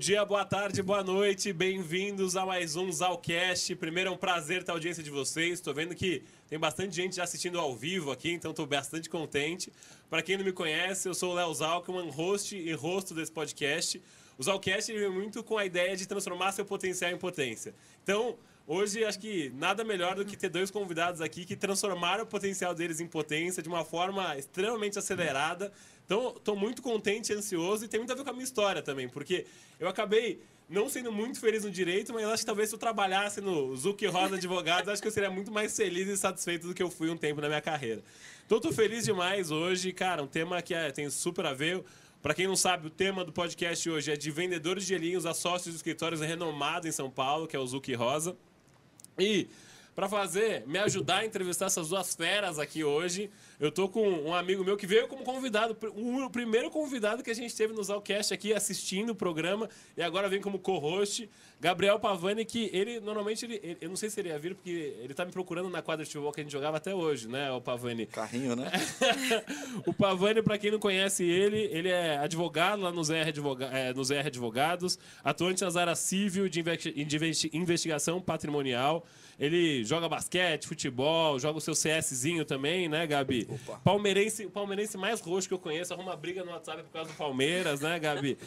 dia, boa tarde, boa noite, bem-vindos a mais um Zalcast. Primeiro é um prazer ter a audiência de vocês, estou vendo que tem bastante gente já assistindo ao vivo aqui, então estou bastante contente. Para quem não me conhece, eu sou o Léo Zalkman, host e rosto desse podcast. O Zalcast vem muito com a ideia de transformar seu potencial em potência. Então, hoje acho que nada melhor do que ter dois convidados aqui que transformaram o potencial deles em potência de uma forma extremamente acelerada. Então, estou muito contente e ansioso, e tem muito a ver com a minha história também, porque eu acabei não sendo muito feliz no direito, mas acho que talvez se eu trabalhasse no Zucchi Rosa Advogados, acho que eu seria muito mais feliz e satisfeito do que eu fui um tempo na minha carreira. Então, estou feliz demais hoje, cara, um tema que tem super a ver. Para quem não sabe, o tema do podcast hoje é de vendedores de gelinhos a sócios de escritórios renomados em São Paulo, que é o Zucchi Rosa. E para me ajudar a entrevistar essas duas feras aqui hoje, eu tô com um amigo meu que veio como convidado, o primeiro convidado que a gente teve no Zalcast aqui assistindo o programa, e agora vem como co-host, Gabriel Pavani, que ele, normalmente, eu não sei se ele ia vir, porque ele tá me procurando na quadra de futebol que a gente jogava até hoje, né, o Pavani? Carrinho, né? O Pavani, para quem não conhece ele é advogado lá no ZR Advogados, atuante nas áreas civil de investigação patrimonial. Ele joga basquete, futebol, joga o seu CSzinho também, né, Gabi? Opa. O palmeirense mais roxo que eu conheço, arruma briga no WhatsApp por causa do Palmeiras, né, Gabi?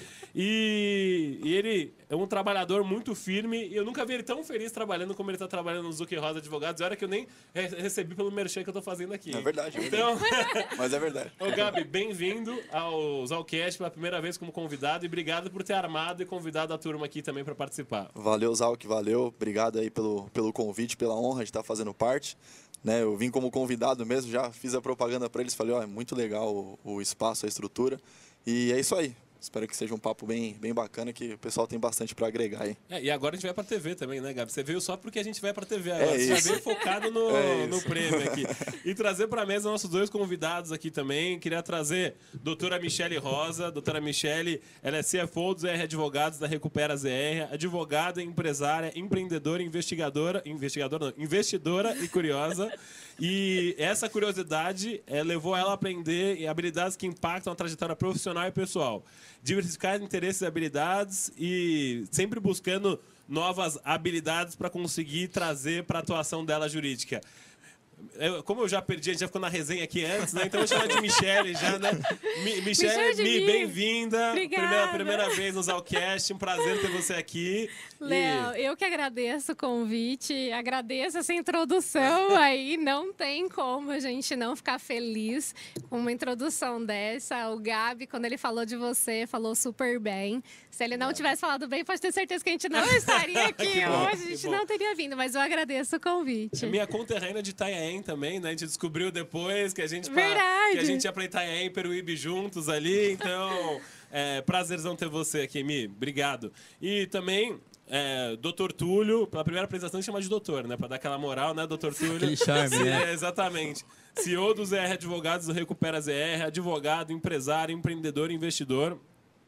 E ele é um trabalhador muito firme, e eu nunca vi ele tão feliz trabalhando como ele está trabalhando no Zucchi Rosa Advogados, hora que eu nem recebi pelo merchan que eu tô fazendo aqui. É verdade. Então, mas é verdade. Ô, Gabi, bem-vindo ao Zalcast pela primeira vez como convidado, e obrigado por ter armado e convidado a turma aqui também para participar. Valeu, Zalk, valeu. Obrigado aí pelo convite, pela honra de estar fazendo parte. Né, eu vim como convidado mesmo, já fiz a propaganda para eles, falei, é muito legal o espaço, a estrutura. E é isso aí. Espero que seja um papo bem bacana, que o pessoal tem bastante para agregar aí. E agora a gente vai para TV também, né, Gabi? Você veio só porque a gente vai para TV agora. Você isso. já veio focado no prêmio aqui. E trazer para a mesa nossos dois convidados aqui também. Queria trazer a doutora Michele Rosa. Doutora Michele, ela é CFO do ZR Advogados da Recupera ZR, advogada, empresária, empreendedora, investidora e curiosa. E essa curiosidade levou ela a aprender habilidades que impactam a trajetória profissional e pessoal. Diversificar interesses e habilidades, e sempre buscando novas habilidades para conseguir trazer para a atuação dela jurídica. Como eu já perdi, a gente já ficou na resenha aqui antes, né? Então eu vou chamar de Michele já, né? Michele, bem-vinda. Primeira vez no Zalcast, um prazer ter você aqui. Léo, eu que agradeço o convite, agradeço essa introdução aí, não tem como a gente não ficar feliz com uma introdução dessa. O Gabi, quando ele falou de você, falou super bem. Se ele não tivesse falado bem, pode ter certeza que a gente não estaria aqui hoje, a gente não teria vindo, mas eu agradeço o convite. Minha conterrânea de Itanhaém também, né? A gente descobriu depois que a gente ia pra Itanhaém e Peruíbe juntos ali, então prazerzão ter você aqui, Mi. Obrigado. E também Dr. Túlio, pela primeira apresentação, chama de doutor, né? Pra dar aquela moral, né, Dr. Túlio? Aquele charme, né? Exatamente. CEO do ZR Advogados, do Recupera ZR, advogado, empresário, empreendedor e investidor.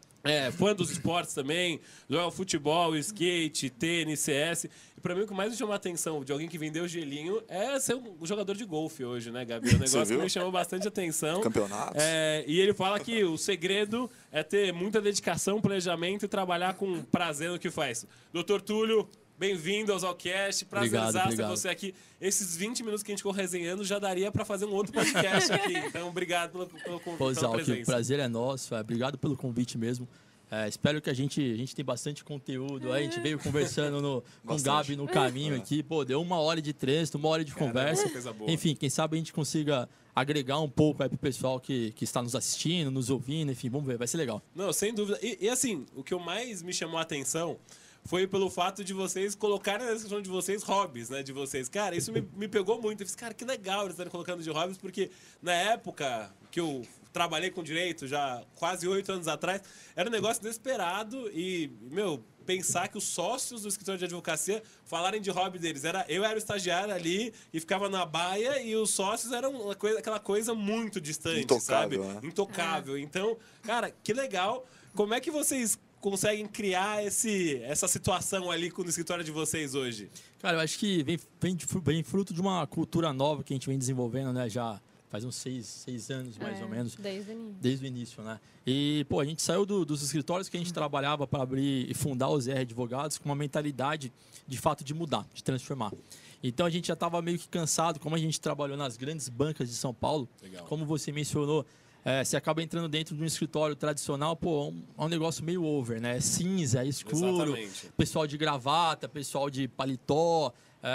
Fã dos esportes também, joga futebol, skate, tênis, CS. E pra mim o que mais me chamou a atenção de alguém que vendeu gelinho é ser um jogador de golfe hoje, né, Gabi? É um negócio que me chamou bastante atenção. Campeonatos. E ele fala que o segredo é ter muita dedicação, planejamento e trabalhar com prazer no que faz. Doutor Túlio, bem-vindo ao Zalcast, prazerzaço ter você aqui. Esses 20 minutos que a gente ficou resenhando já daria para fazer um outro podcast aqui. Então, obrigado pela presença. O prazer é nosso, obrigado pelo convite mesmo. Espero que a gente tem bastante conteúdo. A gente veio conversando com o Gabi no caminho aqui. Pô, deu 1 hora de trânsito, 1 hora de conversa. Enfim, quem sabe a gente consiga agregar um pouco aí pro pessoal que está nos assistindo, nos ouvindo. Enfim, vamos ver, vai ser legal. Não, sem dúvida. E assim, o que mais me chamou a atenção foi pelo fato de vocês colocarem na descrição de vocês hobbies, né? De vocês. Cara, isso me pegou muito. Eu disse, cara, que legal eles estarem colocando de hobbies, porque na época que eu trabalhei com direito, já quase 8 anos atrás, era um negócio inesperado e, pensar que os sócios do escritório de advocacia falarem de hobby deles. Eu era o estagiário ali e ficava na baia, e os sócios eram aquela coisa muito distante, intocável, sabe? Né? Intocável. Então, cara, que legal. Como é que vocês conseguem criar essa situação ali no escritório de vocês hoje? Cara, eu acho que vem fruto de uma cultura nova que a gente vem desenvolvendo, né? Já Faz uns 6 anos, mais ou menos. Desde o início. Desde o início, né? E, pô, a gente saiu dos escritórios que a gente trabalhava para abrir e fundar os R Advogados com uma mentalidade, de fato, de mudar, de transformar. Então, a gente já estava meio que cansado, como a gente trabalhou nas grandes bancas de São Paulo. Legal. Como você mencionou, você acaba entrando dentro de um escritório tradicional, pô, é um negócio meio over, né? É cinza, é escuro, Exatamente. pessoal de gravata, pessoal de paletó,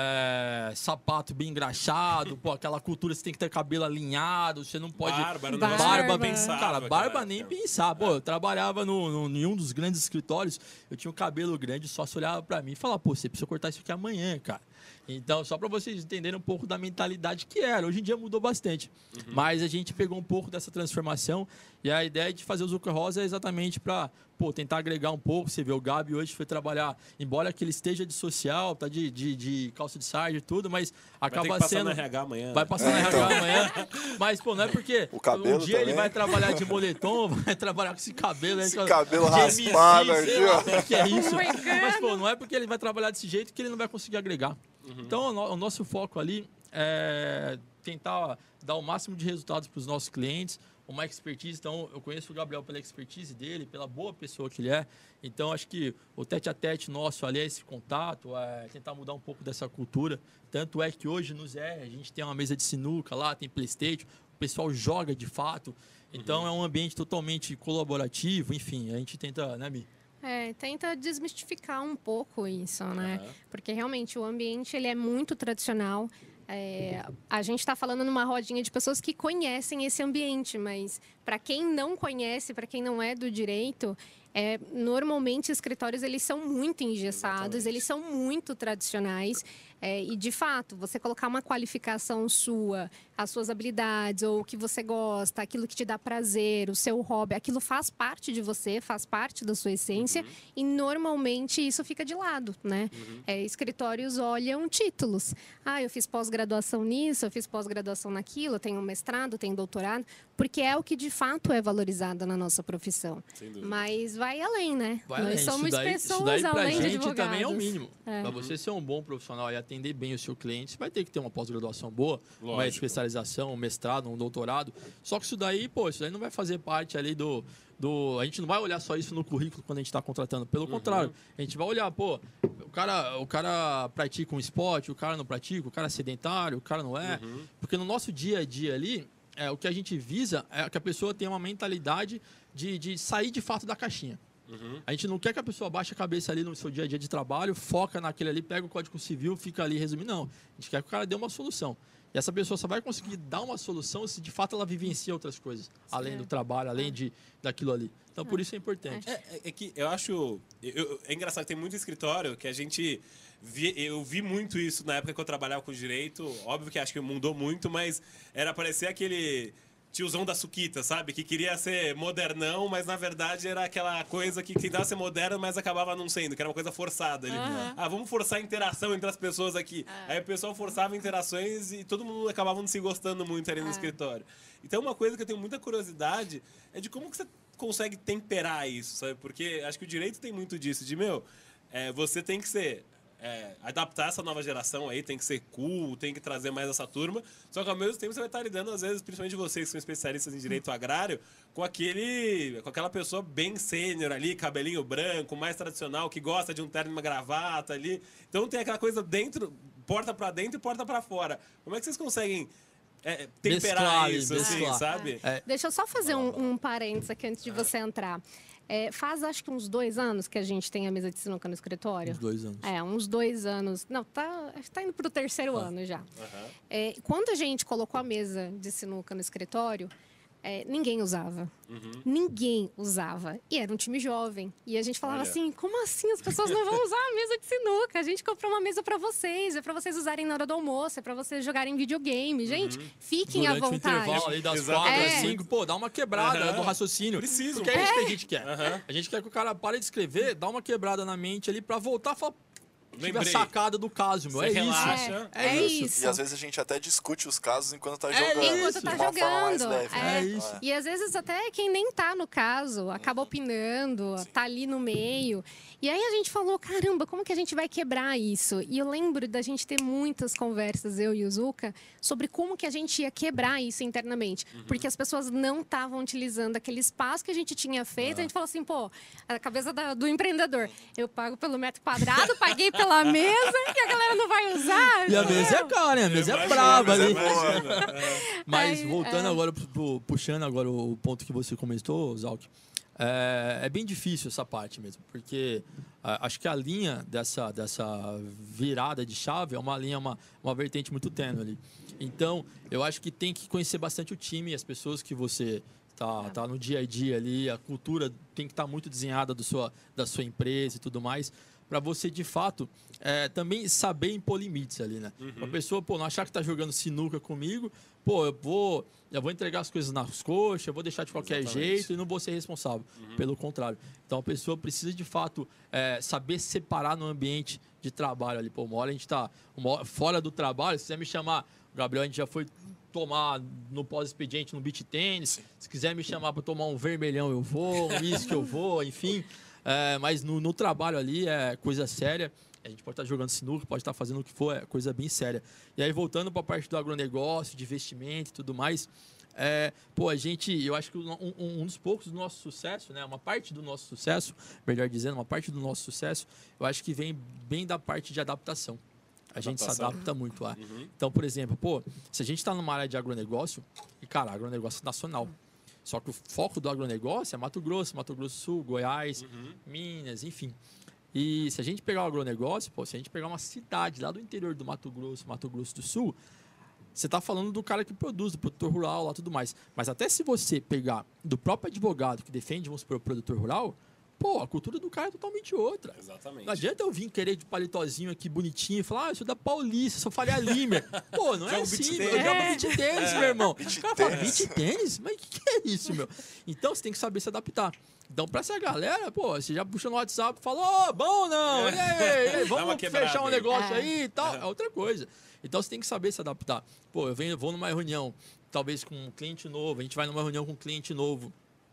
sapato bem engraxado, pô, aquela cultura, você tem que ter cabelo alinhado, você não pode... Barba, era um Barba. negócio que Barba. nem pensava, Cara, barba cara. nem pensar. Pô, eu trabalhava em um dos grandes escritórios, eu tinha um cabelo grande, só se olhava pra mim e falava, pô, você precisa cortar isso aqui amanhã, cara. Então, só para vocês entenderem um pouco da mentalidade que era. Hoje em dia mudou bastante. Mas a gente pegou um pouco dessa transformação e a ideia de fazer o Zucker Rosa é exatamente para tentar agregar um pouco. Você vê, o Gabi hoje foi trabalhar, embora que ele esteja de social, tá de calça de sarja e tudo, mas acaba Vai ter que sendo... passar no RH amanhã. Vai passar no RH amanhã. Mas, pô, não é porque O cabelo um dia ele também. vai trabalhar de moletom, vai trabalhar com esse cabelo. Esse aí, cabelo de MC, raspado sei aqui, lá, ó. o que é isso? Americano. Mas, pô, não é porque ele vai trabalhar desse jeito que ele não vai conseguir agregar. Então, o nosso foco ali é tentar dar o máximo de resultados para os nossos clientes, uma expertise. Então, eu conheço o Gabriel pela expertise dele, pela boa pessoa que ele é. Então, acho que o tete-a-tete nosso ali é esse contato, é tentar mudar um pouco dessa cultura. Tanto é que hoje nos a gente tem uma mesa de sinuca lá, tem PlayStation, o pessoal joga de fato. Então, é um ambiente totalmente colaborativo, enfim, a gente tenta, né, Mi? Tenta desmistificar um pouco isso, né? Aham. Porque realmente o ambiente ele é muito tradicional. A gente está falando numa rodinha de pessoas que conhecem esse ambiente, mas para quem não conhece, para quem não é do direito, normalmente escritórios eles são muito engessados, Exatamente. eles são muito tradicionais. E de fato, você colocar uma qualificação sua, as suas habilidades, ou o que você gosta, aquilo que te dá prazer, o seu hobby, aquilo faz parte de você, faz parte da sua essência, e normalmente isso fica de lado, né? Escritórios olham títulos. Eu fiz pós-graduação nisso, eu fiz pós-graduação naquilo, eu tenho mestrado, tenho doutorado, porque é o que de fato é valorizado na nossa profissão. Sem dúvida. Mas vai além, né? Vai Nós além. somos isso pessoas daí pra além de gente advogados. também é o mínimo. Para você ser um bom profissional e atender bem o seu cliente, você vai ter que ter uma pós-graduação boa, uma Lógico. especialização, um mestrado, um doutorado. Só que isso daí não vai fazer parte ali do... A gente não vai olhar só isso no currículo quando a gente está contratando. Pelo contrário, a gente vai olhar, o cara pratica um esporte, o cara não pratica, o cara é sedentário, o cara não é. Porque no nosso dia a dia ali, o que a gente visa é que a pessoa tenha uma mentalidade de sair de fato da caixinha. A gente não quer que a pessoa baixe a cabeça ali no seu dia a dia de trabalho, foca naquele ali, pega o Código Civil, fica ali resumindo. Não, a gente quer que o cara dê uma solução. E essa pessoa só vai conseguir dar uma solução se de fato ela vivencia outras coisas, além do trabalho, além daquilo ali. Então, por isso é importante. É que eu acho... é engraçado que tem muito escritório que a gente... Eu vi muito isso na época que eu trabalhava com direito. Óbvio que acho que mudou muito, mas era parecer aquele... tiozão da suquita, sabe? Que queria ser modernão, mas na verdade era aquela coisa que tentava ser moderno, mas acabava não sendo, que era uma coisa forçada ali. Vamos forçar a interação entre as pessoas aqui. Aí o pessoal forçava interações e todo mundo acabava não se gostando muito ali no escritório. Então uma coisa que eu tenho muita curiosidade é de como que você consegue temperar isso, sabe? Porque acho que o direito tem muito disso, de você tem que ser... adaptar essa nova geração aí, tem que ser cool, tem que trazer mais essa turma, só que ao mesmo tempo você vai estar lidando, às vezes, principalmente vocês que são especialistas em direito agrário, com aquela pessoa bem sênior ali, cabelinho branco, mais tradicional, que gosta de um terno e uma gravata ali, então tem aquela coisa dentro, porta pra dentro e porta pra fora. Como é que vocês conseguem temperar isso, assim, sabe? Deixa eu só fazer um parênteses aqui antes de você entrar. Faz acho que uns 2 anos que a gente tem a mesa de sinuca no escritório. Uns 2 anos. Uns 2 anos. Não, tá indo para o 3º ano já. Quando a gente colocou a mesa de sinuca no escritório, ninguém usava. Ninguém usava. E era um time jovem. E a gente falava assim, como assim as pessoas não vão usar a mesa de sinuca? A gente comprou uma mesa para vocês, é para vocês usarem na hora do almoço, é para vocês jogarem videogame. Gente, fiquem à Durante o vontade. intervalo ali das Exato. 4 às 5, dá uma quebrada do raciocínio. Preciso. Porque é isso que a gente quer. A gente quer que o cara pare de escrever, dá uma quebrada na mente ali pra voltar e falar, tive a sacada do caso, meu. Você relaxa. É isso. E às vezes a gente até discute os casos enquanto tá jogando. Enquanto tá de uma forma mais jogando. leve, né? É isso. E às vezes até quem nem tá no caso acaba opinando, tá ali no meio. E aí a gente falou, caramba, como que a gente vai quebrar isso? E eu lembro da gente ter muitas conversas, eu e o Zuka, sobre como que a gente ia quebrar isso internamente. Porque as pessoas não estavam utilizando aquele espaço que a gente tinha feito. A gente falou assim, pô, a cabeça do empreendedor. Eu pago pelo metro quadrado, paguei pela mesa e a galera não vai usar. E a mesa é cara, né? A mesa é braba ali. Mas Aí, voltando agora, puxando agora o ponto que você comentou, Zalk, é bem difícil essa parte mesmo, porque acho que a linha dessa virada de chave é uma linha, uma vertente muito tênue ali. Então, eu acho que tem que conhecer bastante o time, as pessoas que você tá no dia a dia ali, a cultura tem que estar muito desenhada da sua empresa e tudo mais, para você, de fato, também saber impor limites ali, né? Uma pessoa, pô, não achar que tá jogando sinuca comigo, pô, eu vou entregar as coisas nas coxas, eu vou deixar de qualquer jeito e não vou ser responsável. Pelo contrário. Então, a pessoa precisa, de fato, saber separar no ambiente de trabalho ali. Pô, uma hora a gente tá fora do trabalho, se quiser me chamar, Gabriel, a gente já foi tomar no pós-expediente no beach tênis, se quiser me chamar para tomar um vermelhão, eu vou, um uísque eu vou, enfim... mas no trabalho ali é coisa séria. A gente pode estar jogando sinuca, pode estar fazendo o que for, é coisa bem séria. E aí, voltando para a parte do agronegócio, de investimento e tudo mais, eu acho que um dos poucos do nosso sucesso, né, uma parte do nosso sucesso, melhor dizendo, uma parte do nosso sucesso, eu acho que vem bem da parte de adaptação. A gente se adapta muito lá. Então, por exemplo, se a gente está numa área de agronegócio, e, cara, agronegócio nacional. Só que o foco do agronegócio é Mato Grosso do Sul, Goiás, Minas, enfim. E se a gente pegar o agronegócio, se a gente pegar uma cidade lá do interior do Mato Grosso do Sul, você está falando do cara que produz, do produtor rural lá e tudo mais. Mas até se você pegar do próprio advogado que defende, vamos supor, o produtor rural, a cultura do cara é totalmente outra. Exatamente. Não adianta eu vir querer de palitozinho aqui bonitinho e falar, eu sou da Paulista, sou Faria Limer. Não é assim, eu jogo beach tênis, meu irmão. O cara fala, beach tênis? Mas o que é isso, meu? Então você tem que saber se adaptar. Então, pra essa galera, você já puxa no WhatsApp e fala, bom ou não? E aí, vamos fechar um negócio aí e tal. É outra coisa. Então você tem que saber se adaptar. Eu vou numa reunião, talvez com um cliente novo, a gente vai numa reunião com um cliente novo.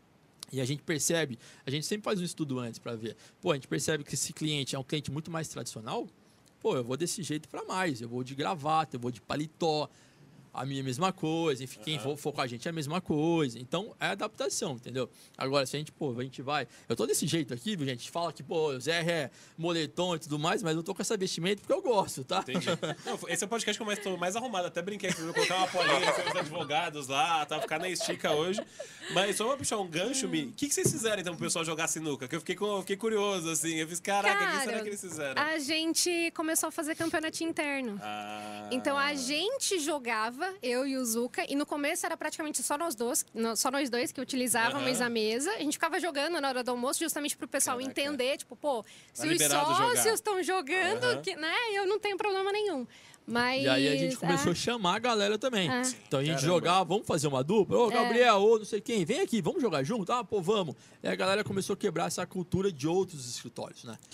E a gente percebe, a gente sempre faz um estudo antes para ver. A gente percebe que esse cliente é um cliente muito mais tradicional. Eu vou desse jeito para mais. Eu vou de gravata, eu vou de paletó. A minha mesma coisa. Enfim, quem for com a gente é a mesma coisa. Então, é adaptação, entendeu? Agora, se a gente vai... Eu tô desse jeito aqui, viu, gente? A gente fala que, o Zé é moletom e tudo mais, mas eu tô com essa vestimenta porque eu gosto, tá? Entendi. Não, esse é o podcast que eu tô mais arrumado. Até brinquei que eu vou colocar uma polinha com os advogados lá, tá? Ficar na estica hoje. Mas só pra puxar um gancho, Mi, o que vocês fizeram, então, pro pessoal jogar sinuca? Que eu fiquei curioso, assim. Eu fiz, caraca, o que será que eles fizeram? A gente começou a fazer campeonato interno. Então, a gente jogava, eu e o Zuka, e no começo era praticamente só nós dois que utilizávamos a mesa. A gente ficava jogando na hora do almoço, justamente pro pessoal entender, tipo, se os sócios estão jogando, né, eu não tenho problema nenhum. Mas, e aí a gente começou a chamar a galera também. Então a gente jogava, vamos fazer uma dupla? Ô, Gabriel, ou não sei quem, vem aqui, vamos jogar junto? Vamos. E a galera começou a quebrar essa cultura de outros escritórios, né?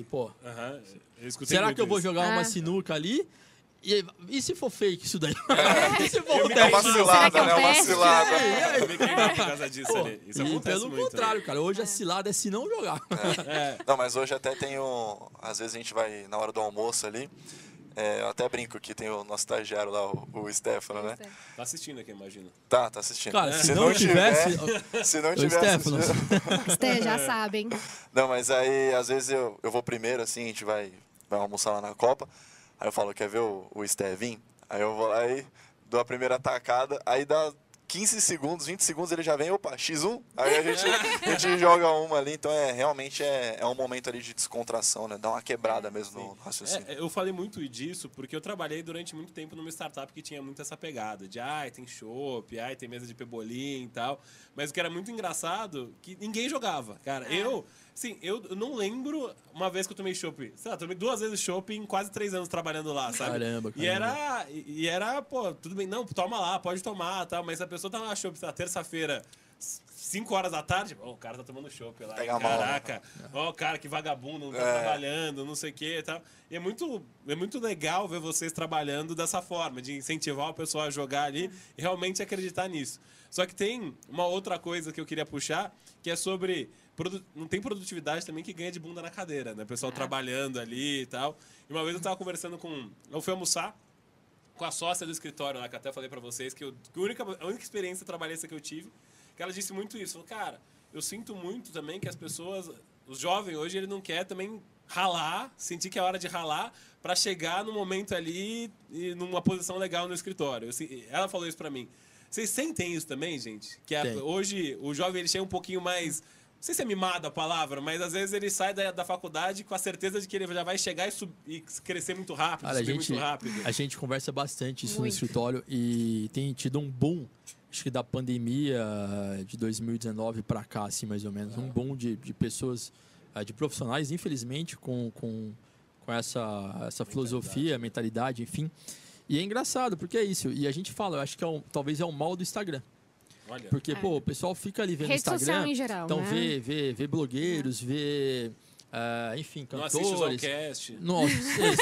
Será que eu vou jogar uma sinuca ali? E se for fake isso daí? E se for uma cilada, né? Uma cilada. Por causa disso ali. Isso acontece pelo muito, contrário, né? cara. Hoje a cilada é se não jogar. Não, mas hoje até tem às vezes a gente vai na hora do almoço ali. Eu até brinco que tem o nosso estagiário lá, o Stefano, né? Tá assistindo aqui, imagino. Tá assistindo. Cara, se não tivesse... Se não tivesse... Stefano. Já sabem. Não, mas aí, às vezes, eu vou primeiro, assim, a gente vai almoçar lá na Copa. Aí eu falo, quer ver o Stevinho? Aí eu vou lá e dou a primeira tacada, aí dá 15 segundos, 20 segundos, ele já vem, opa, X1. Aí a gente joga uma ali, então realmente é um momento ali de descontração, né? Dá uma quebrada mesmo no raciocínio. Eu falei muito disso porque eu trabalhei durante muito tempo numa startup que tinha muito essa pegada de, tem chopp, tem mesa de pebolim e tal. Mas o que era muito engraçado, que ninguém jogava, cara. Eu não lembro uma vez que eu tomei chopp. Sei lá, tomei 2 vezes chopp em quase 3 anos trabalhando lá, sabe? Caramba. E era, tudo bem, não, toma lá, pode tomar, tal. Mas a pessoa tava na chopp, sei lá, terça-feira, 5 horas da tarde, o cara tá tomando chopp lá. Pega Caraca, ó, o cara que vagabundo, não tá trabalhando, não sei o que e tal. E é muito legal ver vocês trabalhando dessa forma, de incentivar o pessoal a jogar ali e realmente acreditar nisso. Só que tem uma outra coisa que eu queria puxar, que é sobre... Não tem produtividade também que ganha de bunda na cadeira, né? O pessoal trabalhando ali e tal. E uma vez eu tava conversando com... Eu fui almoçar com a sócia do escritório lá, que até falei pra vocês, que a única experiência trabalhista que eu tive, que ela disse muito isso. Falou, cara, eu sinto muito também que as pessoas... Os jovens hoje, ele não quer também ralar, sentir que é hora de ralar para chegar no momento ali e numa posição legal no escritório. Ela falou isso para mim. Vocês sentem isso também, gente? Que hoje o jovem ele chega um pouquinho mais... Não sei se é mimado a palavra, mas às vezes ele sai da faculdade com a certeza de que ele já vai chegar e crescer muito rápido, cara, muito rápido. A gente conversa bastante isso no escritório e tem tido um boom, acho que da pandemia de 2019 para cá, assim, mais ou menos. Um boom de pessoas, de profissionais, infelizmente, com essa filosofia, mentalidade, enfim. E é engraçado, porque é isso. E a gente fala, eu acho que talvez é o mal do Instagram. Olha. Porque, pô, o pessoal fica ali vendo o Instagram. Social em geral, então né? vê blogueiros, vê... enfim, cantores. Não assiste o Zalcast. Nossa,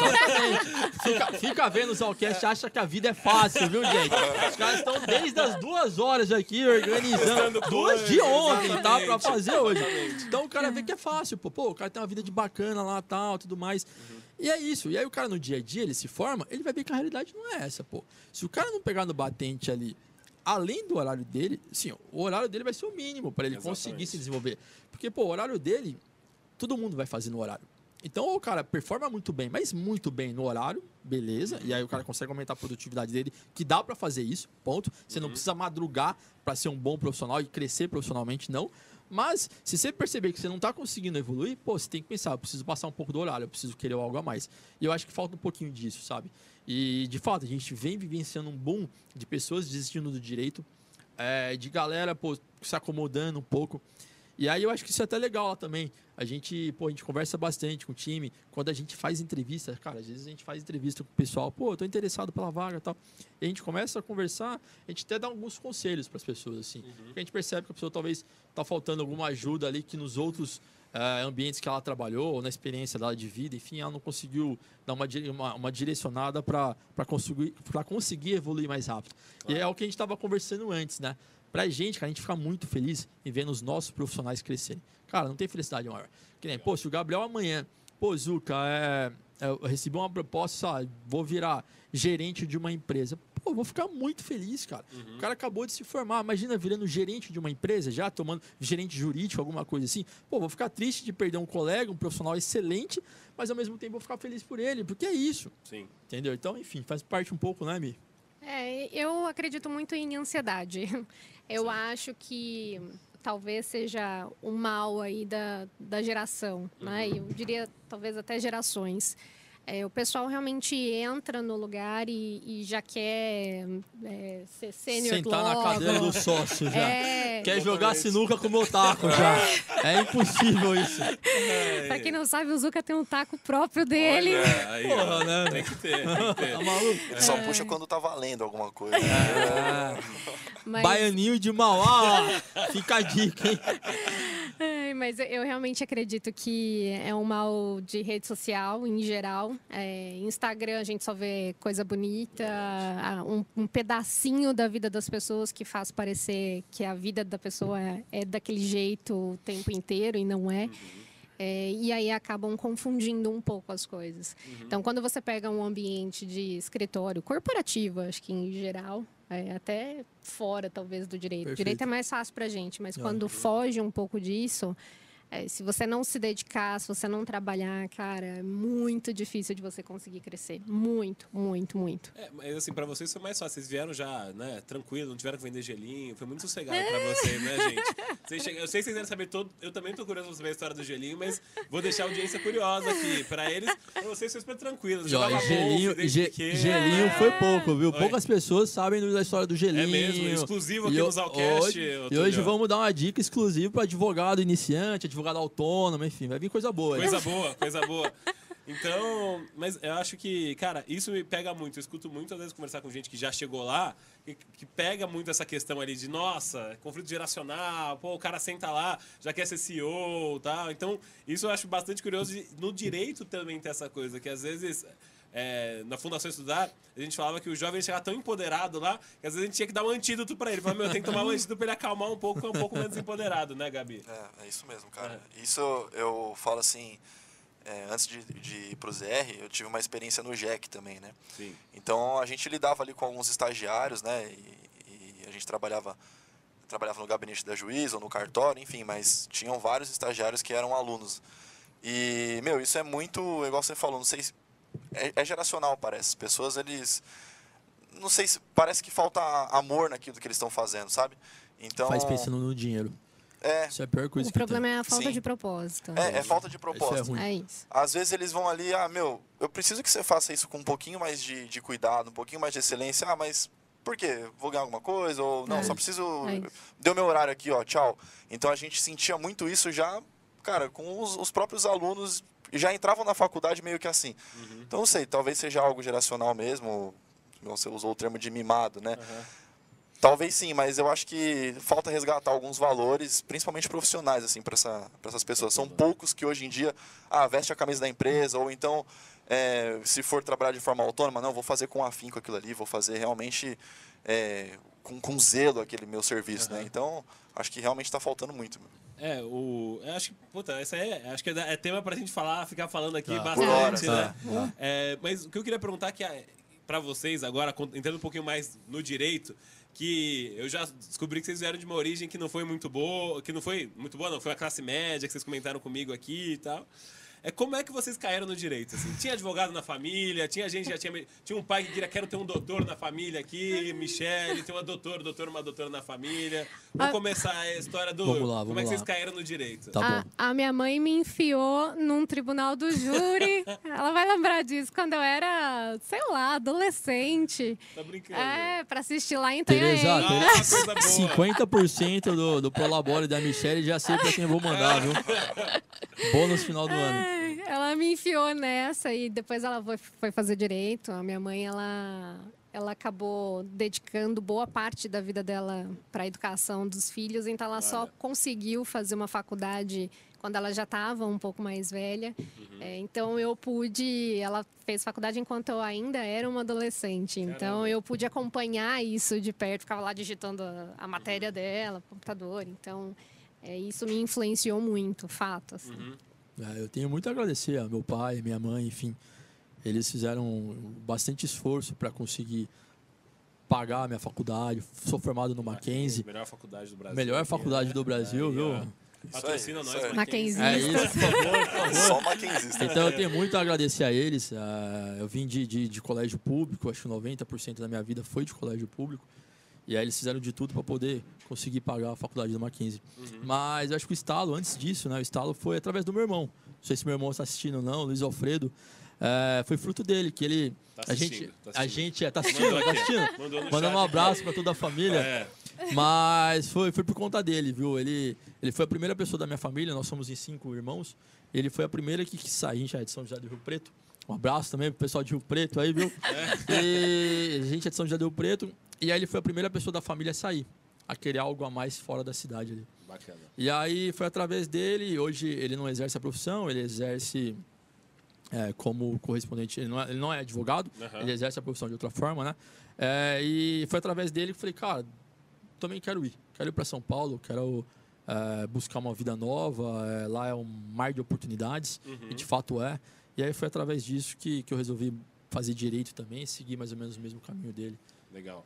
exatamente. Fica vendo o Zalcast, acha que a vida é fácil, viu, gente? Os caras estão desde as 2 horas aqui organizando. 2 de ontem, tá? Pra fazer hoje. Então o cara vê que é fácil, pô. O cara tem uma vida de bacana lá, tal, tudo mais. E é isso. E aí o cara no dia a dia, ele se forma, ele vai ver que a realidade não é essa, pô. Se o cara não pegar no batente ali, além do horário dele, sim, o horário dele vai ser o mínimo para ele conseguir se desenvolver. Porque, pô, o horário dele, todo mundo vai fazer no horário. Então, o cara performa muito bem, mas muito bem no horário, beleza. E aí o cara consegue aumentar a produtividade dele, que dá para fazer isso, ponto. Você não precisa madrugar para ser um bom profissional e crescer profissionalmente, não. Mas, se você perceber que você não está conseguindo evoluir, pô, você tem que pensar, eu preciso passar um pouco do horário, eu preciso querer algo a mais. E eu acho que falta um pouquinho disso, sabe? E, de fato, a gente vem vivenciando um boom de pessoas desistindo do direito, de galera, pô, se acomodando um pouco. E aí eu acho que isso é até legal lá também. A gente conversa bastante com o time. Quando a gente faz entrevista, cara, às vezes a gente faz entrevista com o pessoal, pô, eu tô interessado pela vaga e tal. E a gente começa a conversar, a gente até dá alguns conselhos para as pessoas, assim. Porque a gente percebe que a pessoa talvez tá faltando alguma ajuda ali que nos outros ambientes que ela trabalhou, ou na experiência dela de vida, enfim, ela não conseguiu dar uma direcionada para conseguir evoluir mais rápido. Claro. E é o que a gente estava conversando antes, né? Pra gente, cara, a gente fica muito feliz em ver os nossos profissionais crescerem. Cara, não tem felicidade maior. Que nem, pô, se o Gabriel amanhã, pô, Zuca, eu recebi uma proposta, sabe, vou virar gerente de uma empresa. Pô, vou ficar muito feliz, cara. O cara acabou de se formar, imagina virando gerente de uma empresa, já tomando gerente jurídico, alguma coisa assim. Pô, vou ficar triste de perder um colega, um profissional excelente, mas ao mesmo tempo vou ficar feliz por ele, porque é isso. Sim. Entendeu? Então, enfim, faz parte um pouco, né, Mi? Eu acredito muito em ansiedade. Eu acho que talvez seja um mal aí da geração, né? Eu diria talvez até gerações. O pessoal realmente entra no lugar e já quer ser sênior sentar logo. na cadeira do sócio já. Quer jogar sinuca com o meu taco já. É impossível isso. Pra quem não sabe, o Zuca tem um taco próprio dele. Olha, aí, porra, né? Tem que ter. Tá maluco? Ele só puxa quando tá valendo alguma coisa. Mas... Baianinho de Mauá, ó. Fica a dica, hein? Mas eu realmente acredito que é um mal de rede social, em geral. Instagram, a gente só vê coisa bonita, um pedacinho da vida das pessoas que faz parecer que a vida da pessoa é daquele jeito o tempo inteiro, e não é. E aí acabam confundindo um pouco as coisas. Então, quando você pega um ambiente de escritório corporativo, acho que em geral, até fora talvez do direito. Perfeito. Direito é mais fácil para a gente, mas quando foge um pouco disso, se você não se dedicar, se você não trabalhar, cara, é muito difícil de você conseguir crescer. Muito, muito, muito. Mas assim, pra vocês foi mais fácil. Vocês vieram já, né, tranquilo, não tiveram que vender gelinho. Foi muito sossegado pra vocês, né, gente? Eu sei que vocês querem saber todo... Eu também tô curioso pra saber a história do gelinho, mas vou deixar a audiência curiosa aqui. Pra eles, pra vocês foi super tranquilo. Gelinho foi pouco, viu? Poucas pessoas sabem da história do gelinho. É mesmo, exclusivo aqui no Zalcast. E hoje vamos dar uma dica exclusiva para advogado iniciante, advogado autônomo, enfim, vai vir coisa boa. Coisa boa. Então, mas eu acho que, cara, isso me pega muito. Eu escuto muito, às vezes, conversar com gente que já chegou lá, que pega muito essa questão ali de, nossa, conflito geracional, pô, o cara senta lá, já quer ser CEO e tal. Então, isso eu acho bastante curioso. E no direito também tem essa coisa, que às vezes... na Fundação Estudar, a gente falava que o jovem chegava tão empoderado lá, que às vezes a gente tinha que dar um antídoto pra ele. Falava, meu, tem que tomar um antídoto pra ele acalmar um pouco menos empoderado, né, Gabi? É isso mesmo, cara. Isso eu falo assim, antes de ir pro ZR, eu tive uma experiência no JEC também, né? Sim. Então a gente lidava ali com alguns estagiários, né? E a gente trabalhava no gabinete da juíza ou no cartório, enfim, mas tinham vários estagiários que eram alunos. E, meu, isso é muito, igual você falou, não sei se é geracional, parece. As pessoas, eles... Não sei se... Parece que falta amor naquilo que eles estão fazendo, sabe? Então... Faz pensando no dinheiro. Isso é a pior coisa O que problema tem. é a falta Sim. de propósito. É falta de propósito. Isso é ruim. É isso. Às vezes eles vão ali, eu preciso que você faça isso com um pouquinho mais de cuidado, um pouquinho mais de excelência. Mas por quê? Vou ganhar alguma coisa? Ou não, só preciso... Deu meu horário aqui, ó, tchau. Então a gente sentia muito isso já, cara, com os próprios alunos... já entravam na faculdade meio que assim. Então, não sei, talvez seja algo geracional mesmo. Você usou o termo de mimado, né? Talvez sim, mas eu acho que falta resgatar alguns valores, principalmente profissionais, assim, para essas pessoas. São poucos que hoje em dia, veste a camisa da empresa, ou então, se for trabalhar de forma autônoma, não, vou fazer com afinco aquilo ali, vou fazer realmente com zelo aquele meu serviço, né? Então, acho que realmente está faltando muito. Eu acho que, puta, acho que é tema pra gente ficar falando aqui Por bastante, horas, né? Mas o que eu queria perguntar que pra vocês agora, entrando um pouquinho mais no direito, que eu já descobri que vocês vieram de uma origem que não foi muito boa, não, foi a classe média, que vocês comentaram comigo aqui e tal. Como é que vocês caíram no direito? Assim? Tinha advogado na família, tinha um pai que quero ter um doutor na família aqui, Michele, tem uma doutora na família. Vamos começar a história do... Vamos lá, como é que vocês caíram no direito? Tá bom. A minha mãe me enfiou num tribunal do júri. Ela vai lembrar disso quando eu era, sei lá, adolescente. Tá brincando? Pra assistir lá em Tereza, Itanhaém. Coisa boa. 50% do Prolabore da Michelle já sei pra quem eu vou mandar, viu? Bônus final do ano. Ela me enfiou nessa e depois ela foi fazer direito. A minha mãe, ela acabou dedicando boa parte da vida dela para a educação dos filhos, então ela só conseguiu fazer uma faculdade quando ela já estava um pouco mais velha. Então ela fez faculdade enquanto eu ainda era uma adolescente. Então eu pude acompanhar isso de perto, ficava lá digitando a matéria dela, computador. Então isso me influenciou muito, fato. Assim. Eu tenho muito a agradecer a meu pai, minha mãe, enfim. Eles fizeram bastante esforço para conseguir pagar a minha faculdade. Sou formado no Mackenzie. Melhor faculdade do Brasil. Melhor faculdade do Brasil, viu? Patrocina nós, Mackenzie. É isso, por favor. Só Mackenzie. Então eu tenho muito a agradecer a eles. Eu vim de colégio público, acho que 90% da minha vida foi de colégio público. E aí eles fizeram de tudo para poder conseguir pagar a faculdade do Mackenzie. Mas eu acho que o estalo, antes disso, né, o estalo foi através do meu irmão. Não sei se meu irmão está assistindo ou não, Luiz Alfredo. Foi fruto dele, que ele... Tá assistindo. Tá assistindo? Mandando um abraço para toda a família. Mas foi por conta dele, viu? Ele foi a primeira pessoa da minha família, nós somos em 5 irmãos. Ele foi a primeira que saiu, a gente é de São José do Rio Preto. Um abraço também pro pessoal de Rio Preto aí, viu? E a gente é de São José do Rio Preto. E aí ele foi a primeira pessoa da família a sair, a querer algo a mais fora da cidade ali. Bacana. E aí foi através dele, hoje ele não exerce a profissão, ele exerce como correspondente, ele não é advogado, ele exerce a profissão de outra forma, né? E foi através dele que eu falei, cara, também quero ir para São Paulo, quero buscar uma vida nova, lá é um mar de oportunidades, e de fato é. E aí foi através disso que eu resolvi fazer direito também, seguir mais ou menos o mesmo caminho dele. Legal.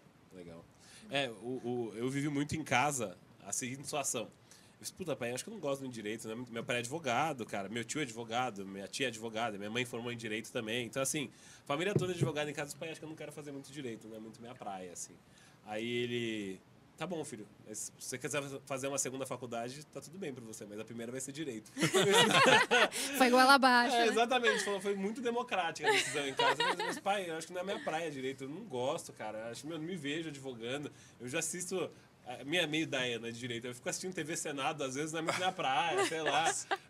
Eu vivi muito em casa a seguinte situação. Eu disse, puta, pai, acho que eu não gosto muito de direito, né? Meu pai é advogado, cara. Meu tio é advogado, minha tia é advogada, minha mãe formou em direito também. Então, assim, família toda é advogada em casa. Os pais, acho que eu não quero fazer muito direito, não é muito minha praia, assim. Aí ele... Tá bom, filho. Se você quiser fazer uma segunda faculdade, tá tudo bem pra você, mas a primeira vai ser direito. Foi igual abaixo. Né? Exatamente. Foi muito democrática a decisão em casa. Mas pai, eu acho que não é minha praia direito. Eu não gosto, cara. Eu acho que eu não me vejo advogando. Eu já assisto A minha meio Daena de direito. Eu fico assistindo TV Senado, às vezes, não é muito minha praia, sei lá.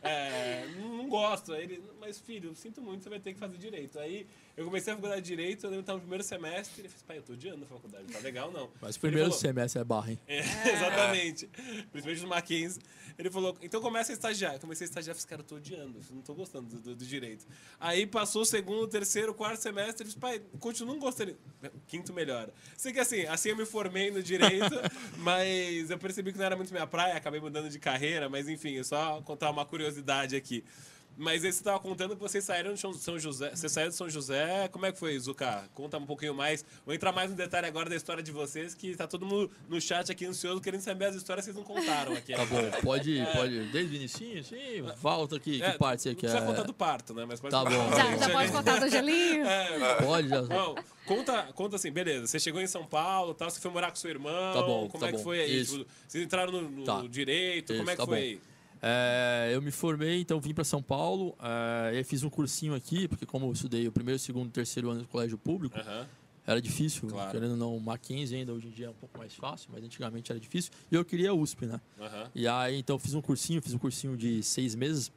Não gosto. Aí ele, mas filho, eu sinto muito, você vai ter que fazer direito. Aí eu comecei a faculdade de direito, eu lembro que estava no primeiro semestre, ele fez, pai, eu tô odiando a faculdade, tá legal não. Mas o primeiro semestre é barra, hein? Exatamente. Principalmente no Mackenzie. Ele falou, então começa a estagiar. Eu comecei a estagiar, falei, cara, eu tô odiando, não tô gostando do direito. Aí passou o segundo, terceiro, quarto semestre, ele disse, pai, continuo não gostando. Quinto melhora. Sei que assim eu me formei no direito, mas eu percebi que não era muito minha praia, acabei mudando de carreira, mas enfim, só contar uma curiosidade aqui. Mas aí você estava contando que vocês saíram de São José. Você saiu de São José. Como é que foi, Zucca? Conta um pouquinho mais. Vou entrar mais no detalhe agora da história de vocês, que tá todo mundo no chat aqui ansioso, querendo saber as histórias que vocês não contaram aqui. Tá bom, pode. Desde o inicinho, sim. Volta aqui, que parte você quer? Não precisa contar do parto, né? Mas pode tá bom. Já pode contar do gelinho? Pode, já. Bom, conta assim, beleza. Você chegou em São Paulo, tal, você foi morar com seu irmão. Tá bom, como é que foi aí? Tipo, vocês entraram no direito, como é que foi aí? Eu me formei, então vim para São Paulo, e fiz um cursinho aqui, porque como eu estudei o primeiro, segundo e terceiro ano do colégio público, era difícil, claro. Querendo ou não, Mackenzie ainda hoje em dia é um pouco mais fácil, mas antigamente era difícil, e eu queria USP, né? E aí, então, fiz um cursinho de 6 meses,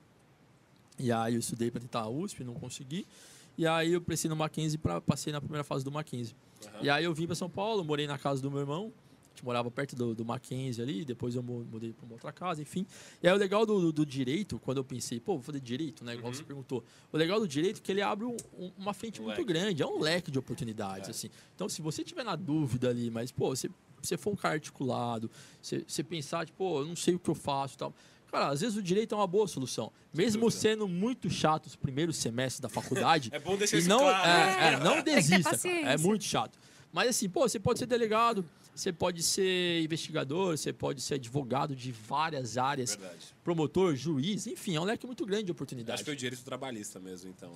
e aí eu estudei para tentar a USP, não consegui, e aí eu prestei no Mackenzie, passei na primeira fase do Mackenzie. E aí eu vim para São Paulo, morei na casa do meu irmão, morava perto do Mackenzie ali, depois eu mudei para uma outra casa, enfim. E aí o legal do direito, quando eu pensei, vou fazer direito, né, igual você perguntou, o legal do direito é que ele abre uma frente muito grande, é um leque de oportunidades, assim. Então, se você tiver na dúvida ali, mas, você for um cara articulado, você pensar, eu não sei o que eu faço e tal, cara, às vezes o direito é uma boa solução. Mesmo sendo muito chato os primeiros semestres da faculdade, é bom deixar isso claro. Não desista, é muito chato. Mas assim, você pode ser delegado, você pode ser investigador, você pode ser advogado de várias áreas, promotor, juiz, enfim, é um leque muito grande de oportunidade. Acho que foi o direito trabalhista mesmo, então.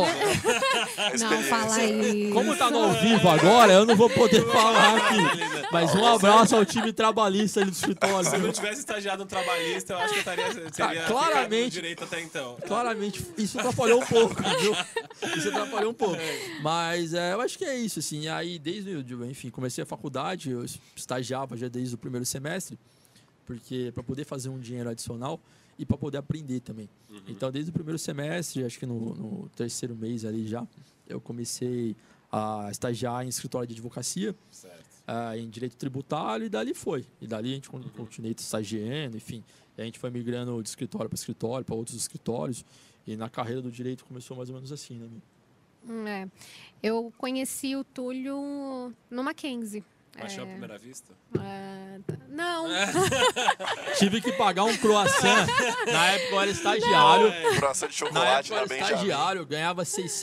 Não, fala aí. Como tá no ao vivo agora, eu não vou poder falar aqui. Mas um abraço ao time trabalhista ali do escritório. Se eu não tivesse estagiado no trabalhista, eu acho que eu teria claramente, no direito até então. Claramente, isso atrapalhou um pouco, viu? Isso atrapalhou um pouco. Mas eu acho que é isso, assim. E aí, enfim, comecei a faculdade, eu estagiava já desde o primeiro semestre, porque para poder fazer um dinheiro adicional e para poder aprender também. Então, desde o primeiro semestre, acho que no terceiro mês ali já, eu comecei a estagiar em escritório de advocacia, em direito tributário, e dali foi. E dali a gente continuei estagiando, enfim. E a gente foi migrando de escritório para escritório, para outros escritórios, e na carreira do direito começou mais ou menos assim, né? Eu conheci o Túlio no Mackenzie. Paixão à primeira vista? Não. Tive que pagar um croissant. Na época eu era estagiário. Croissant de chocolate, na época eu era estagiário, eu ganhava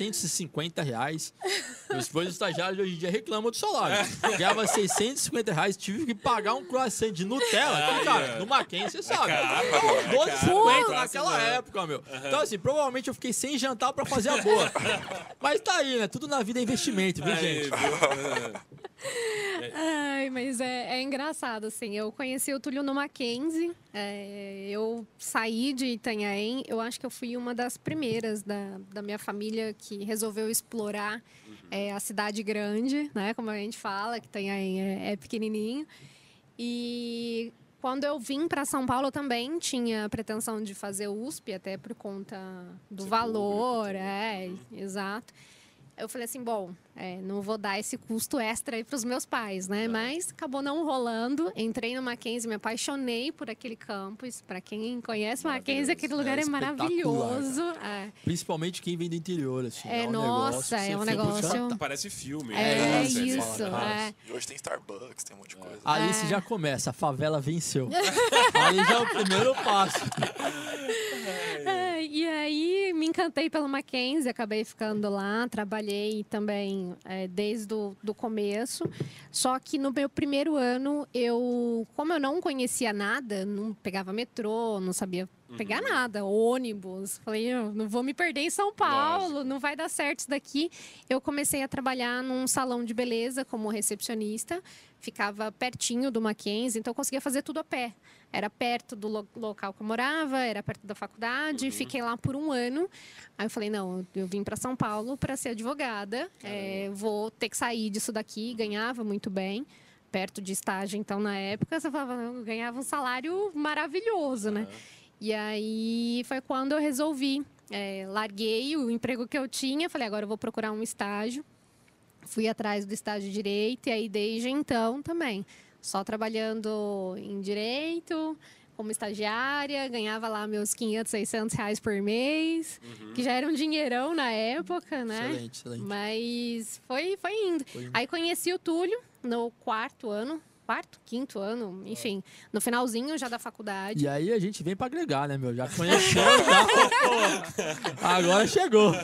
R$650. Depois os estagiários de hoje em dia reclamam do salário. Ganhava R$650, tive que pagar um croissant de Nutella. Que, cara, no Mackenzie, você sabe. R$12,50 naquela época, meu. Então, assim, provavelmente eu fiquei sem jantar pra fazer a boa. Mas tá aí, né? Tudo na vida é investimento, viu, gente? Ai, mas é engraçado, assim. Eu conheci o Túlio no Mackenzie. Eu saí de Itanhaém. Eu acho que eu fui uma das primeiras da minha família que resolveu explorar a cidade grande, né? Como a gente fala, que Itanhaém é pequenininho. E quando eu vim para São Paulo, eu também tinha pretensão de fazer USP, até por conta do valor. Exato. Eu falei assim, não vou dar esse custo extra aí para os meus pais, né? Mas acabou não rolando. Entrei no Mackenzie, me apaixonei por aquele campus. Para quem conhece Mackenzie, aquele lugar é maravilhoso. Principalmente quem vem do interior, assim. É um negócio. Parece filme. Isso. E hoje tem Starbucks, tem um monte de coisa. Alice já começa, a favela venceu. Aí já é o primeiro passo. E aí me encantei pelo Mackenzie, acabei ficando lá, trabalhei também desde o começo. Só que no meu primeiro ano, como eu não conhecia nada, não pegava metrô, não sabia pegar nada, ônibus. Falei, eu não vou me perder em São Paulo, não vai dar certo isso daqui. Eu comecei a trabalhar num salão de beleza como recepcionista, ficava pertinho do Mackenzie, então eu conseguia fazer tudo a pé. Era perto do local que eu morava, era perto da faculdade, fiquei lá por um ano. Aí eu falei, não, eu vim para São Paulo para ser advogada, vou ter que sair disso daqui, ganhava muito bem. perto de estágio. Então, na época, você falava, eu ganhava um salário maravilhoso, né? E aí foi quando eu resolvi. Larguei o emprego que eu tinha, falei, agora eu vou procurar um estágio. Fui atrás do estágio de Direito e aí, desde então, também. Só trabalhando em Direito, como estagiária, ganhava lá meus 500, 600 reais por mês, que já era um dinheirão na época, né? Excelente, excelente. Mas foi indo. Aí conheci o Túlio no quinto ano, enfim, no finalzinho já da faculdade. E aí a gente vem pra agregar, né, meu? Já conheceu, já. Agora chegou.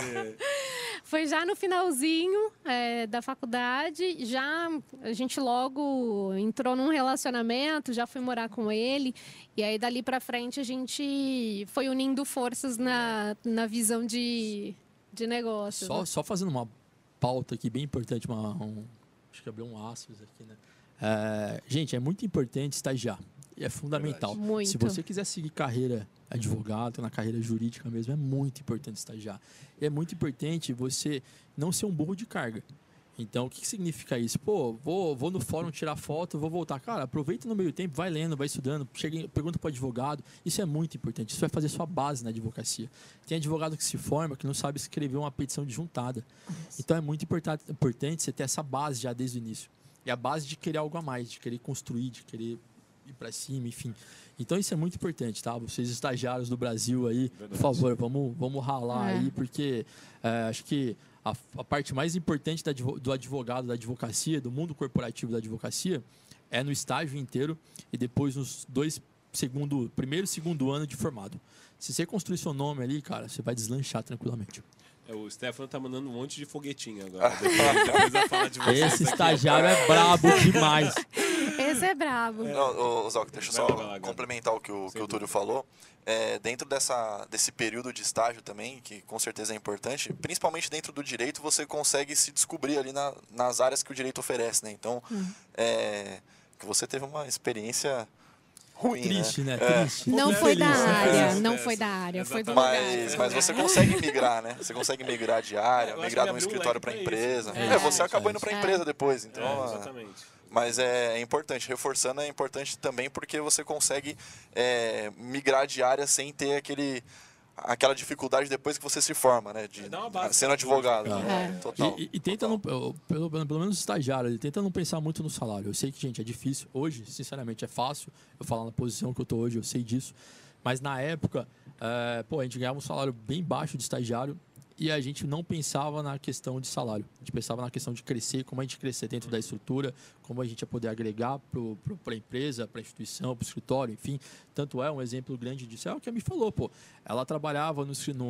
Foi já no finalzinho da faculdade, já a gente logo entrou num relacionamento, já fui morar com ele, e aí dali pra frente a gente foi unindo forças na visão de negócio. Só fazendo uma pauta aqui bem importante, acho que abriu um aspas aqui, né? Gente, é muito importante estagiar. E é fundamental. Muito. Se você quiser seguir carreira advogado, na carreira jurídica mesmo, é muito importante estagiar. E é muito importante você não ser um burro de carga. Então, o que significa isso? Pô, vou no fórum tirar foto, vou voltar. Cara, aproveita no meio tempo, vai lendo, vai estudando, pergunta para o advogado. Isso é muito importante. Isso vai fazer sua base na advocacia. Tem advogado que se forma que não sabe escrever uma petição disjuntada. Então, é muito importante você ter essa base já desde o início. E a base de querer algo a mais, de querer construir, de querer ir para cima, enfim. Então isso é muito importante, tá? Vocês estagiários do Brasil aí, por favor, vamos ralar aí, porque acho que a parte mais importante do advogado, da advocacia, do mundo corporativo da advocacia, é no estágio inteiro e depois nos primeiro e segundo ano de formado. Se você construir seu nome ali, cara, você vai deslanchar tranquilamente. O Stefano tá mandando um monte de foguetinho agora. Depois da fala de vocês. Esse estagiário é brabo demais. Esse é brabo. Não, Zalk, deixa eu só complementar o que o Túlio falou. Dentro desse período de estágio também, que com certeza é importante, principalmente dentro do direito, você consegue se descobrir ali nas áreas que o direito oferece, né? Então, que você teve uma experiência ruim, triste, né? Triste. Não foi da área, não foi da área, foi do lugar. Mas você consegue migrar, né? Você consegue migrar de área, migrar de um escritório para empresa. Você acabou indo para a empresa depois, então... Exatamente. Mas é importante, reforçando, é importante também porque você consegue migrar de área sem ter aquela dificuldade depois que você se forma, né? De sendo advogado. Total. E tenta, pelo menos estagiário, ele tenta não pensar muito no salário. Eu sei que, gente, é difícil. Hoje, sinceramente, é fácil eu falar na posição que eu estou hoje, eu sei disso. Mas na época, a gente ganhava um salário bem baixo de estagiário e a gente não pensava na questão de salário. A gente pensava na questão de crescer, como a gente crescer dentro da estrutura, como a gente ia poder agregar para a empresa, para a instituição, para o escritório, enfim. Tanto um exemplo grande disso é o que a me falou, pô. Ela trabalhava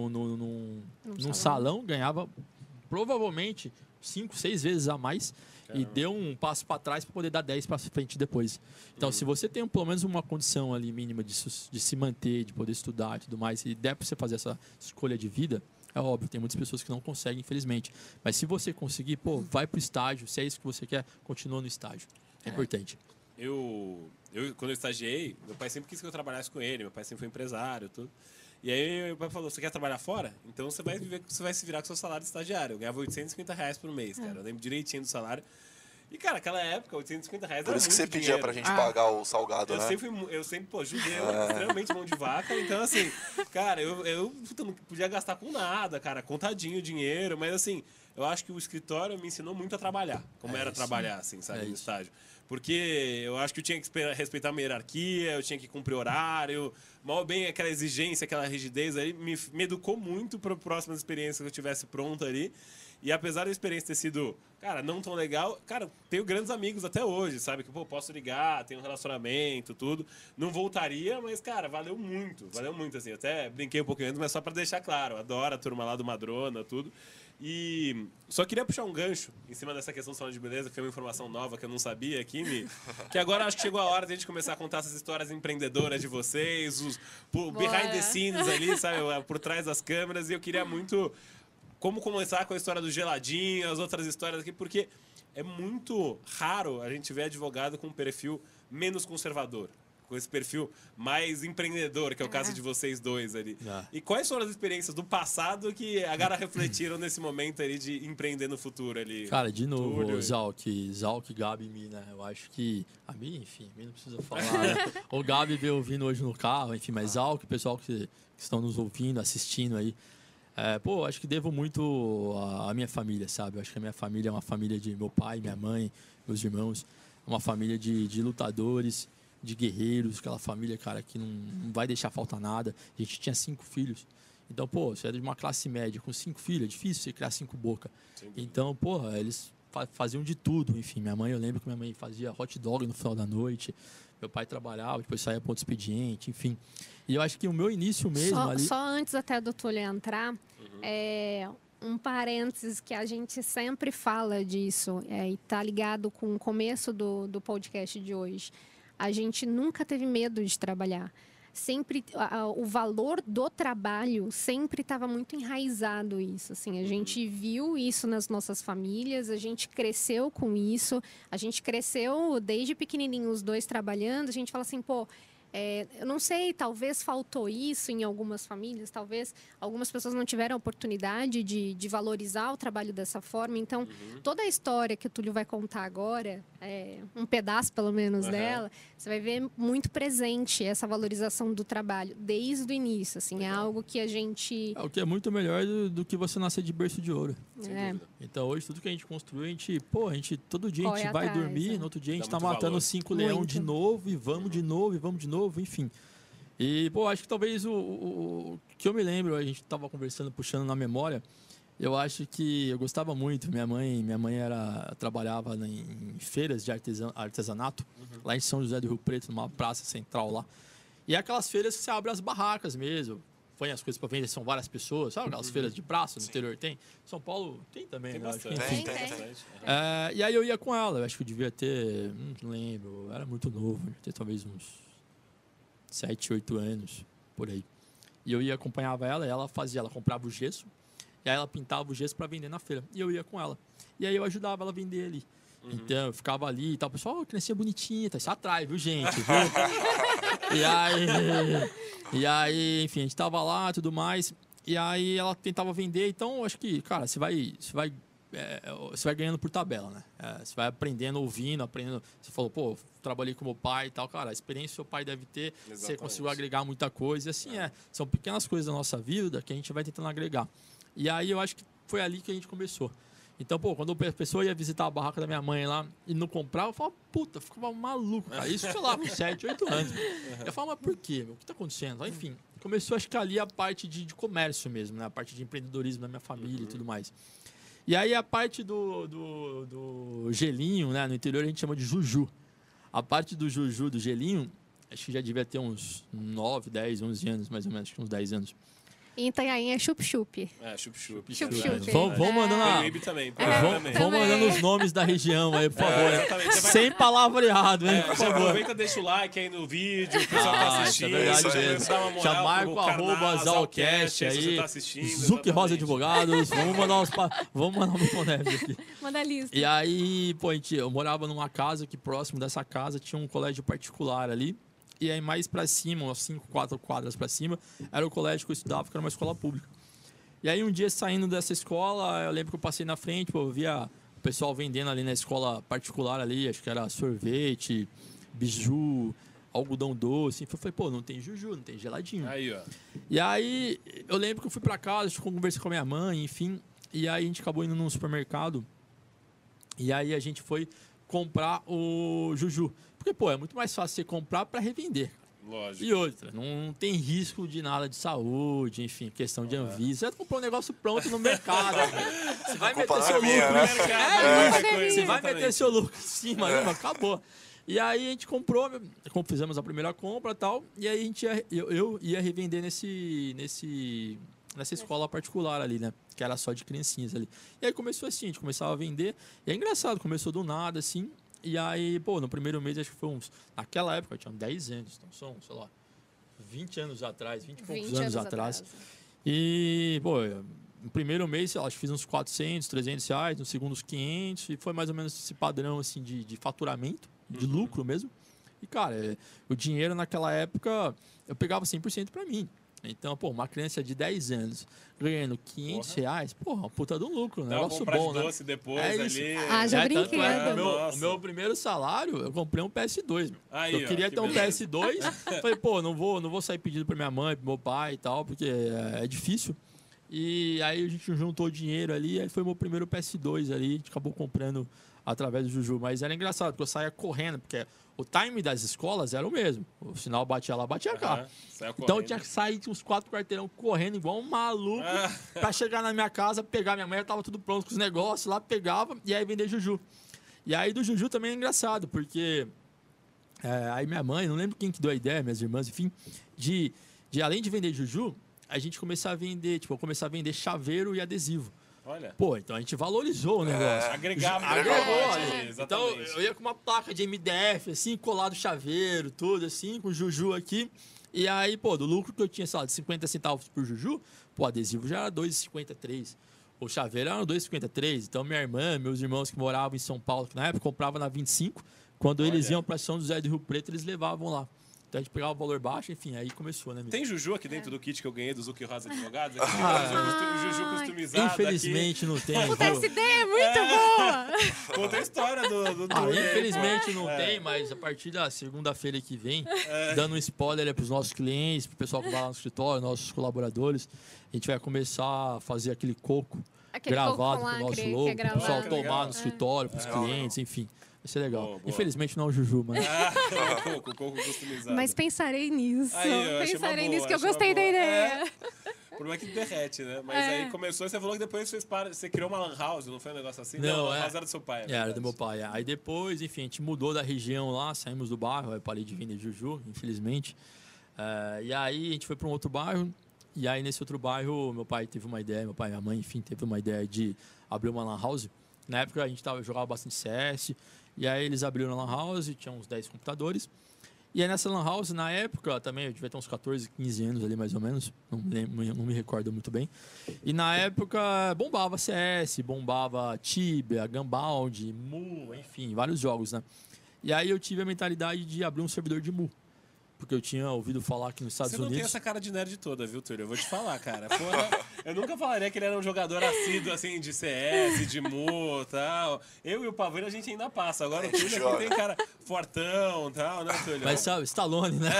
num salão, ganhava provavelmente 5, 6 vezes a mais. Caramba. E deu um passo para trás para poder dar 10 para frente depois. Então, se você tem pelo menos uma condição ali mínima de se manter, de poder estudar e tudo mais, e der para você fazer essa escolha de vida, é óbvio, tem muitas pessoas que não conseguem, infelizmente. Mas se você conseguir, vai pro estágio. Se é isso que você quer, continua no estágio. É importante. Quando eu estagiei, meu pai sempre quis que eu trabalhasse com ele. Meu pai sempre foi empresário, tudo. E aí meu pai falou, você quer trabalhar fora? Então você vai se virar com seu salário de estagiário. Eu ganhava R$850 por mês, cara. Eu lembro direitinho do salário. E, cara, naquela época, R$850 era muito. Por isso que você pedia pra gente pagar o salgado, né? Eu sempre, judeu, extremamente mão de vaca. Então, assim, cara, eu não podia gastar com nada, cara. Contadinho o dinheiro. Mas, assim, eu acho que o escritório me ensinou muito a trabalhar. Como era trabalhar, assim, sabe, no estágio. Porque eu acho que eu tinha que respeitar a minha hierarquia, eu tinha que cumprir horário. Mal bem aquela exigência, aquela rigidez aí, me educou muito para próximas experiências que eu tivesse pronta ali. E apesar da experiência ter sido, cara, não tão legal, cara, tenho grandes amigos até hoje, sabe? Que, posso ligar, tenho um relacionamento, tudo. Não voltaria, mas, cara, valeu muito, assim. Até brinquei um pouquinho antes, mas só para deixar claro, adoro a turma lá do Madrona, tudo. E só queria puxar um gancho em cima dessa questão do salão de beleza, que foi uma informação nova que eu não sabia aqui, que agora acho que chegou a hora de a gente começar a contar essas histórias empreendedoras de vocês, behind the scenes ali, sabe? Por trás das câmeras. E eu queria muito... Como começar com a história do geladinho, as outras histórias aqui, porque é muito raro a gente ver advogado com um perfil menos conservador. com esse perfil mais empreendedor, que é o caso de vocês dois ali. E quais foram as experiências do passado que agora refletiram nesse momento ali de empreender no futuro ali? Cara, de novo, Zalk, Gabi e Mi, né? Eu acho que... A Mi, enfim, a Mi não precisa falar, né? O Gabi veio ouvindo hoje no carro, enfim, mas Zalk, o pessoal que estão nos ouvindo, assistindo aí, acho que devo muito à minha família, sabe? Eu acho que a minha família é uma família de meu pai, minha mãe, meus irmãos, uma família de lutadores, de guerreiros, aquela família, cara, que não vai deixar faltar nada. A gente tinha 5 filhos. Então, você é de uma classe média, com 5 filhos, é difícil você criar 5 bocas. Então, eles faziam de tudo. Enfim, eu lembro que minha mãe fazia hot dog no final da noite, meu pai trabalhava, depois saía para outro expediente, enfim. E eu acho que o meu início mesmo ali... Só antes até do Túlio entrar, um parênteses que a gente sempre fala disso, e tá ligado com o começo do podcast de hoje. A gente nunca teve medo de trabalhar. Sempre o valor do trabalho sempre estava muito enraizado isso, assim, a gente viu isso nas nossas famílias, a gente cresceu com isso, a gente cresceu desde pequenininho os dois trabalhando, a gente fala assim, eu não sei, talvez faltou isso em algumas famílias, talvez algumas pessoas não tiveram a oportunidade de valorizar o trabalho dessa forma. Então, toda a história que o Túlio vai contar agora, um pedaço pelo menos dela, você vai ver muito presente essa valorização do trabalho, desde o início. Assim, é algo que a gente... o que é muito melhor do que você nascer de berço de ouro. Então, hoje, tudo que a gente construiu, a gente todo dia a gente vai dormir, no outro dia a gente está matando 5 leões de novo, e vamos de novo, e vamos de novo, enfim. E, acho que talvez o que eu me lembro, a gente estava conversando, puxando na memória, eu acho que eu gostava muito. Minha mãe trabalhava em feiras de artesanato, lá em São José do Rio Preto, numa praça central lá. E é aquelas feiras que você abre as barracas mesmo, põe as coisas para vender, são várias pessoas, sabe aquelas feiras de praça no interior tem? São Paulo tem também, tem, né? Bastante. Acho que, enfim. Tem. E aí eu ia com ela, eu acho que eu devia ter, não lembro, eu era muito novo, devia ter talvez uns 7, 8 anos, por aí. E eu acompanhava ela, ela comprava o gesso, e aí ela pintava o gesso para vender na feira. E eu ia com ela. E aí eu ajudava ela a vender ali. Então, eu ficava ali e tal. O pessoal, criancinha bonitinha, tá? Isso atrai, viu, gente? Viu? E aí, enfim, a gente tava lá e tudo mais. E aí ela tentava vender. Então, eu acho que, cara, você vai ganhando por tabela, né? Você vai aprendendo, ouvindo, aprendendo. Você falou, trabalhei com meu pai e tal. Cara, a experiência que seu pai deve ter, você conseguiu agregar muita coisa. E assim, são pequenas coisas da nossa vida que a gente vai tentando agregar. E aí, eu acho que foi ali que a gente começou. Então, quando a pessoa ia visitar a barraca da minha mãe lá e não comprava, eu falava, eu ficava maluco, cara. Isso, sei lá, com 7, 8 anos. Eu falava, mas por quê, meu? O que tá acontecendo? Enfim, começou, acho que ali a parte de comércio mesmo, né? A parte de empreendedorismo da minha família e tudo mais. E aí, a parte do gelinho, né? No interior a gente chama de juju. A parte do juju, do gelinho, acho que já devia ter uns 9, 10, 11 anos, mais ou menos, acho que uns 10 anos. Em Itanhaém é chup-chup. Chup-chup. Vamos mandando Vamos mandando os nomes da região aí, por favor. Sem palavreado, hein? Por favor. Aproveita, deixa o like aí no vídeo, o pessoal tá assistindo. É verdade mesmo. Já marca o @Zalcast aí. Zuc Rosa Advogados. Vamos mandar um botonete aqui. Manda a lista. E aí, eu morava numa casa que próximo dessa casa tinha um colégio particular ali. E aí mais para cima, umas 5, 4 quadras para cima, era o colégio que eu estudava, que era uma escola pública. E aí um dia saindo dessa escola, eu lembro que eu passei na frente, eu via o pessoal vendendo ali na escola particular ali, acho que era sorvete, biju, algodão doce. Eu falei, não tem juju, não tem geladinho. Aí, ó. E aí eu lembro que eu fui para casa, conversei com a minha mãe, enfim, e aí a gente acabou indo num supermercado, e aí a gente foi comprar o juju. Porque, é muito mais fácil você comprar para revender. Lógico. E outra, não tem risco de nada de saúde, enfim, questão de Anvisa. Você comprou um negócio pronto no mercado. Você vai meter seu lucro. Você vai meter seu lucro em cima, acabou. E aí a gente comprou, fizemos a primeira compra e tal, e aí eu ia revender nessa escola particular ali, né? Que era só de criancinhas ali. E aí começou assim, a gente começava a vender. E é engraçado, começou do nada, assim. E aí, no primeiro mês, acho que foi naquela época, eu tinha 10 anos. Então são, sei lá, 20 anos atrás, 20 e poucos anos atrás. E, no primeiro mês, sei lá, acho que fiz uns 400, 300 reais. No segundo, uns 500. E foi mais ou menos esse padrão, assim, de faturamento, de lucro mesmo. E, cara, o dinheiro naquela época, eu pegava 100% para mim. Então, pô, uma criança de 10 anos ganhando R$500, porra, puta de um lucro, um negócio bom, de né? doce depois isso. ali. Já Tanto brinquedo. O meu primeiro salário, eu comprei um PS2, meu. Aí, Eu queria ter um beleza. PS2, falei, pô, não vou sair pedindo pra minha mãe, pro meu pai e tal, porque é difícil. E aí a gente juntou dinheiro ali, aí foi meu primeiro PS2 ali, a gente acabou comprando através do Juju. Mas era engraçado, porque eu saía correndo, porque o time das escolas era o mesmo. O sinal batia lá, batia cá. Então eu tinha que sair uns 4 quarteirão correndo igual um maluco pra chegar na minha casa, pegar minha mãe, já tava tudo pronto com os negócios lá, pegava e aí vender Juju. E aí do Juju também é engraçado, porque aí minha mãe, não lembro quem que deu a ideia, minhas irmãs, enfim, de além de vender Juju, a gente começar a vender, chaveiro e adesivo. Olha. Pô, então a gente valorizou o negócio. Agregava. Ali. Exatamente. Então eu ia com uma placa de MDF, assim, colado chaveiro, tudo assim, com Juju aqui. E aí, pô, do lucro que eu tinha, sei lá, de 50 centavos por Juju, pô, o adesivo já era R$2,53. O chaveiro era R$2,53. Então minha irmã, meus irmãos que moravam em São Paulo, que na época compravam na 25, quando eles iam pra São José do Rio Preto, eles levavam lá. Então a gente pegava o valor baixo, enfim, aí começou, né, amigo? Tem Juju aqui dentro do kit que eu ganhei do Zuki Rosa Advogados? Juju customizado. Infelizmente não tem. Puta, essa ideia é muito boa! Conta a história do tour. Infelizmente não tem, mas a partir da segunda-feira que vem, dando um spoiler para os nossos clientes, para o pessoal que vai lá no escritório, nossos colaboradores, a gente vai começar a fazer aquele coco gravado com o nosso logo, para o pessoal tomar no escritório, para os clientes, enfim. Vai ser legal. Boa. Infelizmente não é o Juju, mas... Coco customizado. Mas pensarei nisso. Aí, Pensarei nisso, que eu gostei da ideia. O problema é que derrete, né? Mas aí começou e você falou que depois você criou uma lan house, não foi um negócio assim? Não, a house era do seu pai. Era do meu pai. Aí depois, enfim, a gente mudou da região lá, saímos do bairro, aí parei de vender Juju, infelizmente. E aí a gente foi para um outro bairro, e aí nesse outro bairro meu pai teve uma ideia, meu pai e minha mãe, enfim, teve uma ideia de abrir uma lan house. Na época a gente jogava bastante CS, e aí eles abriram a lan house, tinha uns 10 computadores. E aí nessa lan house, na época, também eu devia ter uns 14, 15 anos ali mais ou menos, não me recordo muito bem. E na época bombava CS, bombava Tibia, Gunbound, Mu, enfim, vários jogos, né? E aí eu tive a mentalidade de abrir um servidor de Mu. Porque eu tinha ouvido falar que nos Estados Unidos... Você não tem essa cara de nerd toda, viu, Túlio? Eu vou te falar, cara. Porra, eu nunca falaria que ele era um jogador assíduo, assim, de CS, de Mu e tal. Eu e o Paveiro a gente ainda passa. Agora o Túlio aqui tem cara fortão e tal, né, Túlio? Mas sabe, Stallone, né?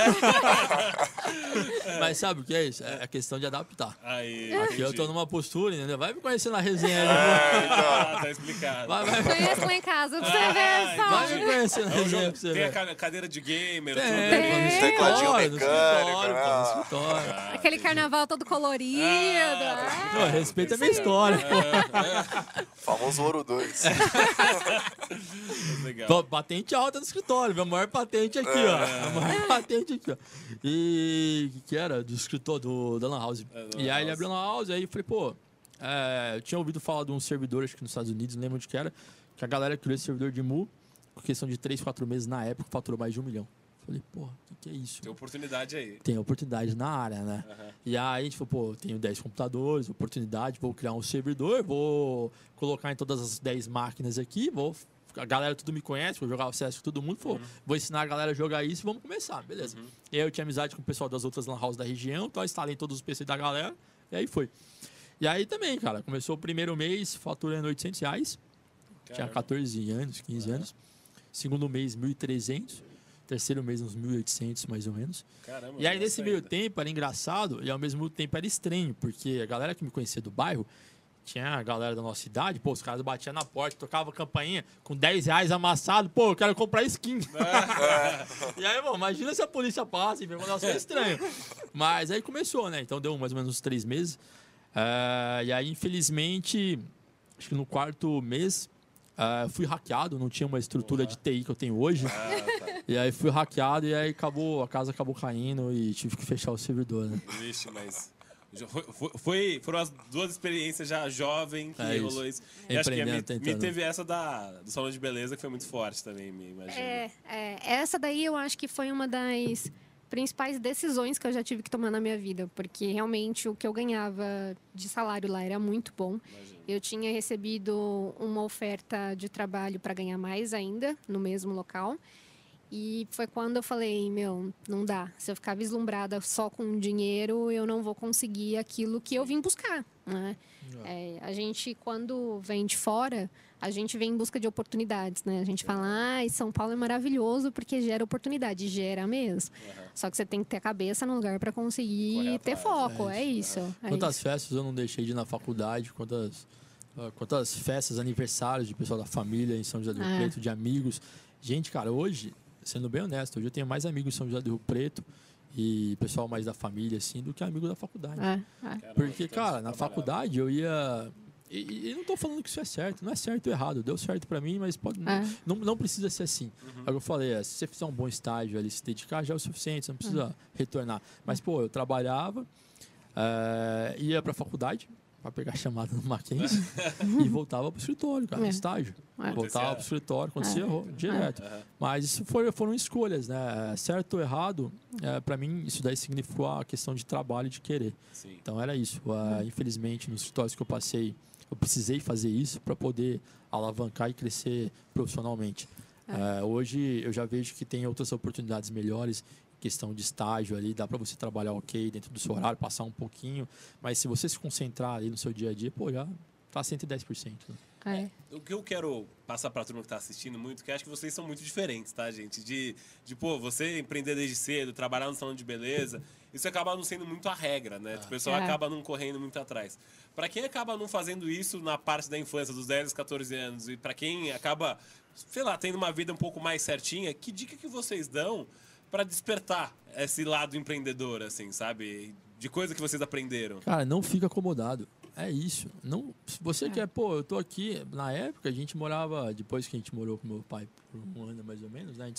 Mas sabe o que é isso? É a questão de adaptar. Aí, aqui eu tô numa postura, entendeu? Vai me conhecer na resenha ali. Tá explicado. Conheço lá em casa pra você ver só. Vai me conhecer na resenha pra você ver. Tem a cadeira de gamer, tudo. Tecladinho mecânico, no escritório. Aquele carnaval todo colorido. Respeita a minha história. Famoso Ouro 2. Legal. Patente alta no escritório, minha maior patente aqui, ó. A maior patente aqui, ó. E que era do escritório da Lan House. E aí ele abriu a Lan House, aí eu falei, pô, eu tinha ouvido falar de um servidor, acho que nos Estados Unidos, não lembro onde que era, que a galera criou esse servidor de Mu, com questão de 3, 4 meses, na época, faturou mais de 1 milhão. Falei, porra, o que é isso? Tem oportunidade aí. Tem oportunidade na área, né? E aí a gente falou, pô, tenho 10 computadores, oportunidade, vou criar um servidor, vou colocar em todas as 10 máquinas aqui, a galera tudo me conhece, eu jogava CS com todo mundo, vou ensinar a galera a jogar isso e vamos começar, beleza. E aí eu tinha amizade com o pessoal das outras lan houses da região, então eu instalei todos os PC da galera, e aí foi. E aí também, cara, começou o primeiro mês faturando R$800, tinha 14 anos, 15 anos. Segundo mês, 1.300. Terceiro mês, uns 1.800, mais ou menos. Caramba, e aí, nesse meio tempo, era engraçado e, ao mesmo tempo, era estranho. Porque a galera que me conhecia do bairro, tinha a galera da nossa idade, pô, os caras batiam na porta, tocavam a campainha com R$10 amassado. Pô, eu quero comprar skin. E aí, bom, imagina se a polícia passa e vê um negócio estranho. Mas aí começou, né? Então, deu mais ou menos uns 3 meses. E aí, infelizmente, acho que no 4º mês... fui hackeado, não tinha uma estrutura de TI que eu tenho hoje. E aí fui hackeado e aí a casa acabou caindo e tive que fechar o servidor, né? Vixe, mas foram as 2 experiências já jovem que rolou isso. E acho que me teve essa do salão de beleza que foi muito forte também, me imagino. Essa daí eu acho que foi uma das principais decisões que eu já tive que tomar na minha vida, porque realmente o que eu ganhava de salário lá era muito bom. Imagino. Eu tinha recebido uma oferta de trabalho para ganhar mais ainda no mesmo local. E foi quando eu falei, meu, não dá. Se eu ficar vislumbrada só com dinheiro, eu não vou conseguir aquilo que eu vim buscar, né? A gente, quando vem de fora, a gente vem em busca de oportunidades, né? A gente fala, São Paulo é maravilhoso porque gera oportunidade. Gera mesmo. Só que você tem que ter a cabeça no lugar para conseguir ter foco. É isso. Quantas festas eu não deixei de ir na faculdade, quantas festas, aniversários de pessoal da família em São José do Rio Preto, de amigos. Gente, cara, hoje, sendo bem honesto, hoje eu tenho mais amigos em São José do Rio Preto e pessoal mais da família, assim, do que amigo da faculdade. Porque, cara, na faculdade eu ia... E não estou falando que isso é certo, não é certo ou errado. Deu certo para mim, mas não precisa ser assim. É o que eu falei, se você fizer um bom estágio ali, se dedicar, já é o suficiente, você não precisa retornar. Mas, pô, eu trabalhava, ia para a faculdade, para pegar chamada no Mackenzie e voltava para o escritório, cara, estágio. Voltava para o escritório, acontecia direto. Mas isso foram escolhas, né? Certo ou errado, para mim, isso daí significou a questão de trabalho e de querer. Sim. Então, era isso. Infelizmente, nos escritórios que eu passei, eu precisei fazer isso para poder alavancar e crescer profissionalmente. Hoje, eu já vejo que tem outras oportunidades melhores, questão de estágio ali, dá para você trabalhar ok dentro do seu horário, passar um pouquinho, mas se você se concentrar ali no seu dia a dia, pô, já tá 110%. Né? O que eu quero passar para a turma que está assistindo muito, que acho que vocês são muito diferentes, tá, gente? De pô, você empreender desde cedo, trabalhar no salão de beleza, isso acaba não sendo muito a regra, né? O pessoal acaba não correndo muito atrás. Para quem acaba não fazendo isso na parte da infância, dos 10, 14 anos, e para quem acaba, sei lá, tendo uma vida um pouco mais certinha, que dica que vocês dão para despertar esse lado empreendedor, assim, sabe? De coisa que vocês aprenderam. Cara, não fica acomodado. É isso. Não, se você quer, pô, eu tô aqui. Na época, a gente morava, depois que a gente morou com meu pai por um ano mais ou menos, né? A gente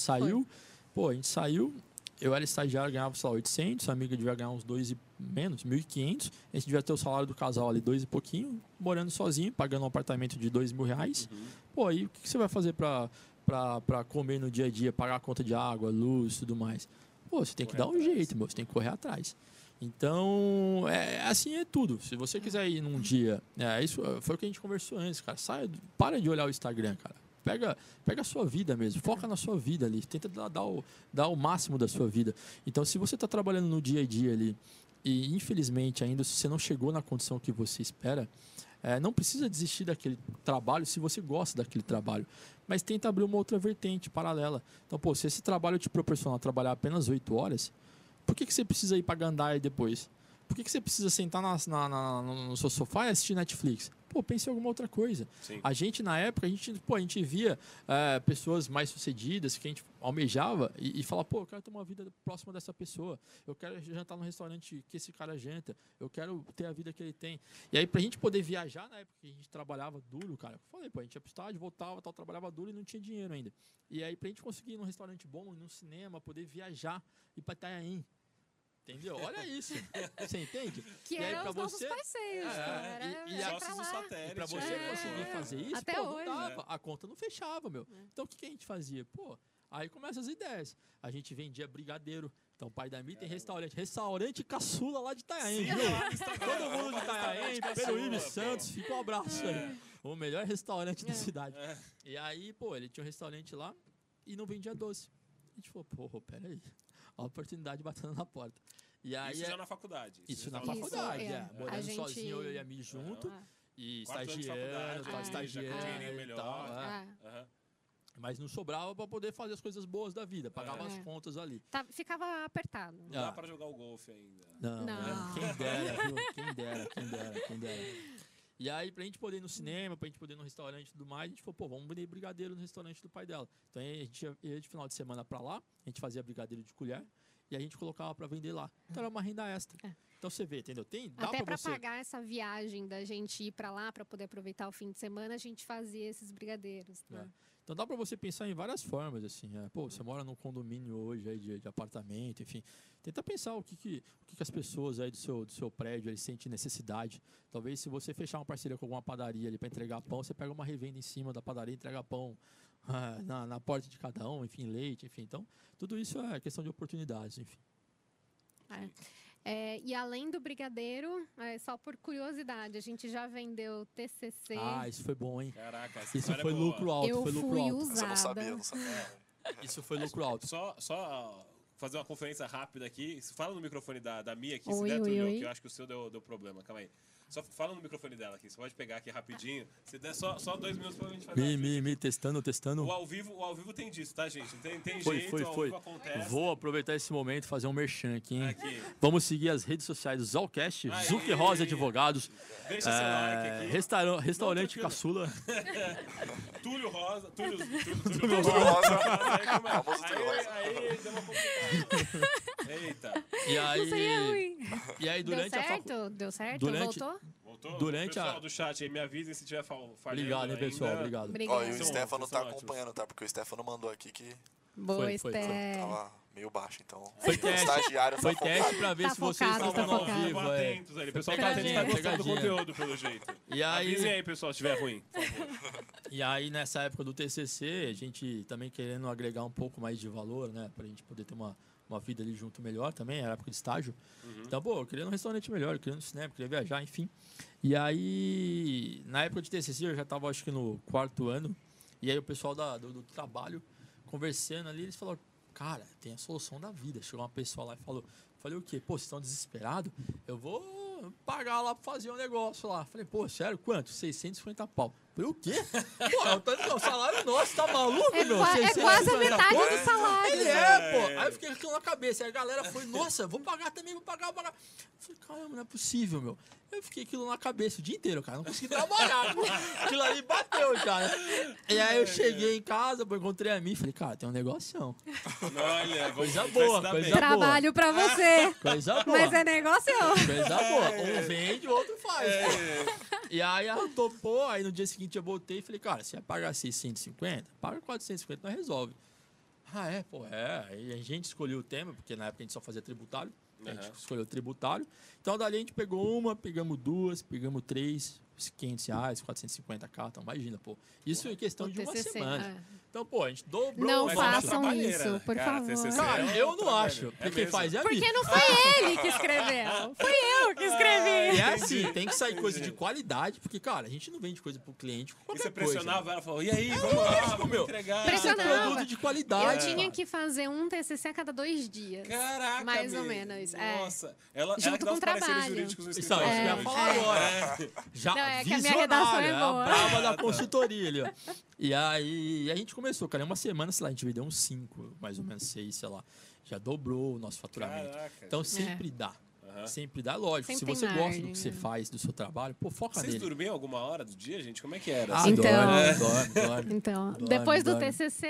saiu, eu era estagiário, ganhava, sei lá, 800, a amiga devia ganhar uns 2 e menos, 1.500. A gente devia ter o salário do casal ali, 2 e pouquinho, morando sozinho, pagando um apartamento de R$2.000. Pô, aí o que você vai fazer para comer no dia a dia, pagar a conta de água, luz e tudo mais? Pô, você tem que dar um jeito, meu, você tem que correr atrás. Então, assim é tudo. Se você quiser ir num dia, isso foi o que a gente conversou antes, cara. Para de olhar o Instagram, cara. Pega a sua vida mesmo, foca na sua vida ali, tenta dar o máximo da sua vida. Então, se você está trabalhando no dia a dia ali e, infelizmente, ainda se você não chegou na condição que você espera, não precisa desistir daquele trabalho se você gosta daquele trabalho, mas tenta abrir uma outra vertente paralela. Então, pô, se esse trabalho te proporcionar trabalhar apenas 8 horas, por que você precisa ir para Gandai depois? Por que você precisa sentar no seu sofá e assistir Netflix? Pô, pense em alguma outra coisa. Sim. A gente, na época, a gente via pessoas mais sucedidas que a gente almejava e falava, pô, eu quero ter uma vida próxima dessa pessoa. Eu quero jantar no restaurante que esse cara janta. Eu quero ter a vida que ele tem. E aí, pra gente poder viajar, na época que a gente trabalhava duro, cara, eu falei, pô, a gente ia pro estádio, voltava, trabalhava duro e não tinha dinheiro ainda. E aí, pra gente conseguir ir num restaurante bom, ir num cinema, poder viajar, ir pra Itanhaém. Entendeu? Olha isso. Você entende? Que eram os nossos parceiros. E pra você conseguir fazer isso, até pô, hoje. não dava. A conta não fechava, meu. Então, o que a gente fazia? Pô, aí começam as ideias. A gente vendia brigadeiro. Então, o pai da Mi tem restaurante caçula lá de Itanhaém. Todo mundo de Itanhaém, Peruíbe, Santos. Fica um abraço aí. O melhor restaurante da cidade. E aí, pô, ele tinha um restaurante lá e não vendia doce. A gente falou, pô, peraí. A oportunidade batendo na porta. E aí, isso já na faculdade. Isso na faculdade, morando sozinho, eu e a Mi junto. E estagiando e tal. Mas não sobrava para poder fazer as coisas boas da vida. Pagava as contas ali. Ficava apertado. Não dá para jogar o golfe ainda. Não. Quem dera, viu? Quem dera. E aí, pra gente poder ir no cinema, pra gente poder ir no restaurante e tudo mais, a gente falou, pô, vamos vender brigadeiro no restaurante do pai dela. Então, a gente ia de final de semana pra lá, a gente fazia brigadeiro de colher e a gente colocava pra vender lá. Então, era uma renda extra. Então, você vê, entendeu? Dá até pra você pagar essa viagem da gente ir pra lá, pra poder aproveitar o fim de semana, a gente fazia esses brigadeiros. Né? Então, dá pra você pensar em várias formas, assim. Pô, você mora num condomínio hoje aí de apartamento, enfim. Tenta pensar o que as pessoas aí do seu prédio eles sentem necessidade. Talvez se você fechar uma parceria com alguma padaria ali para entregar pão, você pega uma revenda em cima da padaria e entrega pão na porta de cada um, enfim, leite, enfim. Então, tudo isso é questão de oportunidades, enfim. E além do brigadeiro, só por curiosidade, a gente já vendeu TCC. Isso foi bom, hein? Caraca, isso foi lucro alto. Eu fui usada. Eu não sabia. Isso foi lucro alto. Só fazer uma conferência rápida aqui. Fala no microfone da Mia aqui, Oi, se der, oi, Túlio, oi. que eu acho que o seu deu problema. Calma aí. Só fala no microfone dela aqui. Você pode pegar aqui rapidinho. Se der só 2 minutos pra gente fazer. Testando. O ao vivo tem disso, tá, gente? Tem Foi. jeito, ao vivo acontece. Vou aproveitar esse momento e fazer um merchan aqui, hein? Aqui. Vamos seguir as redes sociais do Zalcast, Zuc Rosa Advogados. Deixa seu like aqui. Restaurante Não, Caçula. Túlio Rosa. Túlio Rosa. Famoso Túlio Rosa. Aí deu uma complicada. Eita. Não seria ruim. E aí, Deu durante a certo? Deu certo? Durante- Voltou? Voltou? Durante Pessoal a- do chat aí, me avisem se tiver falhando. Obrigado, hein, pessoal. ainda. Obrigado. Ó, Obrigada. e o São Stefano ótimos, tá são ótimos. acompanhando, tá? Porque o Stefano mandou aqui que Boa, Foi. Esther. tava meio baixo, então. Foi o teste. estagiário Foi tá teste focado. pra ver Tá se vocês focado, estavam tá ao focado. vivo. Estavam atentos ali. O pessoal tá Pegadinha. gostando do Pegadinha. conteúdo, pelo jeito. E aí- Avisem aí, pessoal, se estiver ruim. por favor. E aí, nessa época do TCC, a gente também querendo agregar um pouco mais de valor, né? Pra gente poder ter uma vida ali junto melhor também, era época de estágio. Então, pô, eu queria um restaurante melhor, eu queria um cinema, eu queria viajar, enfim. E aí, na época de TCC, eu já tava, acho que no 4º ano. E aí, o pessoal do trabalho, conversando ali, eles falaram, cara, tem a solução da vida. Chegou uma pessoa lá e falou, falei, o quê? Pô, vocês estão desesperados? Eu vou pagar lá pra fazer um negócio lá. Falei, pô, sério, quanto? 650 pau. Falei, o quê? Pô, o salário nosso, tá maluco, meu? É quase a 650 metade pau? do salário. Ele pô. Aí eu fiquei com aquilo na cabeça. Aí a galera foi, nossa, vou pagar também, vou pagar. Eu falei, caramba, não é possível, meu. Eu fiquei aquilo na cabeça o dia inteiro, cara. Não consegui trabalhar. Aquilo ali bateu já, né? E aí eu cheguei em casa, pô, encontrei a mim e falei, cara, tem um negocinho. Olha, Coisa vai se boa, dar coisa bem. boa. Trabalho pra você. Coisa boa. Mas é negócio. Coisa boa. Um vende, o outro faz. pô. E aí ela topou, aí no dia seguinte eu voltei e falei, cara, se vai pagar 650, paga 450, nós resolve. Ah, pô, Aí a gente escolheu o tema, porque na época a gente só fazia tributário. A gente escolheu tributário. Então, dali a gente pegou uma, pegamos 2, pegamos 3, R$500, 450k. Então, imagina, pô. Isso em questão O de uma TCC, semana. Então, pô, a gente dobrou. Não o Mas é uma façam trabalheira, isso, né? por Cara, favor. TCC Cara, é eu uma não trabalheira. acho. É Porque quem mesmo? faz é a Porque Bi. não foi ele que escreveu. Fui eu que E escrevi. é assim, tem que sair coisa de qualidade, porque, cara, a gente não vende coisa pro cliente com E qualquer você coisa. pressionava ela e falou, e aí, vamos lá, vamos meu. entregar. Tem que ser Pressionava. produto de Eu qualidade. tinha que fazer um TCC a cada 2 dias. Caraca, Mais ou amigo. menos. Nossa. Ela Junto que dá com os o pareceres trabalho. jurídicos no Isso, escritório. isso que eu ia hoje. falar agora. Já Não, é que a minha redação é visionária, boa. a brava da consultoria ali, ó. E aí a gente começou, cara, em uma semana, sei lá, a gente vendeu uns 5, mais ou menos 6, sei lá. Já dobrou o nosso faturamento. Caraca. Então sempre dá. Aham. Sempre dá, lógico. Sempre se você tem gosta do margem, que você né? faz, do seu trabalho, pô, foca Vocês nele. dormiam alguma hora do dia, gente? Como é que era? Ah, Então. dorme. Então, Dorme, depois do dorme. TCC,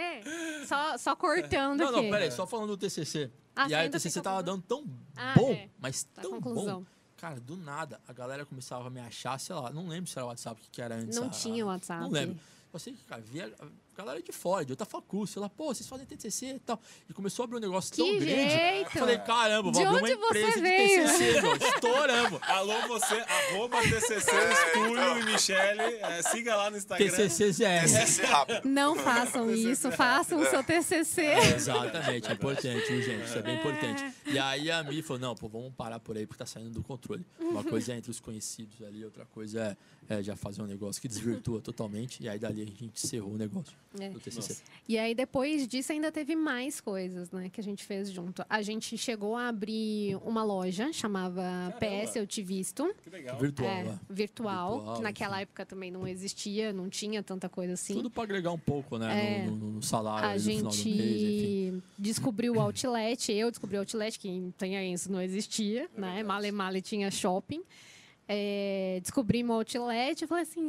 só cortando Não, aqui. não, peraí, só falando do TCC. Ah, e você aí o ainda TCC tem tava conclusão? dando tão Ah, bom, é. mas Tá tão conclusão. bom. Cara, do nada, a galera começava a me achar, sei lá, não lembro se era WhatsApp, o que era antes. Não tinha WhatsApp. Não lembro. Eu sei que, cara, via a galera de fora, de outra facul, sei lá, pô, vocês fazem TCC e tal. E começou a abrir um negócio Que tão grande. jeito! Falei, caramba, De vou abrir uma onde você empresa de veio? TCC, meu, estouramos. Alô, você, @TCC, Túlio e Michele. Siga lá no Instagram. TCC0. TCC rápido. Não façam isso, façam o seu TCC. Exatamente, é importante, viu, gente? Isso é bem importante. E aí a Mi falou, não, pô, vamos parar por aí, porque tá saindo do controle. Uma coisa é entre os conhecidos ali, outra coisa é já fazer um negócio que desvirtua totalmente. E aí dali a gente encerrou o negócio É. do TCC. E aí, depois disso, ainda teve mais coisas, né, que a gente fez junto. A gente chegou a abrir uma loja, chamava PS Eu Te Visto. Que legal. Virtual, É, né? virtual, Virtual, que naquela enfim. época também não existia, não tinha tanta coisa assim. Tudo para agregar um pouco, né? É. No salário A no final do mês, enfim. gente descobriu o Outlet, eu descobri o Outlet, que em Itanhaém não existia, né? Male Male tinha shopping. Descobrimos o Outlet e falei assim,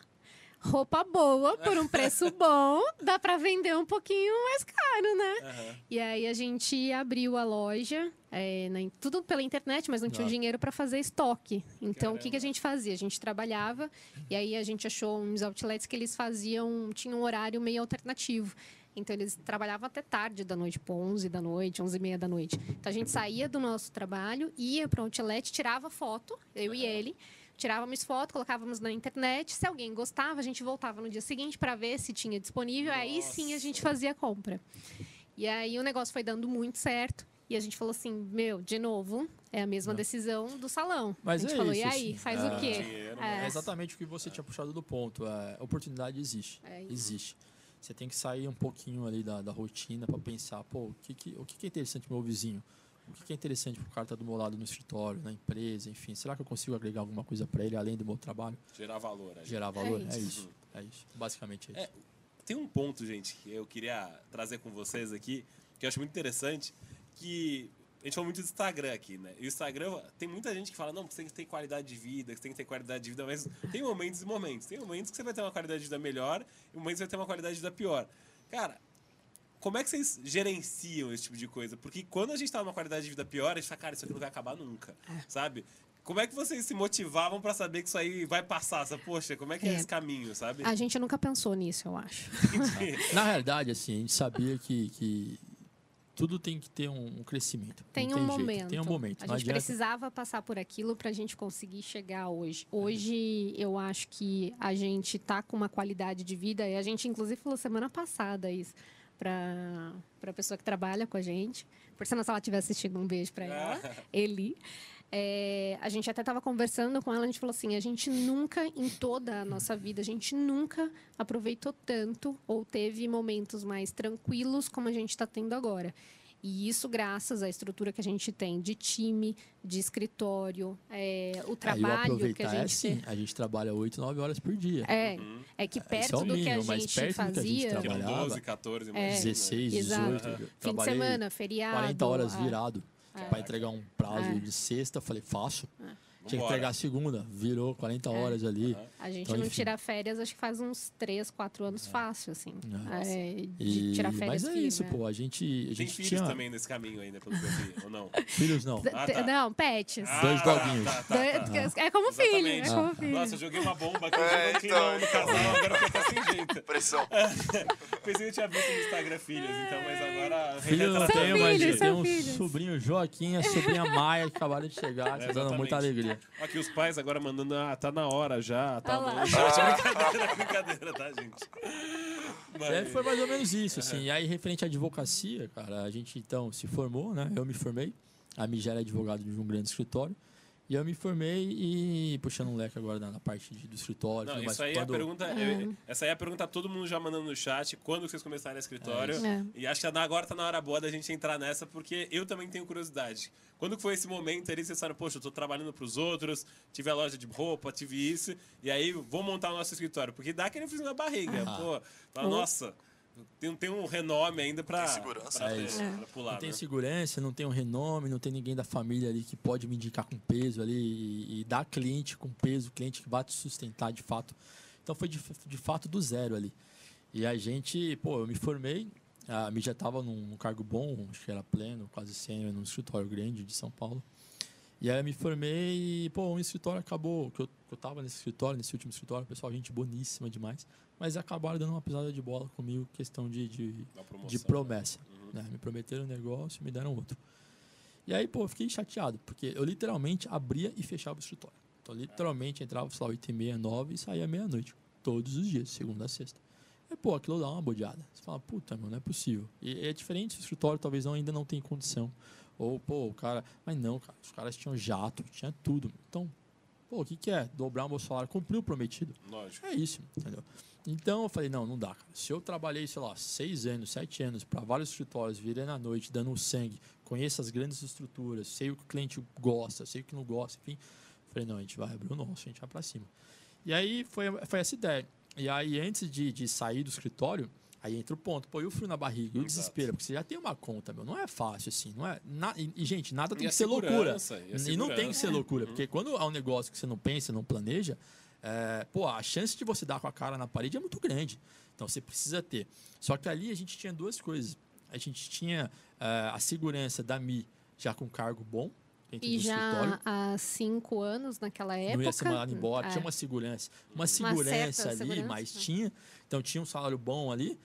roupa boa, por um preço bom, dá para vender um pouquinho mais caro, né? Aham. E aí a gente abriu a loja, tudo pela internet, mas não tinha Ah. dinheiro para fazer estoque. Então, o que a Caramba. gente fazia? A gente trabalhava e aí a gente achou uns outlets que eles tinham um horário meio alternativo. Então, eles trabalhavam até tarde da noite, tipo 11 da noite, 11h30 da noite. Então, a gente saía do nosso trabalho, ia para o outlet, tirava foto, eu e ele, tirávamos foto, colocávamos na internet. Se alguém gostava, a gente voltava no dia seguinte para ver se tinha disponível. Aí sim a gente fazia a compra. E aí o negócio foi dando muito certo. E a gente falou assim, de novo, é a mesma decisão do salão. Mas a gente é falou, isso, e aí, assim, faz o quê? dinheiro, É exatamente o que você tinha puxado do ponto. A oportunidade existe. É isso. Existe. você tem que sair um pouquinho ali da rotina para pensar, pô, o que é interessante pro meu vizinho? O que é interessante pro cara estar do meu lado no escritório, na empresa, enfim. Será que eu consigo agregar alguma coisa para ele além do meu trabalho? Gerar valor. Gerar valor, é isso. Basicamente é isso. Tem um ponto, gente, que eu queria trazer com vocês aqui, que eu acho muito interessante, que a gente falou muito do Instagram aqui, né? E o Instagram, tem muita gente que fala, não, você tem que ter qualidade de vida, você tem que ter qualidade de vida, mas tem momentos e momentos. Tem momentos que você vai ter uma qualidade de vida melhor e momentos que você vai ter uma qualidade de vida pior. Cara, como é que vocês gerenciam esse tipo de coisa? Porque quando a gente tá numa qualidade de vida pior, a gente fala, cara, isso aqui não vai acabar nunca, sabe? Como é que vocês se motivavam para saber que isso aí vai passar? Poxa, como é que é esse caminho, sabe? A gente nunca pensou nisso, eu acho. Na realidade, assim, a gente sabia que tudo tem que ter um crescimento. Tem um momento. Tem um momento. A gente precisava passar por aquilo para a gente conseguir chegar hoje. Hoje, eu acho que a gente tá com uma qualidade de vida, e a gente, inclusive, falou semana passada isso para a pessoa que trabalha com a gente. Por sinal, se ela estiver assistindo, um beijo para ela, Eli. A gente até estava conversando com ela, a gente falou assim, a gente nunca, em toda a nossa vida, a gente nunca aproveitou tanto ou teve momentos mais tranquilos como a gente está tendo agora. E isso graças à estrutura que a gente tem de time, de escritório, o trabalho que a gente... Sim, a gente trabalha 8, 9 horas por dia. É que perto do que a gente fazia... Que 12, 14, 16, 18. Fim de semana, feriado... 40 horas virado. Para entregar um prazo de sexta, falei, faço. Tinha que entregar segunda, virou 40 horas ali. A gente então, não tira férias, acho que faz uns 3, 4 anos fácil, assim. De tirar férias. Mas é isso, pô. A gente tem filhos também nesse caminho ainda, pelo que eu vi, ou não? Filhos não. Não, pets. 2 doguinhos. É como filho, é como filho. Nossa, eu joguei uma bomba aqui, eu joguei no casal, agora fica sem jeito. Pressão. Pensei que eu tinha visto no Instagram filhos, então, mas agora... Filho não tenho, mas tem um sobrinho Joaquim, a sobrinha Maia, que acabaram de chegar, tá dando muita alegria. Aqui os pais agora mandando, tá na hora já, tá lá. Brincadeira, tá, gente? Foi mais ou menos isso, assim. E aí, referente à advocacia, cara, a gente, então, se formou, né? Eu me formei. A Mi já era advogado de um grande escritório. E eu me formei e puxando um leque agora na parte do escritório. Não, isso aí é a pergunta. Essa aí é a pergunta, todo mundo já mandando no chat. Quando vocês começarem no escritório? E acho que agora tá na hora boa da gente entrar nessa, porque eu também tenho curiosidade. Quando foi esse momento ali, vocês falaram, poxa, eu tô trabalhando pros outros, tive a loja de roupa, tive isso, e aí vou montar o nosso escritório. Porque dá aquele friozinho na barriga. Fala, nossa. Tem um renome ainda para pular. Não tem né? segurança, não tem um renome, não tem ninguém da família ali que pode me indicar com peso ali e dar cliente com peso, cliente que vai te sustentar de fato. Então foi de fato do zero ali. E a gente, eu me formei, a Mi já estava num cargo bom, acho que era pleno, quase sênior, num escritório grande de São Paulo. E aí eu me formei e, um escritório acabou, que eu tava nesse último escritório, pessoal, gente boníssima demais, mas acabaram dando uma pisada de bola comigo, questão de promessa. Né? Me prometeram um negócio, me deram outro. E aí, eu fiquei chateado, porque eu literalmente abria e fechava o escritório. Então, literalmente, entrava, sei lá, 8h30, 9h e saía meia-noite, todos os dias, segunda a sexta. E, aquilo dá uma bodeada. Você fala, puta, meu, não é possível. E é diferente, o escritório talvez ainda não tenha condição. Ou, o cara... Mas não, cara, os caras tinham jato, tinha tudo. Então, o que é? Dobrar o meu salário, cumprir o prometido. Lógico. É isso, entendeu? Então, eu falei, não dá, cara. Se eu trabalhei, sei lá, 6 anos, 7 anos, para vários escritórios, virei na noite, dando um sangue, conheço as grandes estruturas, sei o que o cliente gosta, sei o que não gosta, enfim. Falei, não, a gente vai abrir o nosso, a gente vai para cima. E aí, foi essa ideia. E aí, antes de sair do escritório, aí entra o ponto. E o frio na barriga, e o desespero, porque você já tem uma conta, meu. Não é fácil, assim. Não é, e, gente, nada tem que ser loucura. E não tem que ser loucura, porque quando há um negócio que você não pensa, não planeja, a chance de você dar com a cara na parede é muito grande. Então, você precisa ter. Só que ali a gente tinha duas coisas. A gente tinha a segurança da Mi já com cargo bom, e já há 5 anos naquela época. Não ia ser mandado embora, tinha uma segurança. Uma segurança ali, mas tinha. Então tinha um salário bom ali.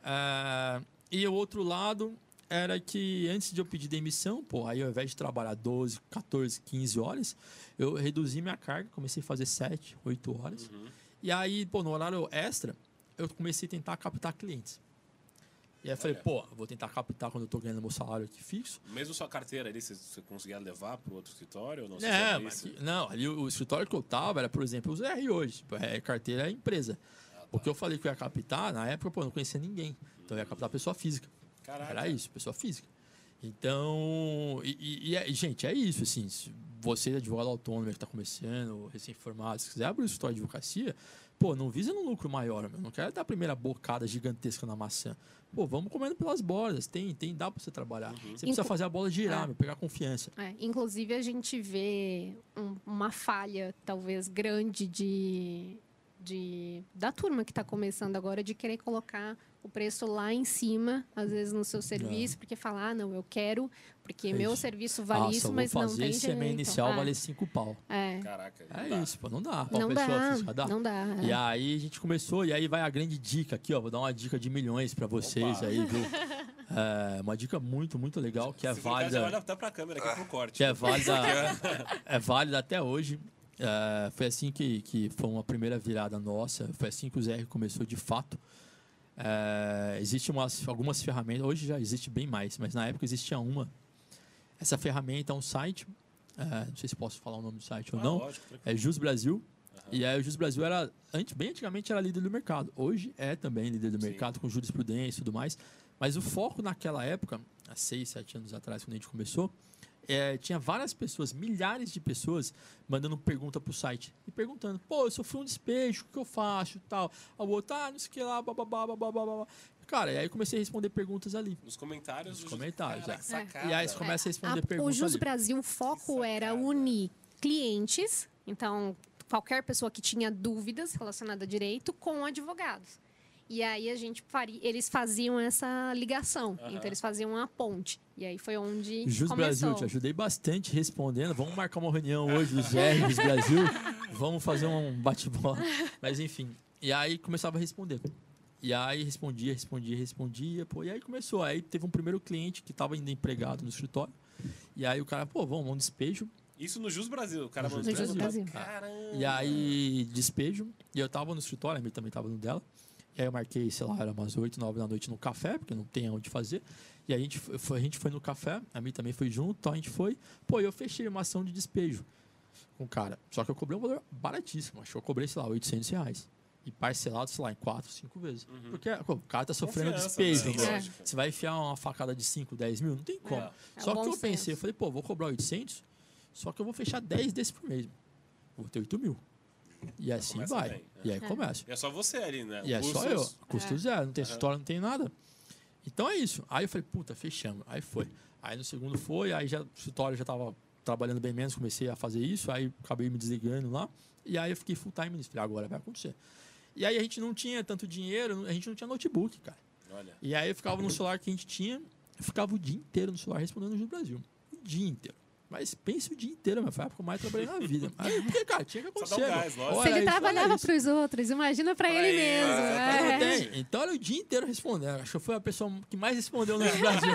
E o outro lado era que antes de eu pedir demissão, aí ao invés de trabalhar 12, 14, 15 horas, eu reduzi minha carga, comecei a fazer 7, 8 horas. E aí, no horário extra, eu comecei a tentar captar clientes. E aí eu falei, vou tentar captar quando eu tô ganhando meu salário aqui fixo. Mesmo sua carteira ali, você conseguia levar para o outro escritório? Ou não, não, ali o escritório que eu tava era, por exemplo, o ZR hoje. Carteira é empresa. O que eu falei que eu ia captar, na época, pô, eu não conhecia ninguém. Então eu ia captar pessoa física. Caraca. Era isso, pessoa física. Então, gente, é isso, assim, se você é advogado autônomo que está começando, recém-formado, se quiser abrir um escritório de advocacia, pô, não visa no lucro maior, meu. Não quero dar a primeira bocada gigantesca na maçã. Pô, vamos comendo pelas bordas, dá para você trabalhar. Você precisa fazer a bola girar, meu, pegar confiança. Inclusive, a gente vê uma falha, talvez, grande da turma que está começando agora, de querer colocar o preço lá em cima, às vezes no seu serviço, porque falar, não, eu quero, porque meu serviço vale isso, mas não tem jeito. Esse inicial vale 5 pau. Caraca. Isso, pô, não dá. Não dá, não dá. E aí a gente começou, e aí vai a grande dica aqui, ó, vou dar uma dica de milhões para vocês aí, viu? Uma dica muito, muito legal, que é válida. Olha até pra câmera aqui pro corte. Que é válida até hoje. Foi assim que foi uma primeira virada nossa, foi assim que o ZR começou de fato. Existem algumas ferramentas, hoje já existe bem mais, mas na época existia uma. Essa ferramenta é um site, não sei se posso falar o nome do site ou não, lógico, é Jus Brasil. E aí o Jus Brasil era, bem antigamente era líder do mercado, hoje é também líder do mercado, com jurisprudência e tudo mais, mas o foco naquela época, há 6, 7 anos atrás, quando a gente começou, tinha várias pessoas, milhares de pessoas mandando pergunta pro site e perguntando, pô, eu sofri um despejo, o que eu faço, tal. O outro, não sei o que lá, babá. Cara, e aí eu comecei a responder perguntas ali. Nos comentários. E aí você começa a responder perguntas. O Jus Brasil, o foco era unir clientes, então qualquer pessoa que tinha dúvidas relacionadas a direito, com advogados. E aí eles faziam essa ligação. Então eles faziam uma ponte. E aí foi onde Jus começou. Brasil, te ajudei bastante respondendo. Vamos marcar uma reunião hoje dos GR Jus Brasil. Vamos fazer um bate-bola. Mas enfim. E aí começava a responder. E aí respondia. Pô, e aí começou. Aí teve um primeiro cliente que estava ainda empregado no escritório. E aí o cara, pô, vamos um despejo. Isso no Jus Brasil. O cara no Jus Brasil. Caramba. E aí, despejo. E eu tava no escritório, a minha também tava no dela. E aí eu marquei, sei lá, era umas 8, 9 da noite no café, porque não tem onde fazer. E aí a gente foi no café, a mim também foi junto, então a gente foi. Pô, eu fechei uma ação de despejo com o cara. Só que eu cobrei um valor baratíssimo. Acho que eu cobrei, sei lá, R$800. E parcelado, sei lá, em 4, 5 vezes. Porque o cara tá sofrendo despejo. Você vai enfiar uma facada de 5, 10 mil? Não tem como. Só que eu pensei, eu falei, pô, vou cobrar 800, só que eu vou fechar 10 desse por mês. Vou ter 8 mil. E assim vai. Bem, E aí começa. E é só você ali, né? E é só eu. Custo zero. Não tem escritório, não tem nada. Então é isso. Aí eu falei, puta, fechamos. Aí foi. Aí no segundo foi. Aí o escritório já tava trabalhando bem menos. Comecei a fazer isso. Aí acabei me desligando lá. E aí eu fiquei full time nisso. Falei, agora vai acontecer. E aí a gente não tinha tanto dinheiro. A gente não tinha notebook, cara. Olha. E aí eu ficava no celular que a gente tinha. Eu ficava o dia inteiro no celular respondendo no Jus Brasil. O dia inteiro. Mas pense o dia inteiro, mas foi a época que eu mais trabalhei na vida. Porque, cara, tinha que acontecer. Só dá um gás, se ele trabalhava para os outros, imagina para ele mesmo. Então era o dia inteiro respondendo. Acho que foi a pessoa que mais respondeu no Brasil.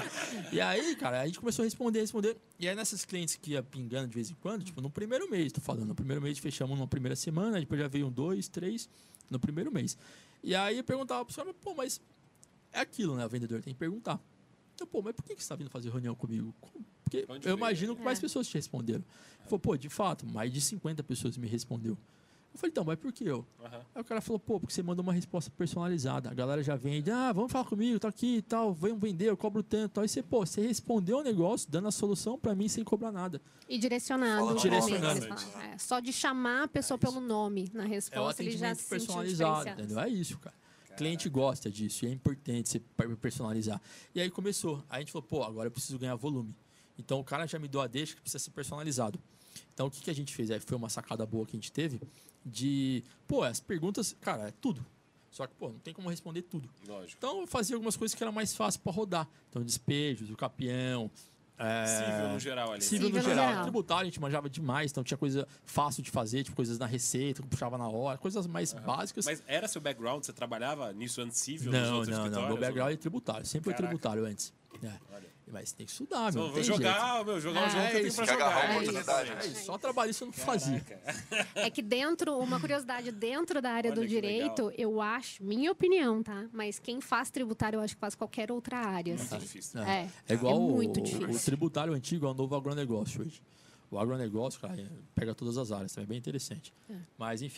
E aí, cara, a gente começou a responder. E aí nessas clientes que ia pingando de vez em quando, tipo, no primeiro mês, tô falando, no primeiro mês fechamos na primeira semana, depois já veio 2, 3 no primeiro mês. E aí eu perguntava pro senhor, pô, mas é aquilo, né? O vendedor tem que perguntar. Então, pô, mas por que você está vindo fazer reunião comigo? Porque eu imagino que mais pessoas te responderam. Ele falou, pô, de fato, mais de 50 pessoas me respondeu. Eu falei, então, mas por que eu? Aí o cara falou, pô, porque você mandou uma resposta personalizada. A galera já vem, vamos falar comigo, tô aqui e tal, vem vender, eu cobro tanto. Aí você, pô, você respondeu o negócio, dando a solução pra mim sem cobrar nada. E direcionado. Só de chamar a pessoa pelo nome na resposta, ele já se personalizado, entendeu? É isso, cara. O cliente gosta disso e é importante você personalizar. E aí começou. Aí a gente falou, pô, agora eu preciso ganhar volume. Então o cara já me deu a deixa que precisa ser personalizado. Então o que a gente fez? Aí foi uma sacada boa que a gente teve de, pô, as perguntas, cara, é tudo. Só que, pô, não tem como responder tudo. Lógico. Então eu fazia algumas coisas que era mais fácil para rodar. Então despejos, o capião. Cível no geral ali. Cível no geral. Tributário a gente manjava demais, então tinha coisa fácil de fazer, tipo coisas na receita, que puxava na hora, coisas mais básicas. Mas era seu background? Você trabalhava nisso antes cível? Não. Meu background é tributário. Sempre foi tributário antes. Mas tem que estudar, meu. Vou jogar o jogo que eu tenho pra jogar. A oportunidade. Só trabalhista eu não fazia. É que uma curiosidade, dentro da área do direito, eu acho, minha opinião, tá? Mas quem faz tributário, eu acho que faz qualquer outra área. Muito difícil. É igual muito difícil. O tributário antigo é o novo agronegócio hoje. O agronegócio, cara, pega todas as áreas, é bem interessante. Mas, enfim.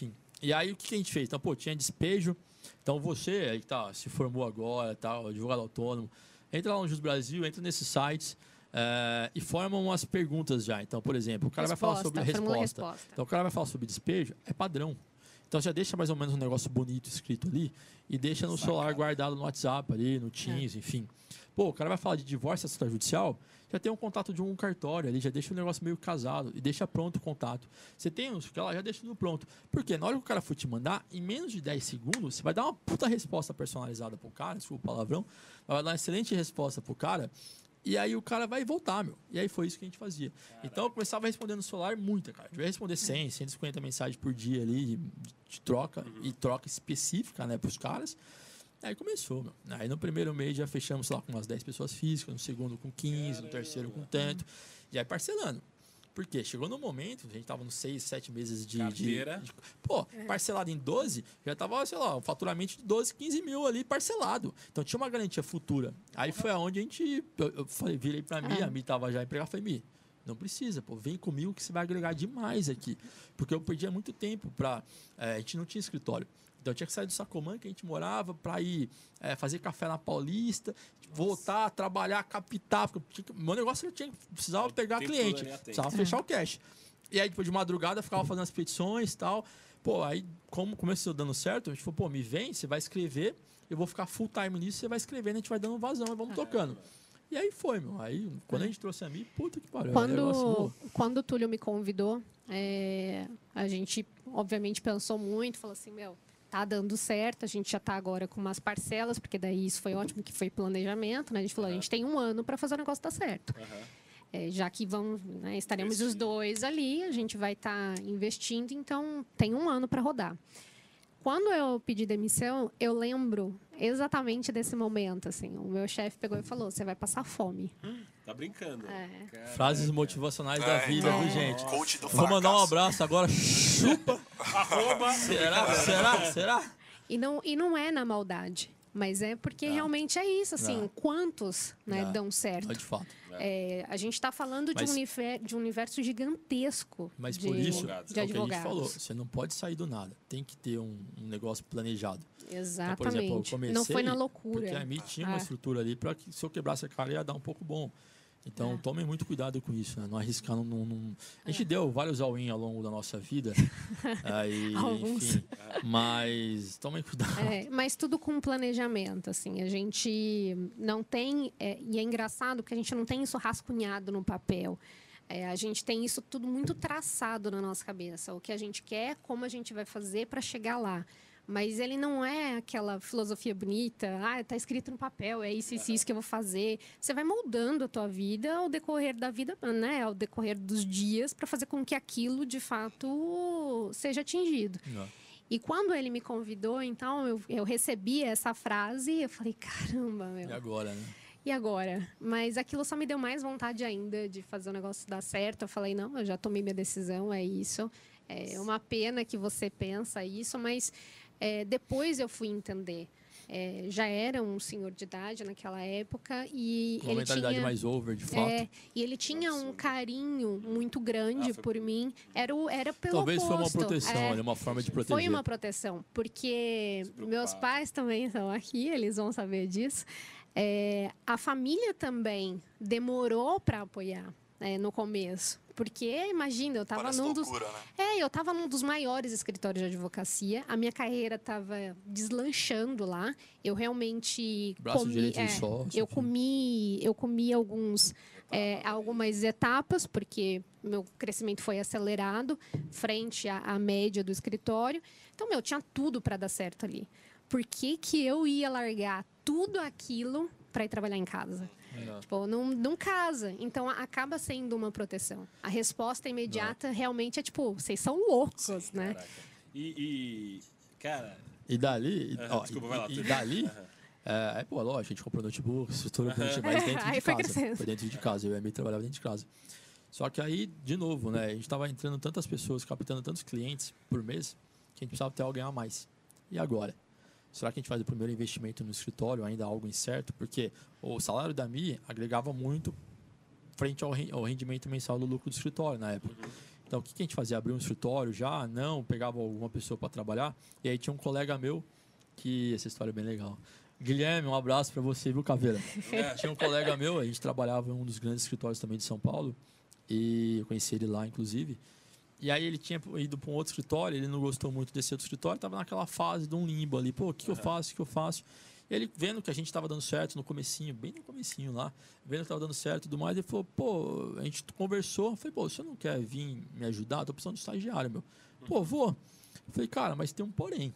E aí, o que a gente fez? Então, pô, tinha despejo. Então, você aí que se formou agora, tal, advogado autônomo, entra lá no Jus Brasil, entra nesses sites e forma umas perguntas já. Então, por exemplo, o cara vai falar sobre resposta. Então, o cara vai falar sobre despejo, é padrão. Então, já deixa mais ou menos um negócio bonito escrito ali e deixa no celular guardado no WhatsApp ali, no Teams, enfim. Pô, o cara vai falar de divórcio extrajudicial, já tem um contato de um cartório ali, já deixa o negócio meio casado e deixa pronto o contato. Você tem uns que ela já deixa tudo pronto. Porque na hora que o cara for te mandar, em menos de 10 segundos, você vai dar uma puta resposta personalizada pro cara, desculpa o palavrão, vai dar uma excelente resposta pro cara. E aí o cara vai voltar, meu. E aí foi isso que a gente fazia. Caraca. Então eu começava a responder no celular muita, cara. Eu ia responder 100, 150 mensagens por dia ali de troca, e troca específica, né, pros caras. Aí começou, meu. Aí no primeiro mês já fechamos lá com umas 10 pessoas físicas, no segundo com 15, no terceiro com tanto. E aí parcelando. Por quê? Chegou no momento, a gente tava nos 6, 7 meses de pô, parcelado em 12, já tava, sei lá, um faturamento de 12, 15 mil ali parcelado. Então tinha uma garantia futura. Aí foi aonde a gente, eu falei, virei pra mim, a Mi tava já empregada, falei, Mi, não precisa, pô, vem comigo que você vai agregar demais aqui. Porque eu perdia muito tempo a gente não tinha escritório. Então eu tinha que sair do Sacomã, que a gente morava, para ir fazer café na Paulista, voltar, trabalhar, captar. Porque meu negócio precisava pegar cliente, precisava fechar o cash. E aí, depois de madrugada, ficava fazendo as petições e tal. Pô, aí, como começou dando certo, a gente falou, pô, me vem, você vai escrever, eu vou ficar full time nisso, você vai escrevendo, a gente vai dando vazão e vamos tocando. E aí foi, meu. Aí, quando a gente trouxe a Mi, puta que pariu. Quando o Túlio me convidou, a gente, obviamente, pensou muito, falou assim, meu, tá dando certo, a gente já tá agora com umas parcelas, porque daí isso foi ótimo, que foi planejamento, né? A gente falou, a gente tem 1 ano para fazer o negócio dar certo. Já que estaremos os dois ali, a gente vai estar investindo, então tem 1 ano para rodar. Quando eu pedi demissão, eu lembro exatamente desse momento, assim. O meu chefe pegou e falou, você vai passar fome. Tá brincando. Frases motivacionais da vida, viu, gente? Coach do Vou mandar um abraço agora. Chupa. Será? E não é na maldade, mas é porque realmente é isso, assim. Quantos dão certo? De fato. A gente está falando de um universo gigantesco mas por isso, de advogados. É o que a gente falou, você não pode sair do nada. Tem que ter um negócio planejado. Exatamente. Então, por exemplo, eu comecei, não foi na loucura. Porque a Mi tinha uma estrutura ali para que se eu quebrasse a cara ia dar um pouco bom. Então, tomem muito cuidado com isso, né? Não arriscar. A gente deu vários all-in ao longo da nossa vida. Aí, enfim, mas tomem cuidado. Mas tudo com planejamento, assim. A gente não tem... e é engraçado porque a gente não tem isso rascunhado no papel. A gente tem isso tudo muito traçado na nossa cabeça. O que a gente quer, como a gente vai fazer para chegar lá. Mas ele não é aquela filosofia bonita, tá escrito no papel, é isso que eu vou fazer. Você vai moldando a tua vida ao decorrer da vida, né? Ao decorrer dos dias, para fazer com que aquilo, de fato, seja atingido. E quando ele me convidou, então, eu recebi essa frase e eu falei, caramba, meu. E agora, né? E agora? Mas aquilo só me deu mais vontade ainda de fazer o negócio dar certo. Eu falei, não, eu já tomei minha decisão, é isso. É uma pena que você pensa isso, mas... depois eu fui entender. Já era um senhor de idade naquela época e uma mentalidade mais over, de fato. E ele tinha um carinho muito grande por mim. Era pelo Talvez oposto. Foi uma proteção, uma forma de proteger. Foi uma proteção, porque meus pais também estão aqui, eles vão saber disso. A família também demorou para apoiar no começo. Porque, imagina, eu estava num dos maiores escritórios de advocacia. A minha carreira estava deslanchando lá. Eu realmente comi algumas etapas, porque meu crescimento foi acelerado frente à média do escritório. Então, tinha tudo para dar certo ali. Por que eu ia largar tudo aquilo para ir trabalhar em casa? Não casa. Então, acaba sendo uma proteção. A resposta imediata realmente é vocês são loucos, né? Caraca. Cara... E dali... desculpa, vai lá. E dali... lógico, a gente comprou notebook, estrutura, mas dentro de casa. Foi dentro de casa. Eu e a Mi trabalhava dentro de casa. Só que aí, de novo, né? A gente estava entrando tantas pessoas, captando tantos clientes por mês, que a gente precisava ter alguém a mais. E agora? Será que a gente faz o primeiro investimento no escritório, ainda algo incerto? Porque o salário da Mi agregava muito frente ao rendimento mensal do lucro do escritório na época. Então, o que a gente fazia? Abria um escritório já? Não, pegava alguma pessoa para trabalhar. E aí tinha um colega meu, que essa história é bem legal. Guilherme, um abraço para você, viu, Caveira? Tinha um colega meu, a gente trabalhava em um dos grandes escritórios também de São Paulo. E eu conheci ele lá, inclusive. E aí ele tinha ido para um outro escritório, ele não gostou muito desse outro escritório, estava naquela fase de um limbo ali. Pô, o que eu faço, o que eu faço? E ele, vendo que a gente estava dando certo no comecinho, bem no comecinho lá, vendo que estava dando certo e tudo mais, ele falou, pô, a gente conversou. Eu falei, pô, você não quer vir me ajudar? Estou precisando de estagiário, meu. Pô, vou. Eu falei, cara, mas tem um porém.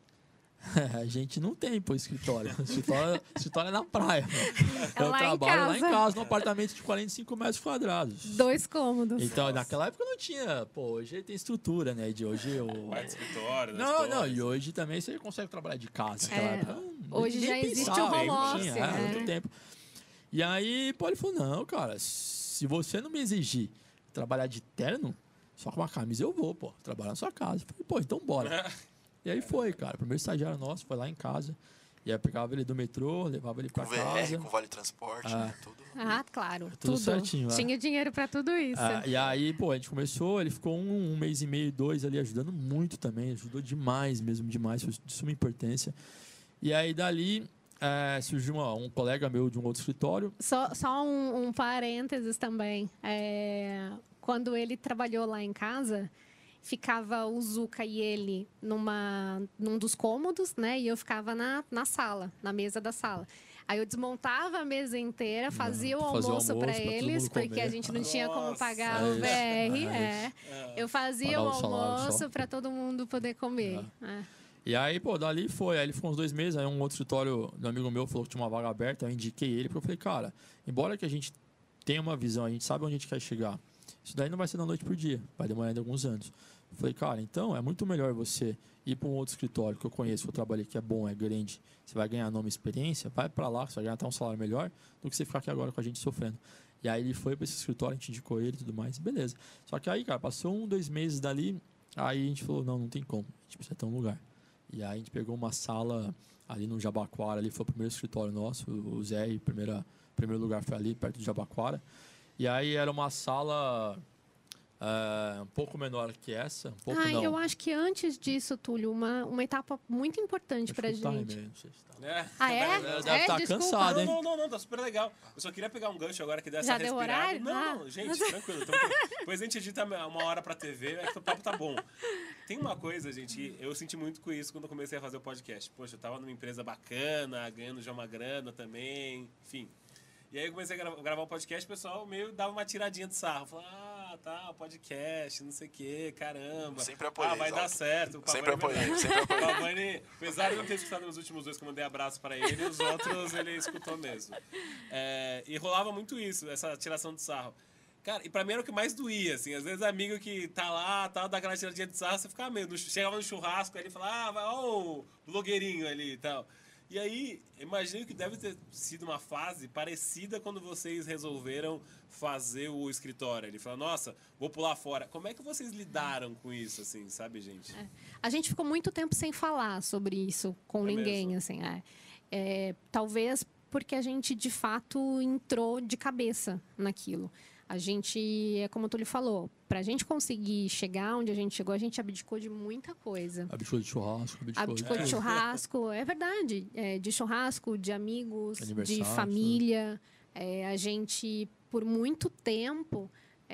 A gente não tem, pô, escritório. Escritório é na praia. Eu trabalho lá em casa, num apartamento de 45 metros quadrados. 2 cômodos. Então, naquela época não tinha. Pô, hoje tem estrutura, né? De hoje eu. Vai de escritório, Não, e hoje também você consegue trabalhar de casa. Naquela época, hoje já existe o home office. Há muito tempo. E aí, pô, ele falou: não, cara, se você não me exigir trabalhar de terno, só com uma camisa eu vou, pô, trabalhar na sua casa. Eu falei, pô, então bora. E aí foi, cara. O primeiro estagiário nosso foi lá em casa. E aí pegava ele do metrô, levava ele pra casa. Com vale transporte, né? Tudo. Ah, claro. Tudo certinho. Tinha dinheiro pra tudo isso. E aí, pô, a gente começou, ele ficou um mês e meio, 2 ali, ajudando muito também. Ajudou demais, mesmo demais. Foi de suma importância. E aí, dali, surgiu um colega meu de um outro escritório. Só um parênteses também. Quando ele trabalhou lá em casa, ficava o Zuca e ele num dos cômodos, né? E eu ficava na sala, na mesa da sala. Aí eu desmontava a mesa inteira, fazia o almoço para eles, porque a gente não tinha como pagar o VR. Eu fazia o almoço para todo mundo poder comer. E aí, pô, dali foi. Aí ele ficou uns 2 meses, aí um outro escritório do amigo meu falou que tinha uma vaga aberta, eu indiquei ele, porque eu falei, cara, embora que a gente tenha uma visão, a gente sabe onde a gente quer chegar, isso daí não vai ser da noite pro dia, vai demorar ainda alguns anos. Eu falei, cara, então é muito melhor você ir para um outro escritório que eu conheço, que eu trabalhei, que é bom, é grande, você vai ganhar nome e experiência, vai para lá, você vai ganhar até um salário melhor do que você ficar aqui agora com a gente sofrendo. E aí ele foi para esse escritório, a gente indicou ele e tudo mais, beleza. Só que aí, cara, passou 2 meses dali, aí a gente falou, não tem como, a gente precisa ter um lugar. E aí a gente pegou uma sala ali no Jabaquara, ali foi o primeiro escritório nosso, o Zé, o primeiro lugar foi ali, perto do Jabaquara. E aí era uma sala um pouco menor que essa, um pouco não. Eu acho que antes disso, Túlio, uma etapa muito importante pra gente. Não sei se tá. Deve estar cansado, hein? Não, tá super legal. Eu só queria pegar um gancho agora que dessa respirada. Já deu horário? Não, gente, tranquilo. Depois a gente edita 1 hora pra TV, que o papo tá bom. Tem uma coisa, gente, eu senti muito com isso quando eu comecei a fazer o podcast. Poxa, eu tava numa empresa bacana, ganhando já uma grana também, enfim. E aí eu comecei a gravar o podcast, o pessoal meio dava uma tiradinha de sarro. Falava, tá, podcast, não sei o quê, caramba. Sempre apoiei. Vai dar certo. Sempre apoiei. O Pavani, apesar de não ter escutado nos últimos 2 que eu mandei abraço pra ele, os outros ele escutou mesmo. E rolava muito isso, essa tiração de sarro. Cara, e pra mim era o que mais doía, assim. Às vezes amigo que tá lá, tal, dá aquela tiradinha de sarro, você ficava meio... Chegava no churrasco, aí ele falava, vai, ó o blogueirinho ali e tal. E aí, imagino que deve ter sido uma fase parecida quando vocês resolveram fazer o escritório. Ele falou, nossa, vou pular fora. Como é que vocês lidaram com isso, assim, sabe, gente? A gente ficou muito tempo sem falar sobre isso com ninguém, mesmo? Assim. Talvez porque a gente, de fato, entrou de cabeça naquilo. A gente, como tu lhe falou, para a gente conseguir chegar onde a gente chegou, a gente abdicou de muita coisa. Abdicou de churrasco. Abdicou de churrasco, é verdade. De churrasco, de amigos, de família. A gente, por muito tempo,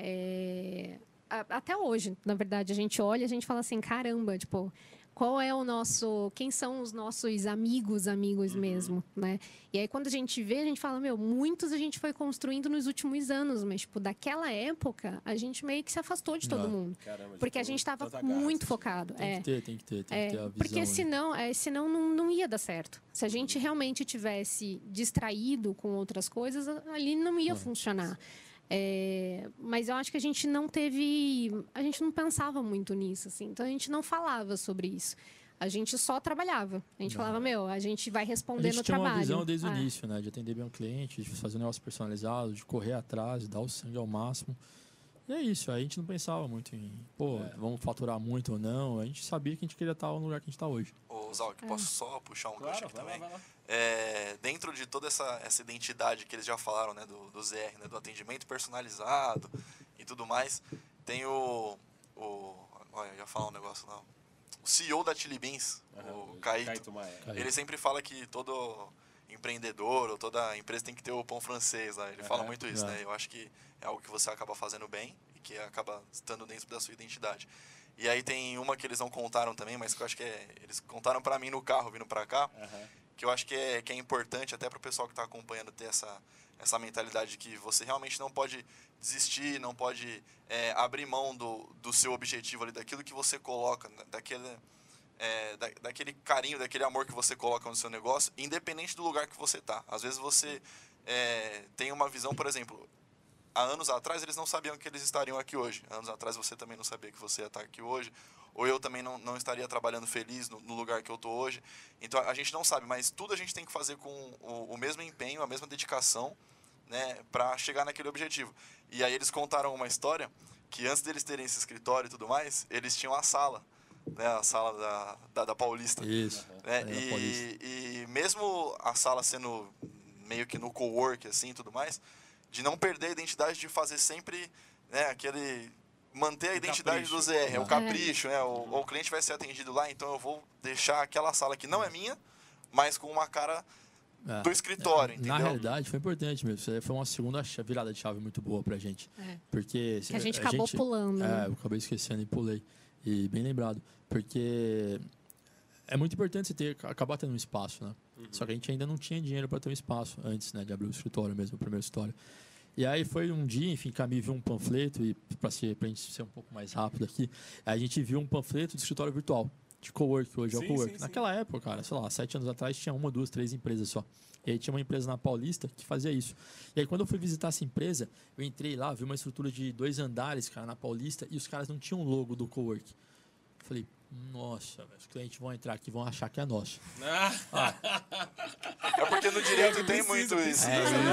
até hoje, na verdade, a gente olha e a gente fala assim, caramba, tipo... Qual é o nosso... Quem são os nossos amigos mesmo, né? E aí, quando a gente vê, a gente fala, muitos a gente foi construindo nos últimos anos, mas, tipo, daquela época, a gente meio que se afastou de todo mundo. Caramba, porque a gente estava muito focado. Tem que ter a visão. Porque senão não ia dar certo. Se a gente realmente tivesse distraído com outras coisas, ali não ia funcionar. Mas eu acho que a gente não pensava muito nisso, assim. Então a gente não falava sobre isso. A gente só trabalhava. A gente falava, a gente vai responder no trabalho. A gente tinha uma visão desde o início, né? De atender bem o cliente, de fazer um negócio personalizado, de correr atrás, de dar o sangue ao máximo. E é isso, aí a gente não pensava muito em, vamos faturar muito ou não. A gente sabia que a gente queria estar no lugar que a gente está hoje. Ô, Zalk, posso só puxar um gancho aqui também? Vai lá. Dentro de toda essa identidade que eles já falaram, né, do ZR, né, do atendimento personalizado e tudo mais, tem Olha, eu ia falar um negócio não. O CEO da Chili Beans, o Caíto, ele sempre fala que todo empreendedor ou toda empresa tem que ter o pão francês, né? Ele fala muito isso, né? Eu acho que é algo que você acaba fazendo bem e que acaba estando dentro da sua identidade. E aí tem uma que eles não contaram também, mas que eu acho que eles contaram para mim no carro vindo para cá, que eu acho que é importante até para o pessoal que está acompanhando ter essa mentalidade de que você realmente não pode desistir, não pode abrir mão do seu objetivo ali, daquilo que você coloca, daquele carinho, daquele amor que você coloca no seu negócio, independente do lugar que você está. Às vezes você tem uma visão, por exemplo, há anos atrás eles não sabiam que eles estariam aqui hoje. Há anos atrás você também não sabia que você ia estar aqui hoje, ou eu também não estaria trabalhando feliz no lugar que eu estou hoje. Então a gente não sabe, mas tudo a gente tem que fazer com o mesmo empenho, a mesma dedicação, né, para chegar naquele objetivo. E aí eles contaram uma história que antes deles terem esse escritório e tudo mais, eles tinham a sala, né, a sala da Paulista. Isso. Né, e mesmo a sala sendo meio que no cowork assim e tudo mais, de não perder a identidade, de fazer sempre, né, manter a identidade do ZR, o capricho, né, o cliente vai ser atendido lá, então eu vou deixar aquela sala que não é minha, mas com uma cara do escritório, entendeu? Na realidade, foi importante mesmo. Isso foi uma segunda virada de chave muito boa pra gente. Porque que a gente acabou pulando. Né? Eu acabei esquecendo e pulei. E bem lembrado. Porque é muito importante você acabar tendo um espaço, né? Só que a gente ainda não tinha dinheiro para ter um espaço antes, né, de abrir o escritório mesmo, o primeiro escritório. E aí foi um dia, enfim, Camille viu um panfleto, e pra gente ser um pouco mais rápido aqui, a gente viu um panfleto do escritório virtual, de cowork, hoje é o cowork. Naquela época, cara, sei lá, 7 anos atrás, tinha 1, 2, 3 empresas só. E aí tinha uma empresa na Paulista que fazia isso. E aí quando eu fui visitar essa empresa, eu entrei lá, vi uma estrutura de 2 andares, cara, na Paulista, e os caras não tinham logo do cowork. Eu falei, nossa, os clientes vão entrar aqui e vão achar que é nosso. É porque no direito tem muito isso.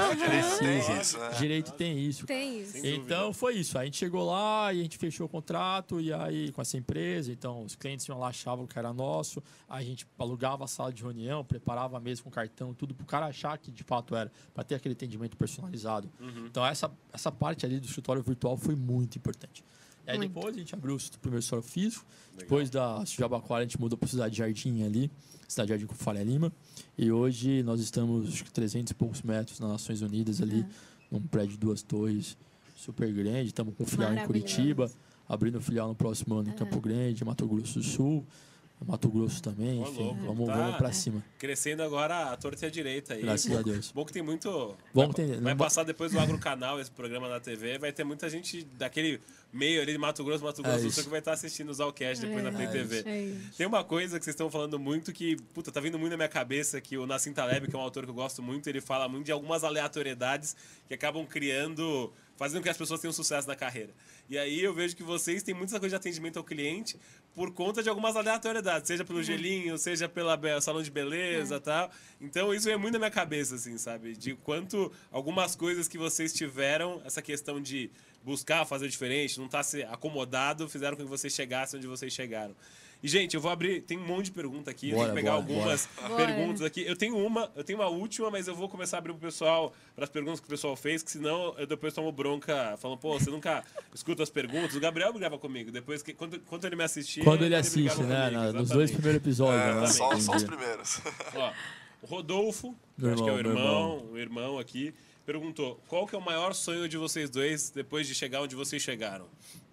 Direito tem isso. Tem isso. Então foi isso. A gente chegou lá e a gente fechou o contrato e aí com essa empresa. Então os clientes iam lá, achavam que era nosso. A gente alugava a sala de reunião, preparava a mesa com cartão, tudo para o cara achar que de fato era, para ter aquele atendimento personalizado. Então essa parte ali do escritório virtual foi muito importante. E aí depois a gente abriu o primeiro escritório físico. Legal. Depois da Jabaquara a gente mudou para a Cidade Jardim ali. Cidade Jardim com Faria Lima. E hoje nós estamos, acho que 300 e poucos metros nas Nações Unidas ali. Num prédio de 2 torres, super grande. Estamos com filial em Curitiba. Abrindo filial no próximo ano em Campo Grande, Mato Grosso do Sul. Mato Grosso também, enfim, vamos para cima. Crescendo agora a torta e a direita aí. Graças a Deus. Bom que tem muito... Vai passar depois do Agrocanal, esse programa na TV, vai ter muita gente daquele meio ali de Mato Grosso do Sul que vai estar assistindo o Zalcast depois na Play TV. Tem uma coisa que vocês estão falando muito que, puta, tá vindo muito na minha cabeça, que o Nassim Taleb, que é um autor que eu gosto muito, ele fala muito de algumas aleatoriedades que acabam fazendo com que as pessoas tenham sucesso na carreira. E aí eu vejo que vocês têm muita coisa de atendimento ao cliente por conta de algumas aleatoriedades, seja pelo gelinho, seja pela salão de beleza e tal. Então isso é muito na minha cabeça, assim, sabe? De quanto algumas coisas que vocês tiveram, essa questão de buscar fazer diferente, não estar se acomodado, fizeram com que vocês chegassem onde vocês chegaram. E, gente, eu vou abrir... Tem um monte de pergunta aqui. Eu tenho que pegar algumas perguntas aqui. Eu tenho uma última, mas eu vou começar a abrir pro pessoal, para as perguntas que o pessoal fez, que senão eu depois tomo bronca, falando, pô, você nunca escuta as perguntas. O Gabriel grava comigo. Depois, quando ele me assistir... Quando ele assiste, né? Nos 2 primeiros episódios. Né? Só os primeiros. Ó, o Rodolfo, acho que é o irmão aqui, perguntou, qual que é o maior sonho de vocês dois depois de chegar onde vocês chegaram?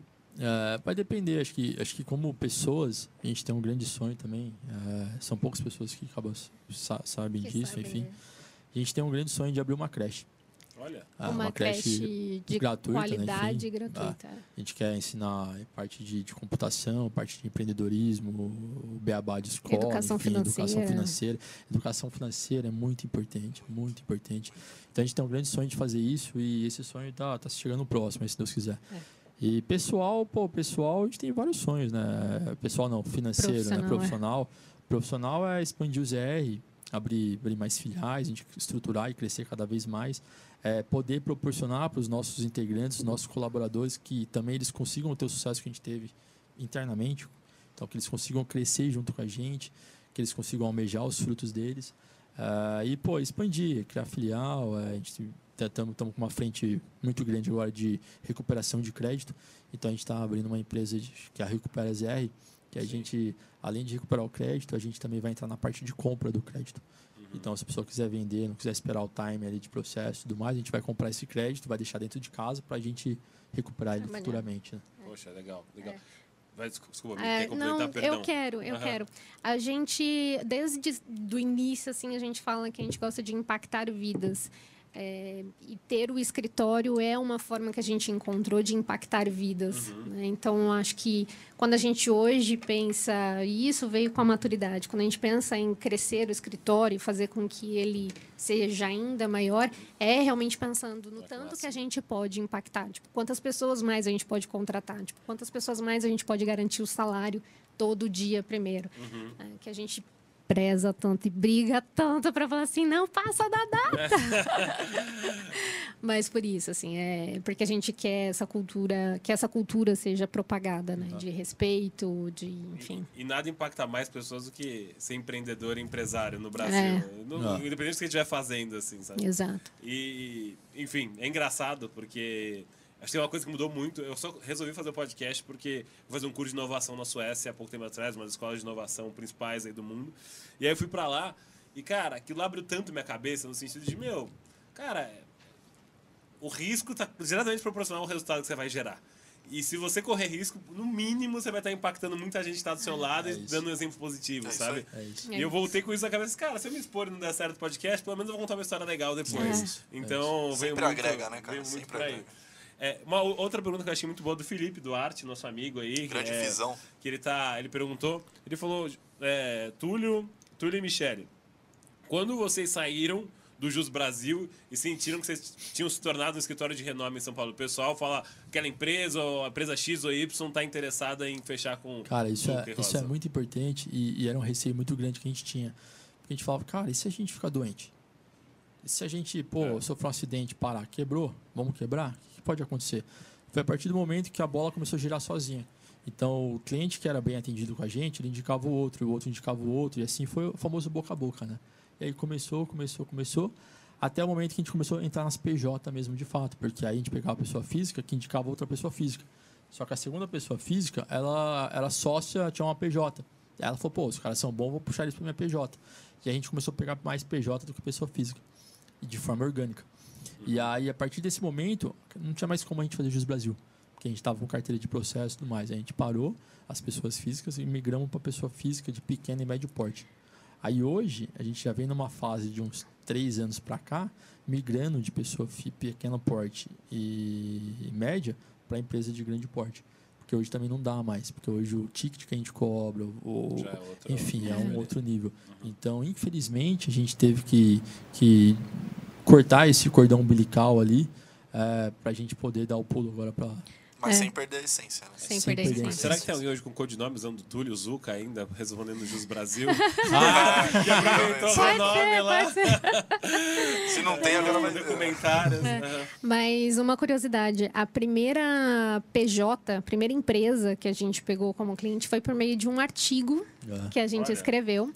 Vai depender, acho que como pessoas, a gente tem um grande sonho também. São poucas pessoas que acabam sabem disso, enfim. A gente tem um grande sonho de abrir uma creche. Olha. Uma creche de gratuita, qualidade, né? gratuita. A gente quer ensinar parte de computação, parte de empreendedorismo, o beabá de escola, educação financeira. Educação financeira é muito importante, muito importante. Então a gente tem um grande sonho de fazer isso e esse sonho tá chegando próximo, se Deus quiser. E pessoal, a gente tem vários sonhos, né? Pessoal não, financeiro, né? Profissional. Profissional é expandir o ZR, abrir mais filiais, a gente estruturar e crescer cada vez mais. Poder proporcionar para os nossos integrantes, os nossos colaboradores, que também eles consigam ter o sucesso que a gente teve internamente. Então, que eles consigam crescer junto com a gente, que eles consigam almejar os frutos deles. Expandir, criar filial, a gente estamos com uma frente muito grande agora de recuperação de crédito. Então, a gente está abrindo uma empresa que é a Recupera ZR, que a gente, além de recuperar o crédito, a gente também vai entrar na parte de compra do crédito. Então, se a pessoa quiser vender, não quiser esperar o time ali de processo e tudo mais, a gente vai comprar esse crédito, vai deixar dentro de casa para a gente recuperar ele futuramente. Né? Poxa, legal. Desculpa, quer complementar, perdão. Eu quero. A gente, desde o início, assim, a gente fala que a gente gosta de impactar vidas. E ter o escritório é uma forma que a gente encontrou de impactar vidas. Né? Então, acho que quando a gente hoje pensa, e isso veio com a maturidade, quando a gente pensa em crescer o escritório e fazer com que ele seja ainda maior, é realmente pensando no tanto que a gente pode impactar. Tipo, quantas pessoas mais a gente pode contratar, tipo, quantas pessoas mais a gente pode garantir o salário todo dia primeiro. Que a gente preza tanto e briga tanto para falar assim, não passa da data. Mas por isso, assim, porque a gente quer essa cultura seja propagada, né? De respeito, de, enfim. E nada impacta mais pessoas do que ser empreendedor e empresário no Brasil. Independente do que a gente estiver fazendo, assim, sabe? Exato. E, enfim, é engraçado, porque acho que tem uma coisa que mudou muito. Eu só resolvi fazer o podcast porque vou fazer um curso de inovação na Suécia há pouco tempo atrás, uma das escolas de inovação principais aí do mundo. E aí eu fui pra lá e, cara, aquilo abriu tanto minha cabeça no sentido de, cara, o risco tá diretamente proporcional ao resultado que você vai gerar. E se você correr risco, no mínimo você vai estar impactando muita gente que está do seu lado e dando um exemplo positivo, sabe? E eu voltei com isso na cabeça, cara, se eu me expor e não der certo o podcast, pelo menos eu vou contar uma história legal depois. Então, sempre agrega, né, cara? Sempre por aí. Uma outra pergunta que eu achei muito boa do Felipe Duarte, nosso amigo aí. Grande visão. Que ele perguntou, ele falou, Túlio e Michele, quando vocês saíram do Jus Brasil e sentiram que vocês tinham se tornado um escritório de renome em São Paulo, o pessoal fala aquela empresa, ou a empresa X ou Y está interessada em fechar com... Cara, isso é muito importante e era um receio muito grande que a gente tinha. Porque a gente falava, cara, e se a gente ficar doente? E se a gente, sofrer um acidente, parar, quebrou, vamos quebrar? O que pode acontecer? Foi a partir do momento que a bola começou a girar sozinha. Então, o cliente que era bem atendido com a gente, ele indicava o outro indicava o outro, e assim foi o famoso boca a boca, né? E aí começou, até o momento que a gente começou a entrar nas PJ mesmo, de fato, porque aí a gente pegava a pessoa física que indicava outra pessoa física. Só que a segunda pessoa física, ela era sócia, tinha uma PJ. E ela falou, os caras são bons, vou puxar eles para minha PJ. E a gente começou a pegar mais PJ do que pessoa física, e de forma orgânica. E aí, a partir desse momento, não tinha mais como a gente fazer Jus Brasil, porque a gente estava com carteira de processo e tudo mais. A gente parou as pessoas físicas e migramos para pessoa física de pequeno e médio porte. Aí hoje, a gente já vem numa fase de uns 3 anos para cá, migrando de pessoa pequeno porte e média para empresa de grande porte. Porque hoje também não dá mais, porque hoje o ticket que a gente cobra, enfim, é um outro nível. Então, infelizmente, a gente teve que cortar esse cordão umbilical ali para a gente poder dar o pulo agora para... Mas sem perder a essência, né? Sem perder a essência. Será que tem alguém hoje com codinome usando Túlio Zuca ainda, respondendo Jus Brasil? Que aproveitou o nome lá. Se não tem, agora vai ter comentários. Mas uma curiosidade, a primeira PJ, a primeira empresa que a gente pegou como cliente foi por meio de um artigo que a gente escreveu.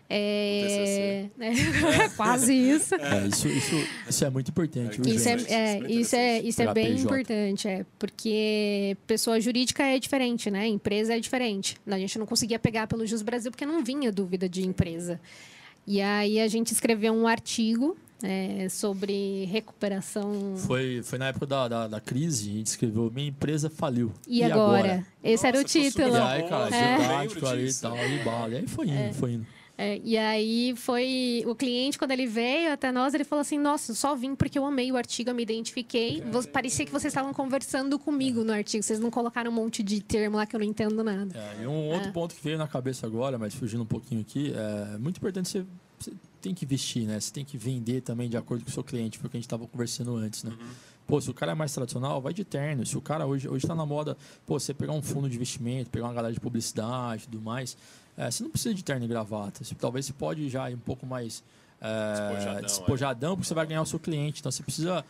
Quase isso. Isso é muito importante. Isso é bem importante, porque pessoa jurídica é diferente, né? Empresa é diferente. A gente não conseguia pegar pelo Jus Brasil porque não vinha dúvida de empresa. E aí a gente escreveu um artigo sobre recuperação. Foi na época da crise, a gente escreveu Minha Empresa Faliu. E agora? Esse era o título. E aí, cara, geográfico ali e tal, e bala. E aí foi indo. E aí foi o cliente, quando ele veio até nós, ele falou assim, nossa, só vim porque eu amei o artigo, eu me identifiquei. Parecia que vocês estavam conversando comigo no artigo. Vocês não colocaram um monte de termo lá que eu não entendo nada. E um outro ponto que veio na cabeça agora, mas fugindo um pouquinho aqui, é muito importante você tem que vestir, né? Você tem que vender também de acordo com o seu cliente, foi o que a gente estava conversando antes, né? Se o cara é mais tradicional, vai de terno. Se o cara hoje está na moda, você pegar um fundo de investimento, pegar uma galera de publicidade e tudo mais, você não precisa de terno e gravata. Talvez você pode já ir um pouco mais despojadão, porque você vai ganhar o seu cliente. Então, você precisa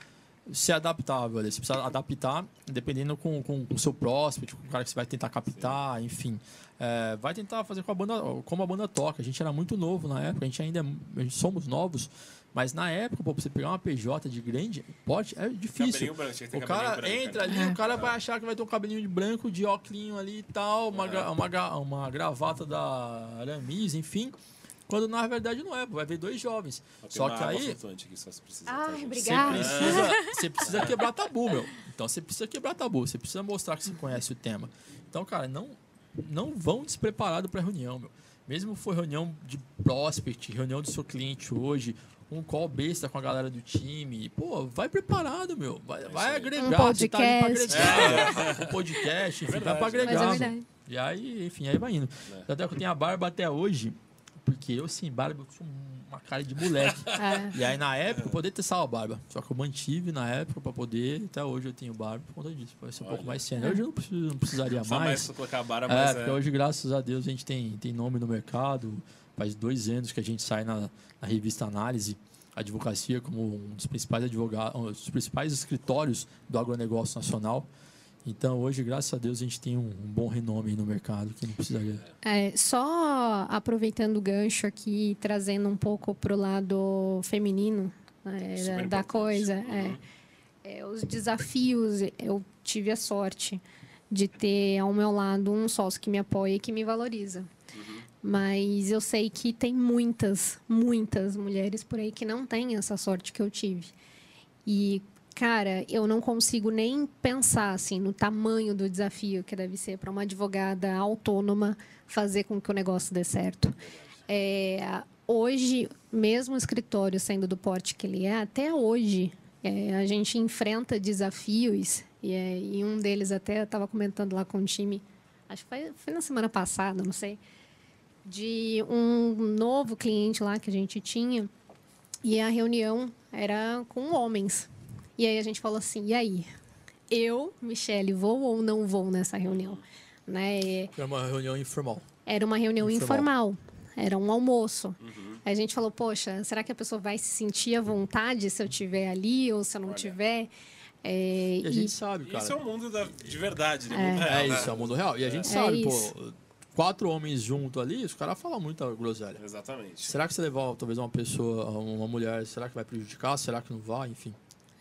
ser adaptável, você precisa adaptar dependendo com o seu prospect, com o cara que você vai tentar captar, enfim. Vai tentar fazer como a banda toca. A gente era muito novo na época, a gente somos novos, mas na época, pô, pra você pegar uma PJ de grande porte, é difícil. O cara entra ali, o cara vai achar que vai ter um cabelinho de branco, de óculos ali e tal, uma gravata da Aramis, enfim. Quando na verdade não é, vai ver 2 jovens. Só que aí. Obrigada. Você precisa quebrar tabu, meu. Então você precisa quebrar tabu, você precisa mostrar que você conhece o tema. Então, cara, não vão despreparados para reunião, meu. Mesmo for reunião de prospect, reunião do seu cliente hoje, um call besta com a galera do time, pô, vai preparado, meu. Vai agregar. Um podcast. Você tá ali pra agregar. Um podcast, enfim, vai pra agregar. Mas é verdade. E aí, enfim, aí vai indo. Até que eu tenho a barba até hoje. Porque eu, sem barba, eu sou uma cara de moleque. E aí, na época, eu poderia ter salvo a barba. Só que eu mantive na época pra poder. Até hoje eu tenho barba por conta disso. Vai ser um pouco mais sênior. Hoje eu não precisaria só mais. Só colocar a barba, mas porque hoje, graças a Deus, a gente tem nome no mercado. Faz 2 anos que a gente sai na revista Análise Advocacia como um dos principais advogados, um dos principais escritórios do agronegócio nacional. Então, hoje, graças a Deus, a gente tem um bom renome aí no mercado que não precisaria. Só aproveitando o gancho aqui, trazendo um pouco para o lado feminino da coisa. Os desafios, eu tive a sorte de ter ao meu lado um sócio que me apoia e que me valoriza. Mas eu sei que tem muitas mulheres por aí que não têm essa sorte que eu tive. E cara, eu não consigo nem pensar assim no tamanho do desafio que deve ser para uma advogada autônoma fazer com que o negócio dê certo. Hoje, mesmo o escritório sendo do porte que ele é, até hoje a gente enfrenta desafios e um deles até eu estava comentando lá com o time, acho que foi na semana passada, não sei, de um novo cliente lá que a gente tinha e a reunião era com homens. E aí a gente falou assim, e aí? Eu, Michele, vou ou não vou nessa reunião? Né? Era uma reunião informal. Era uma reunião informal. Era um almoço. Aí a gente falou, poxa, será que a pessoa vai se sentir à vontade se eu estiver ali ou se eu não estiver? E a gente sabe, cara. Isso é o mundo de verdade, né? Mundo real, isso, é o mundo real. E a gente sabe, pô, 4 homens juntos ali, os caras falam muita groselha. Exatamente. Será que você levar talvez uma pessoa, uma mulher, será que vai prejudicar? Será que não vai? Enfim.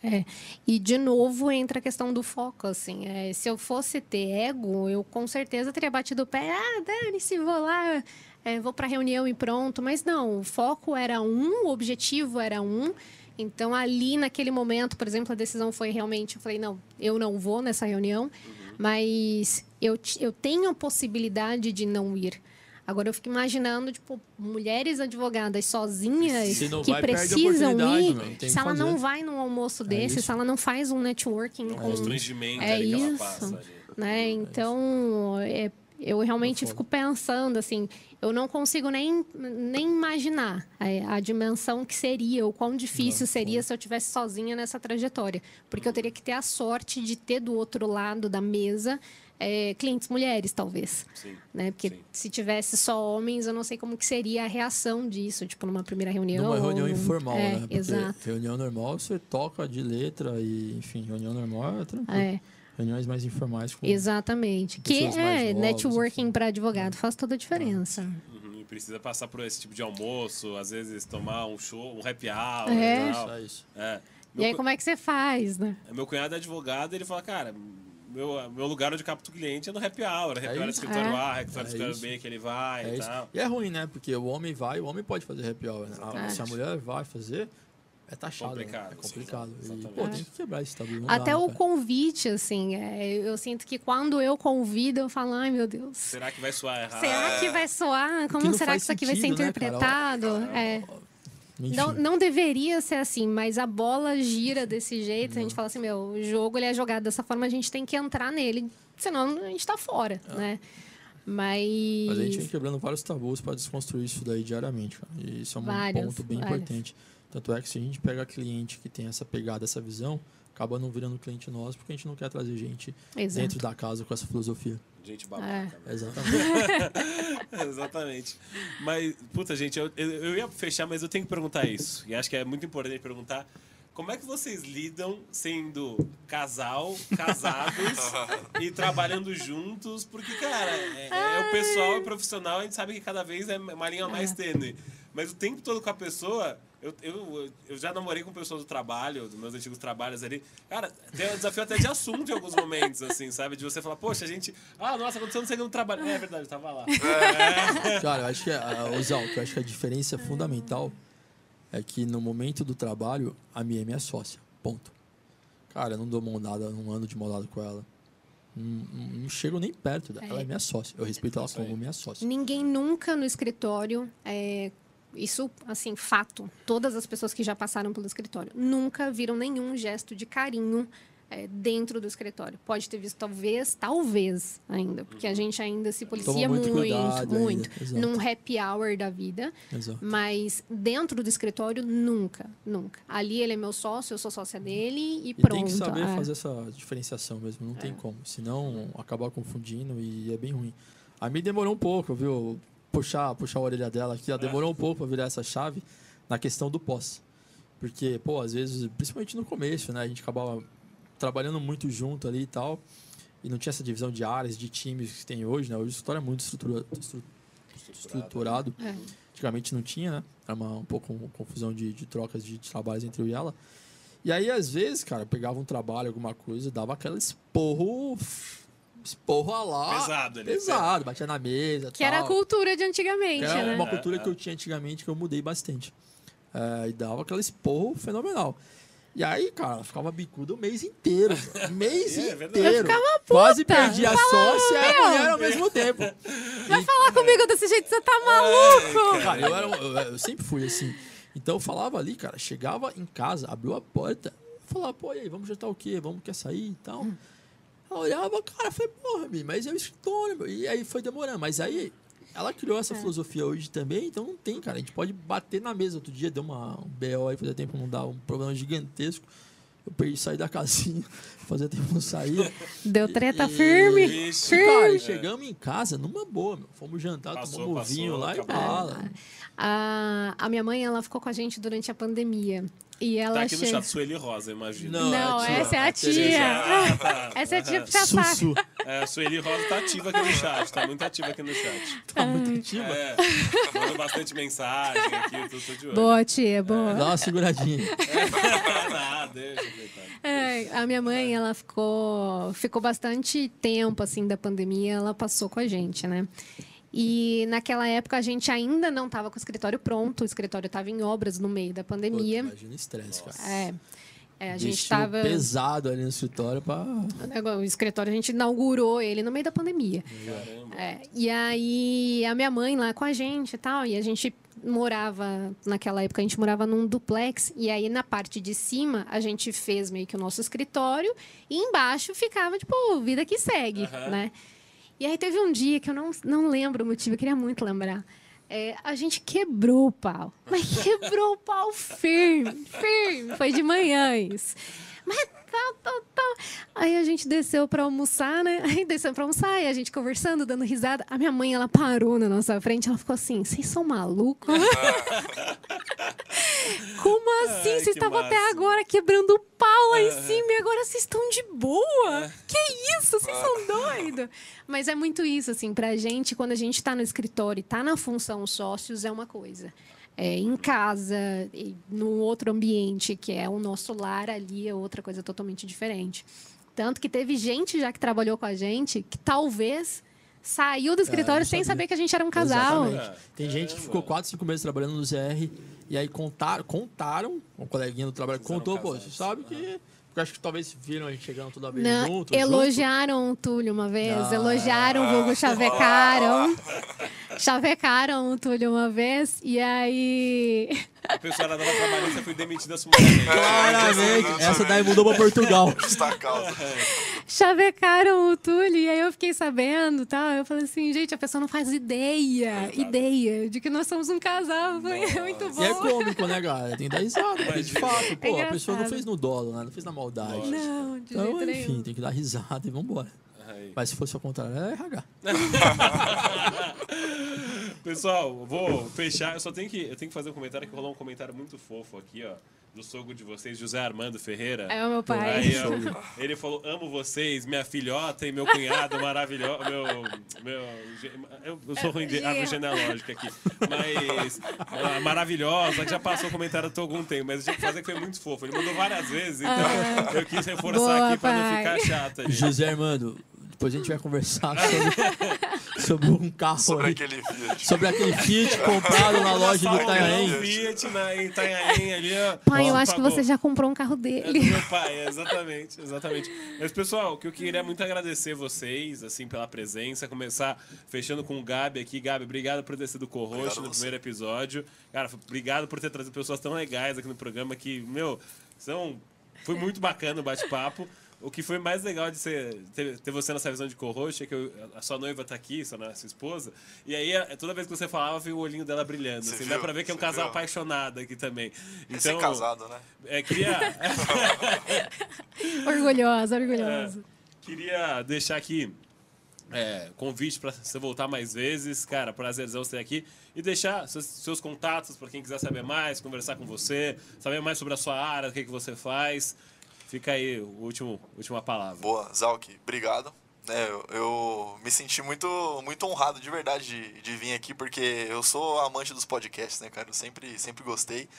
E de novo entra a questão do foco, assim. Se eu fosse ter ego, eu com certeza teria batido o pé. Dane-se, vou lá, vou para a reunião e pronto. Mas não, o foco era o objetivo era Então, ali naquele momento, por exemplo, a decisão foi realmente... Eu falei, não, eu não vou nessa reunião, mas eu tenho a possibilidade de não ir. Agora, eu fico imaginando, tipo, mulheres advogadas sozinhas que precisam ir, se ela não vai num almoço desse, se ela não faz um networking com... constrangimento ali que ela passa. Né? Então, eu realmente fico pensando, assim, eu não consigo nem imaginar a dimensão que seria, o quão difícil seria se eu estivesse sozinha nessa trajetória. Porque eu teria que ter a sorte de ter do outro lado da mesa... clientes mulheres, talvez. Sim, né? Porque se tivesse só homens, eu não sei como que seria a reação disso, tipo, numa primeira reunião. Numa reunião informal, né? Porque exato. Reunião normal, você toca de letra e, enfim, reunião normal é tranquilo. Reuniões mais informais. Exatamente. Que networking para advogado faz toda a diferença. Precisa passar por esse tipo de almoço, às vezes tomar um show, um happy hour. Isso. E aí, como é que você faz, né? Meu cunhado é advogado, ele fala, cara... Meu lugar onde capto o cliente é no happy hour. Happy hour é escritório A, escritório B que ele vai e tal. E é ruim, né? Porque o homem pode fazer happy hour, né? Se a mulher vai fazer, é taxado. Complicado, né? É complicado. Sim, tem que quebrar esse tabu. Até o convite, assim, eu sinto que quando eu convido, eu falo, ai meu Deus. Será que vai soar errado? Será que vai soar? Como será que isso aqui vai ser interpretado? Né, não deveria ser assim, mas a bola gira desse jeito. A gente fala assim, o jogo ele é jogado dessa forma, a gente tem que entrar nele, senão a gente está fora, né? Mas a gente vem quebrando vários tabus para desconstruir isso daí diariamente, cara. E isso é um ponto bem importante. Tanto é que se a gente pega cliente que tem essa pegada, essa visão, acaba não virando cliente nosso, porque a gente não quer trazer gente dentro da casa com essa filosofia. Gente babaca. Exatamente. Exatamente. Mas, puta, gente, eu ia fechar, mas eu tenho que perguntar isso. E acho que é muito importante perguntar como é que vocês lidam sendo casal, casados e trabalhando juntos? Porque, cara, o pessoal e profissional, a gente sabe que cada vez é uma linha mais tênue. Mas o tempo todo com a pessoa... Eu já namorei com pessoas do trabalho, dos meus antigos trabalhos ali. Cara, tem um desafio até de assunto em alguns momentos, assim, sabe? De você falar, poxa, a gente... nossa, aconteceu não sei no trabalho. É verdade, eu tava lá. Cara, eu acho que, eu acho que a diferença fundamental é que no momento do trabalho, a Mia é minha sócia. Ponto. Cara, eu não dou mão dada, não ando de mão dada com ela. Não chego nem perto dela. Ela é minha sócia. Eu respeito ela como minha sócia. Ninguém nunca no escritório... Isso, assim, fato. Todas as pessoas que já passaram pelo escritório nunca viram nenhum gesto de carinho dentro do escritório. Pode ter visto, talvez ainda, porque a gente ainda se policia muito, muito. Num happy hour da vida. Exato. Mas dentro do escritório, nunca. Ali ele é meu sócio, eu sou sócia dele e pronto. Tem que saber fazer essa diferenciação mesmo, não tem como. Senão, acabar confundindo e é bem ruim. A mim demorou um pouco, viu? Puxar a orelha dela aqui, ela demorou um pouco para virar essa chave na questão do pós. Porque, às vezes, principalmente no começo, né? A gente acabava trabalhando muito junto ali e tal, e não tinha essa divisão de áreas, de times que tem hoje, né? Hoje o escritório é muito estruturado. Antigamente não tinha, né? Era um pouco uma confusão de trocas de trabalhos entre eu e ela. E aí, às vezes, cara, eu pegava um trabalho, alguma coisa, dava aquela esporro lá. Pesado, batia na mesa. Que era a cultura de antigamente, era né? Uma cultura que eu tinha antigamente, que eu mudei bastante. E dava aquele esporro fenomenal. E aí, cara, ficava bicuda o mês inteiro. Inteiro. Eu ficava puta. Quase perdi a sócia e a mulher ao mesmo tempo. Vai falar comigo desse jeito, você tá maluco? Cara, eu sempre fui assim. Então eu falava ali, cara, chegava em casa, abriu a porta, falava, e aí, vamos jantar o quê? Quer sair e tal? Ela olhava, cara, falei, mas é o escritório, meu. E aí foi demorando. Mas aí, ela criou essa filosofia hoje também, então não tem, cara. A gente pode bater na mesa. Outro dia deu um BO aí, fazia tempo não dá, um problema gigantesco. Eu perdi sair da casinha, fazia tempo não saía. Deu treta firme. Cara, chegamos em casa numa boa, meu. Fomos jantar, tomamos vinho lá e bala. A minha mãe, ela ficou com a gente durante a pandemia. E ela tá aqui no chat, Sueli Rosa, imagina. Não, essa é a tia. Essa é a tia puxa saco. A Sueli Rosa tá ativa aqui no chat, tá muito ativa aqui no chat. Tá muito ativa? Mandou bastante mensagem aqui, tô de olho. Boa, tia, boa. Dá uma seguradinha. Deixa. A minha mãe, ela ficou bastante tempo, assim, da pandemia, ela passou com a gente, né? E naquela época a gente ainda não estava com o escritório pronto, o escritório estava em obras no meio da pandemia. Imagina o estresse, cara. A gente estava pesado ali no escritório O escritório a gente inaugurou ele no meio da pandemia. Caramba. E aí a minha mãe lá com a gente e tal, e a gente naquela época a gente morava num duplex, e aí na parte de cima a gente fez meio que o nosso escritório, e embaixo ficava, vida que segue, né? E aí teve um dia que eu não lembro o motivo, eu queria muito lembrar. A gente quebrou o pau. Mas quebrou o pau firme. Foi de manhã isso. Mas tal. Aí a gente desceu para almoçar, né? E a gente conversando, dando risada. A minha mãe, ela parou na nossa frente, ela ficou assim, vocês são malucos? Como assim? Vocês estavam até agora quebrando o pau lá em cima e agora vocês estão de boa? Que isso? Vocês são doidos? Mas é muito isso, assim, pra gente, quando a gente tá no escritório e tá na função sócios, é uma coisa. Em casa, no outro ambiente, que é o nosso lar ali, é outra coisa totalmente diferente. Tanto que teve gente já que trabalhou com a gente que talvez saiu do escritório sem saber que a gente era um casal. Exatamente. Tem gente que ficou 4, 5 meses trabalhando no ZR e aí contaram, um coleguinha do trabalho contou, você sabe que... Porque acho que talvez viram a gente chegando toda vez junto. Elogiaram o Túlio uma vez, elogiaram o vulgo, chavecaram. Chavecaram o Túlio uma vez, e aí... A pessoa era nova trabalhista, foi demitida sumariamente. Claramente, essa daí mudou pra Portugal. Justa causa. Chavecaram o Túlio, e aí eu fiquei sabendo, tal. Eu falei assim, gente, a pessoa não faz ideia de que nós somos um casal. É muito bom. E é cômico, né, galera? Tem que dar risada, porque de fato, a pessoa não fez no dolo, né? Não fez na maldade. Não, de então, jeito nenhum. enfim, tem que dar risada e vambora. Mas se fosse ao contrário, é RH. Pessoal, vou fechar. Eu tenho que fazer um comentário que rolou um comentário muito fofo aqui, ó. Do sogro de vocês, José Armando Ferreira. É o meu pai. Aí, ó, ele falou: amo vocês, minha filhota e meu cunhado maravilhoso. Eu sou ruim de árvore genealógica aqui. Mas maravilhosa, que já passou o comentário há algum tempo, mas eu tinha que fazer que foi muito fofo. Ele mandou várias vezes, então eu quis reforçar Boa, aqui pra não pai. ficar chata. Gente. José Armando, depois a gente vai conversar sobre um carro Sobre aí. aquele Fiat. Sobre aquele Fiat comprado na loja do Itanhaém. Fiat em Itanhaém ali, ó. Pai, eu Por acho que favor. você já comprou um carro É do dele. meu pai, exatamente, exatamente. Mas, pessoal, o que eu queria muito agradecer vocês, assim, pela presença. Começar fechando com o Gabi aqui. Gabi, obrigado por ter sido co-host Obrigado no a você. primeiro episódio. Cara, obrigado por ter trazido pessoas tão legais aqui no programa que, foi muito bacana o bate-papo. O que foi mais legal de ter você nessa visão de co-host é que a sua noiva tá aqui, sua esposa, e aí toda vez que você falava, viu o olhinho dela brilhando. Você Assim, viu? dá pra ver que é um Você casal viu? apaixonado aqui também. Então, casado, né? Queria... Orgulhosa. Queria deixar aqui convite para você voltar mais vezes. Cara, prazerzão você ter aqui. E deixar seus contatos para quem quiser saber mais, conversar com você, saber mais sobre a sua área, o que você faz. Fica aí a última palavra. Boa, Zalk, obrigado. Eu me senti muito honrado de verdade de vir aqui, porque eu sou amante dos podcasts, né, cara? Eu sempre gostei.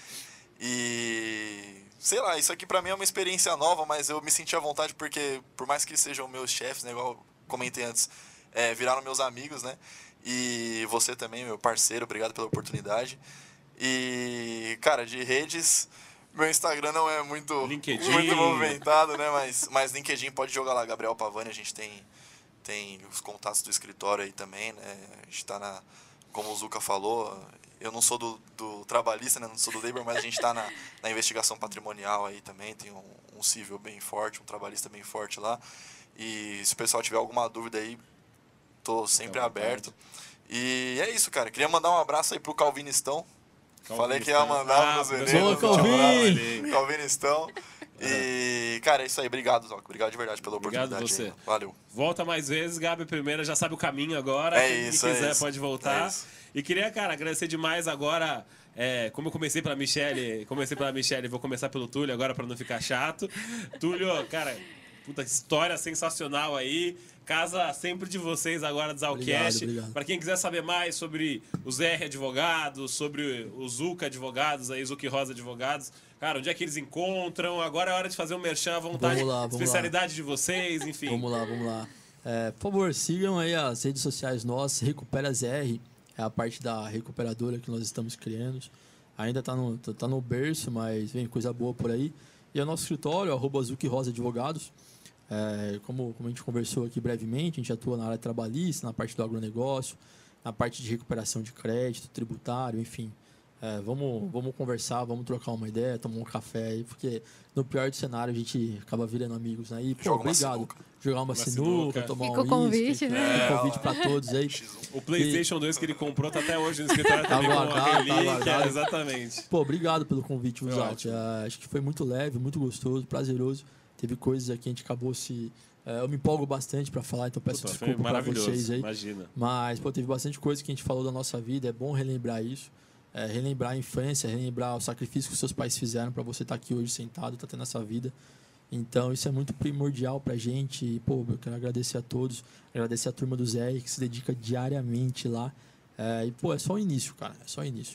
E sei lá, isso aqui pra mim é uma experiência nova, mas eu me senti à vontade porque, por mais que sejam meus chefes, né, igual eu comentei antes, viraram meus amigos, né? E você também, meu parceiro, obrigado pela oportunidade. E, cara, de redes, meu Instagram não é muito movimentado, né? Mas LinkedIn pode jogar lá, Gabriel Pavani, a gente tem os contatos do escritório aí também, né? A gente tá como o Zuka falou, eu não sou do trabalhista, né? Não sou do labor, mas a gente tá na investigação patrimonial aí também, tem um civil bem forte, um trabalhista bem forte lá. E se o pessoal tiver alguma dúvida aí, tô sempre aberto. E é isso, cara. Queria mandar um abraço aí pro Calvinistão. Falei que ia mandar pros meninos. Calvinistão. E, cara, é isso aí. Obrigado, Zoc. Obrigado de verdade pela oportunidade. Obrigado você. Aí. Valeu. Volta mais vezes, Gabi. Primeira já sabe o caminho agora. Quem quiser pode voltar. E queria, cara, agradecer demais agora. Como eu comecei pela Michelle, vou começar pelo Túlio agora para não ficar chato. Túlio, cara, puta história sensacional aí. Casa sempre de vocês agora do Zalcast. Para quem quiser saber mais sobre os R Advogados, sobre os Zuca Advogados, aí, Zuca e Rosa Advogados, cara, onde é que eles encontram? Agora é hora de fazer um merchan à vontade. Vamos especialidade de vocês, enfim. Vamos lá. Por favor, sigam aí as redes sociais nossas, Recuperas R, é a parte da recuperadora que nós estamos criando. Ainda tá no berço, mas vem coisa boa por aí. E é o nosso escritório, @Zuca e Rosa Advogados. Como a gente conversou aqui brevemente, a gente atua na área trabalhista, na parte do agronegócio, na parte de recuperação de crédito, tributário, enfim. Vamos conversar, vamos trocar uma ideia, tomar um café aí, porque no pior do cenário a gente acaba virando amigos, né? E, obrigado. Jogar uma sinuca, tomar Fica um convite, né? Fica o convite pra todos aí. O PlayStation 2 que ele comprou tá até hoje no escritório também com uma relíquia, exatamente. Obrigado pelo convite, Zalk. Acho que foi muito leve, muito gostoso, prazeroso. Teve coisas aqui, a gente acabou eu me empolgo bastante para falar, então peço desculpa para vocês aí. Imagina. Mas, teve bastante coisa que a gente falou da nossa vida, é bom relembrar isso. Relembrar a infância, relembrar o sacrifício que seus pais fizeram para você estar aqui hoje sentado, tá tendo essa vida. Então, isso é muito primordial pra gente. E, eu quero agradecer a todos, agradecer a turma do Zé, que se dedica diariamente lá. É só o início, cara, é só o início.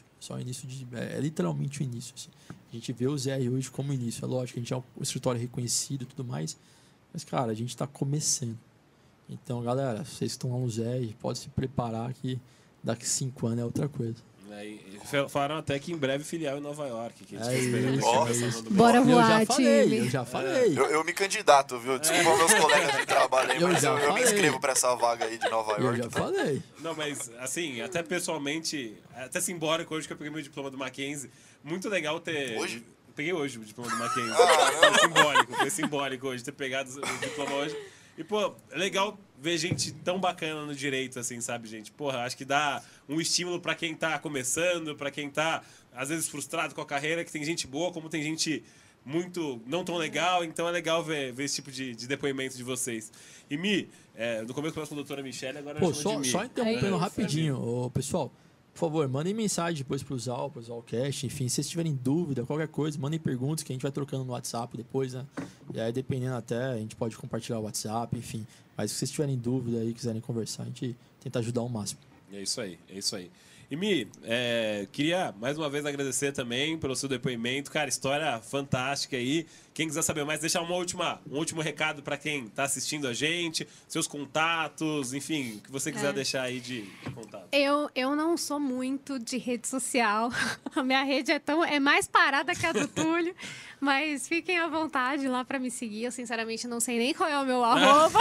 É literalmente o início, assim. A gente vê o Zé hoje como início. É lógico, a gente é um escritório reconhecido e tudo mais. Mas, cara, a gente está começando. Então, galera, vocês que estão lá no Zé, podem se preparar que daqui 5 anos é outra coisa. Falaram até que em breve filial em Nova York. Que a gente Bora voar, time. Eu já falei. Eu me candidato, viu? Desculpa meus colegas de trabalho aí, mas eu me inscrevo pra essa vaga aí de Nova York. Eu já falei. Não, mas assim, até pessoalmente, até simbólico hoje que eu peguei meu diploma do Mackenzie. Muito legal ter... Hoje? Peguei hoje o diploma do Mackenzie. Foi simbólico hoje ter pegado o diploma hoje. E, é legal ver gente tão bacana no direito, assim, sabe, gente? Acho que dá um estímulo pra quem tá começando, pra quem tá, às vezes, frustrado com a carreira, que tem gente boa, como tem gente muito não tão legal. Então é legal ver esse tipo de depoimento de vocês. E, Mi, no começo começou com a doutora Michelle, agora eu chamo de Mi. Só interrompendo rapidinho, pessoal. por favor, mandem mensagem depois pro Zalcast. Enfim, se vocês tiverem dúvida, qualquer coisa, mandem perguntas que a gente vai trocando no WhatsApp depois, né? E aí, dependendo até, a gente pode compartilhar o WhatsApp, enfim. Mas se vocês tiverem dúvida aí, quiserem conversar, a gente tenta ajudar ao máximo. É isso aí, é isso aí. E Mi, queria mais uma vez agradecer também pelo seu depoimento. Cara, história fantástica aí. Quem quiser saber mais, deixar um último recado para quem está assistindo a gente, seus contatos, enfim, o que você quiser deixar aí de contato. Eu não sou muito de rede social. A minha rede é mais parada que a do Túlio. Mas fiquem à vontade lá para me seguir. Eu, sinceramente, não sei nem qual é o meu arroba.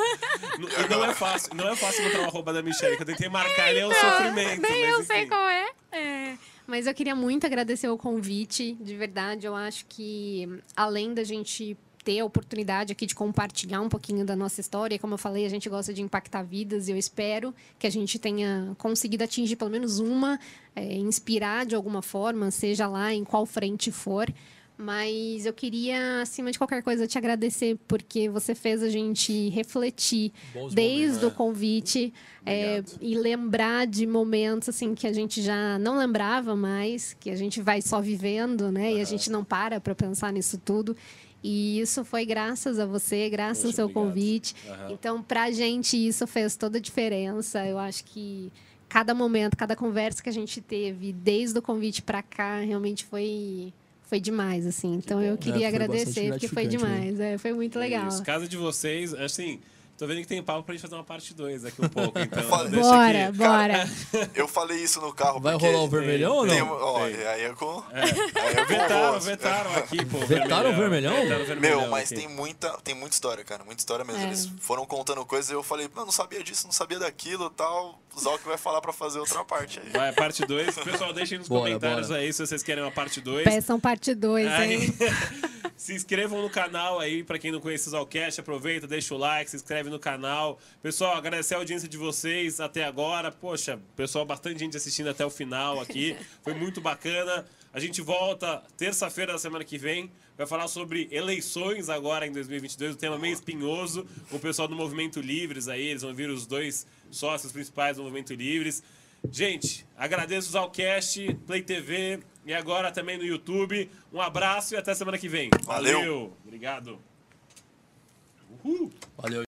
E não é fácil encontrar o arroba da Michelle, que eu tentei marcar, ele é um sofrimento. Nem eu sei qual é. Mas eu queria muito agradecer o convite, de verdade. Eu acho que, além da gente ter a oportunidade aqui de compartilhar um pouquinho da nossa história, como eu falei, a gente gosta de impactar vidas e eu espero que a gente tenha conseguido atingir pelo menos uma, inspirar de alguma forma, seja lá em qual frente for. Mas eu queria, acima de qualquer coisa, te agradecer porque você fez a gente refletir desde o convite e lembrar de momentos assim que a gente já não lembrava mais, que a gente vai só vivendo, né? E a gente não para pensar nisso tudo. E isso foi graças a você, graças ao seu convite. Então, pra gente, isso fez toda a diferença. Eu acho que cada momento, cada conversa que a gente teve, desde o convite para cá, realmente foi demais, assim. Então, eu queria agradecer, porque foi demais. Foi muito legal. Isso. Casa de vocês, assim... Tô vendo que tem papo pra gente fazer uma parte 2 daqui um pouco, então... Bora. Cara, eu falei isso no carro Vai rolar o vermelhão ou não? Aí é com... Vetaram aqui, pô. Vetaram o vermelhão? Meu, mas tem muita história, cara. Muita história mesmo. Eles foram contando coisas e eu falei, não sabia disso, não sabia daquilo e tal. O Zal que vai falar pra fazer outra parte aí. Vai, parte 2. Pessoal, deixem nos comentários aí se vocês querem uma parte 2. Peçam parte 2, hein? Se inscrevam no canal aí, pra quem não conhece o Zalcast, aproveita, deixa o like, se inscreve no canal. Pessoal, agradecer a audiência de vocês até agora. Poxa, pessoal, bastante gente assistindo até o final aqui. Foi muito bacana. A gente volta terça-feira da semana que vem. Vai falar sobre eleições agora em 2022, um tema meio espinhoso, com o pessoal do Movimento Livres aí. Eles vão vir os 2 sócios principais do Movimento Livres. Gente, agradeço o Zalcast, Play TV e agora também no YouTube. Um abraço e até semana que vem. Valeu. Obrigado. Uhul. Valeu.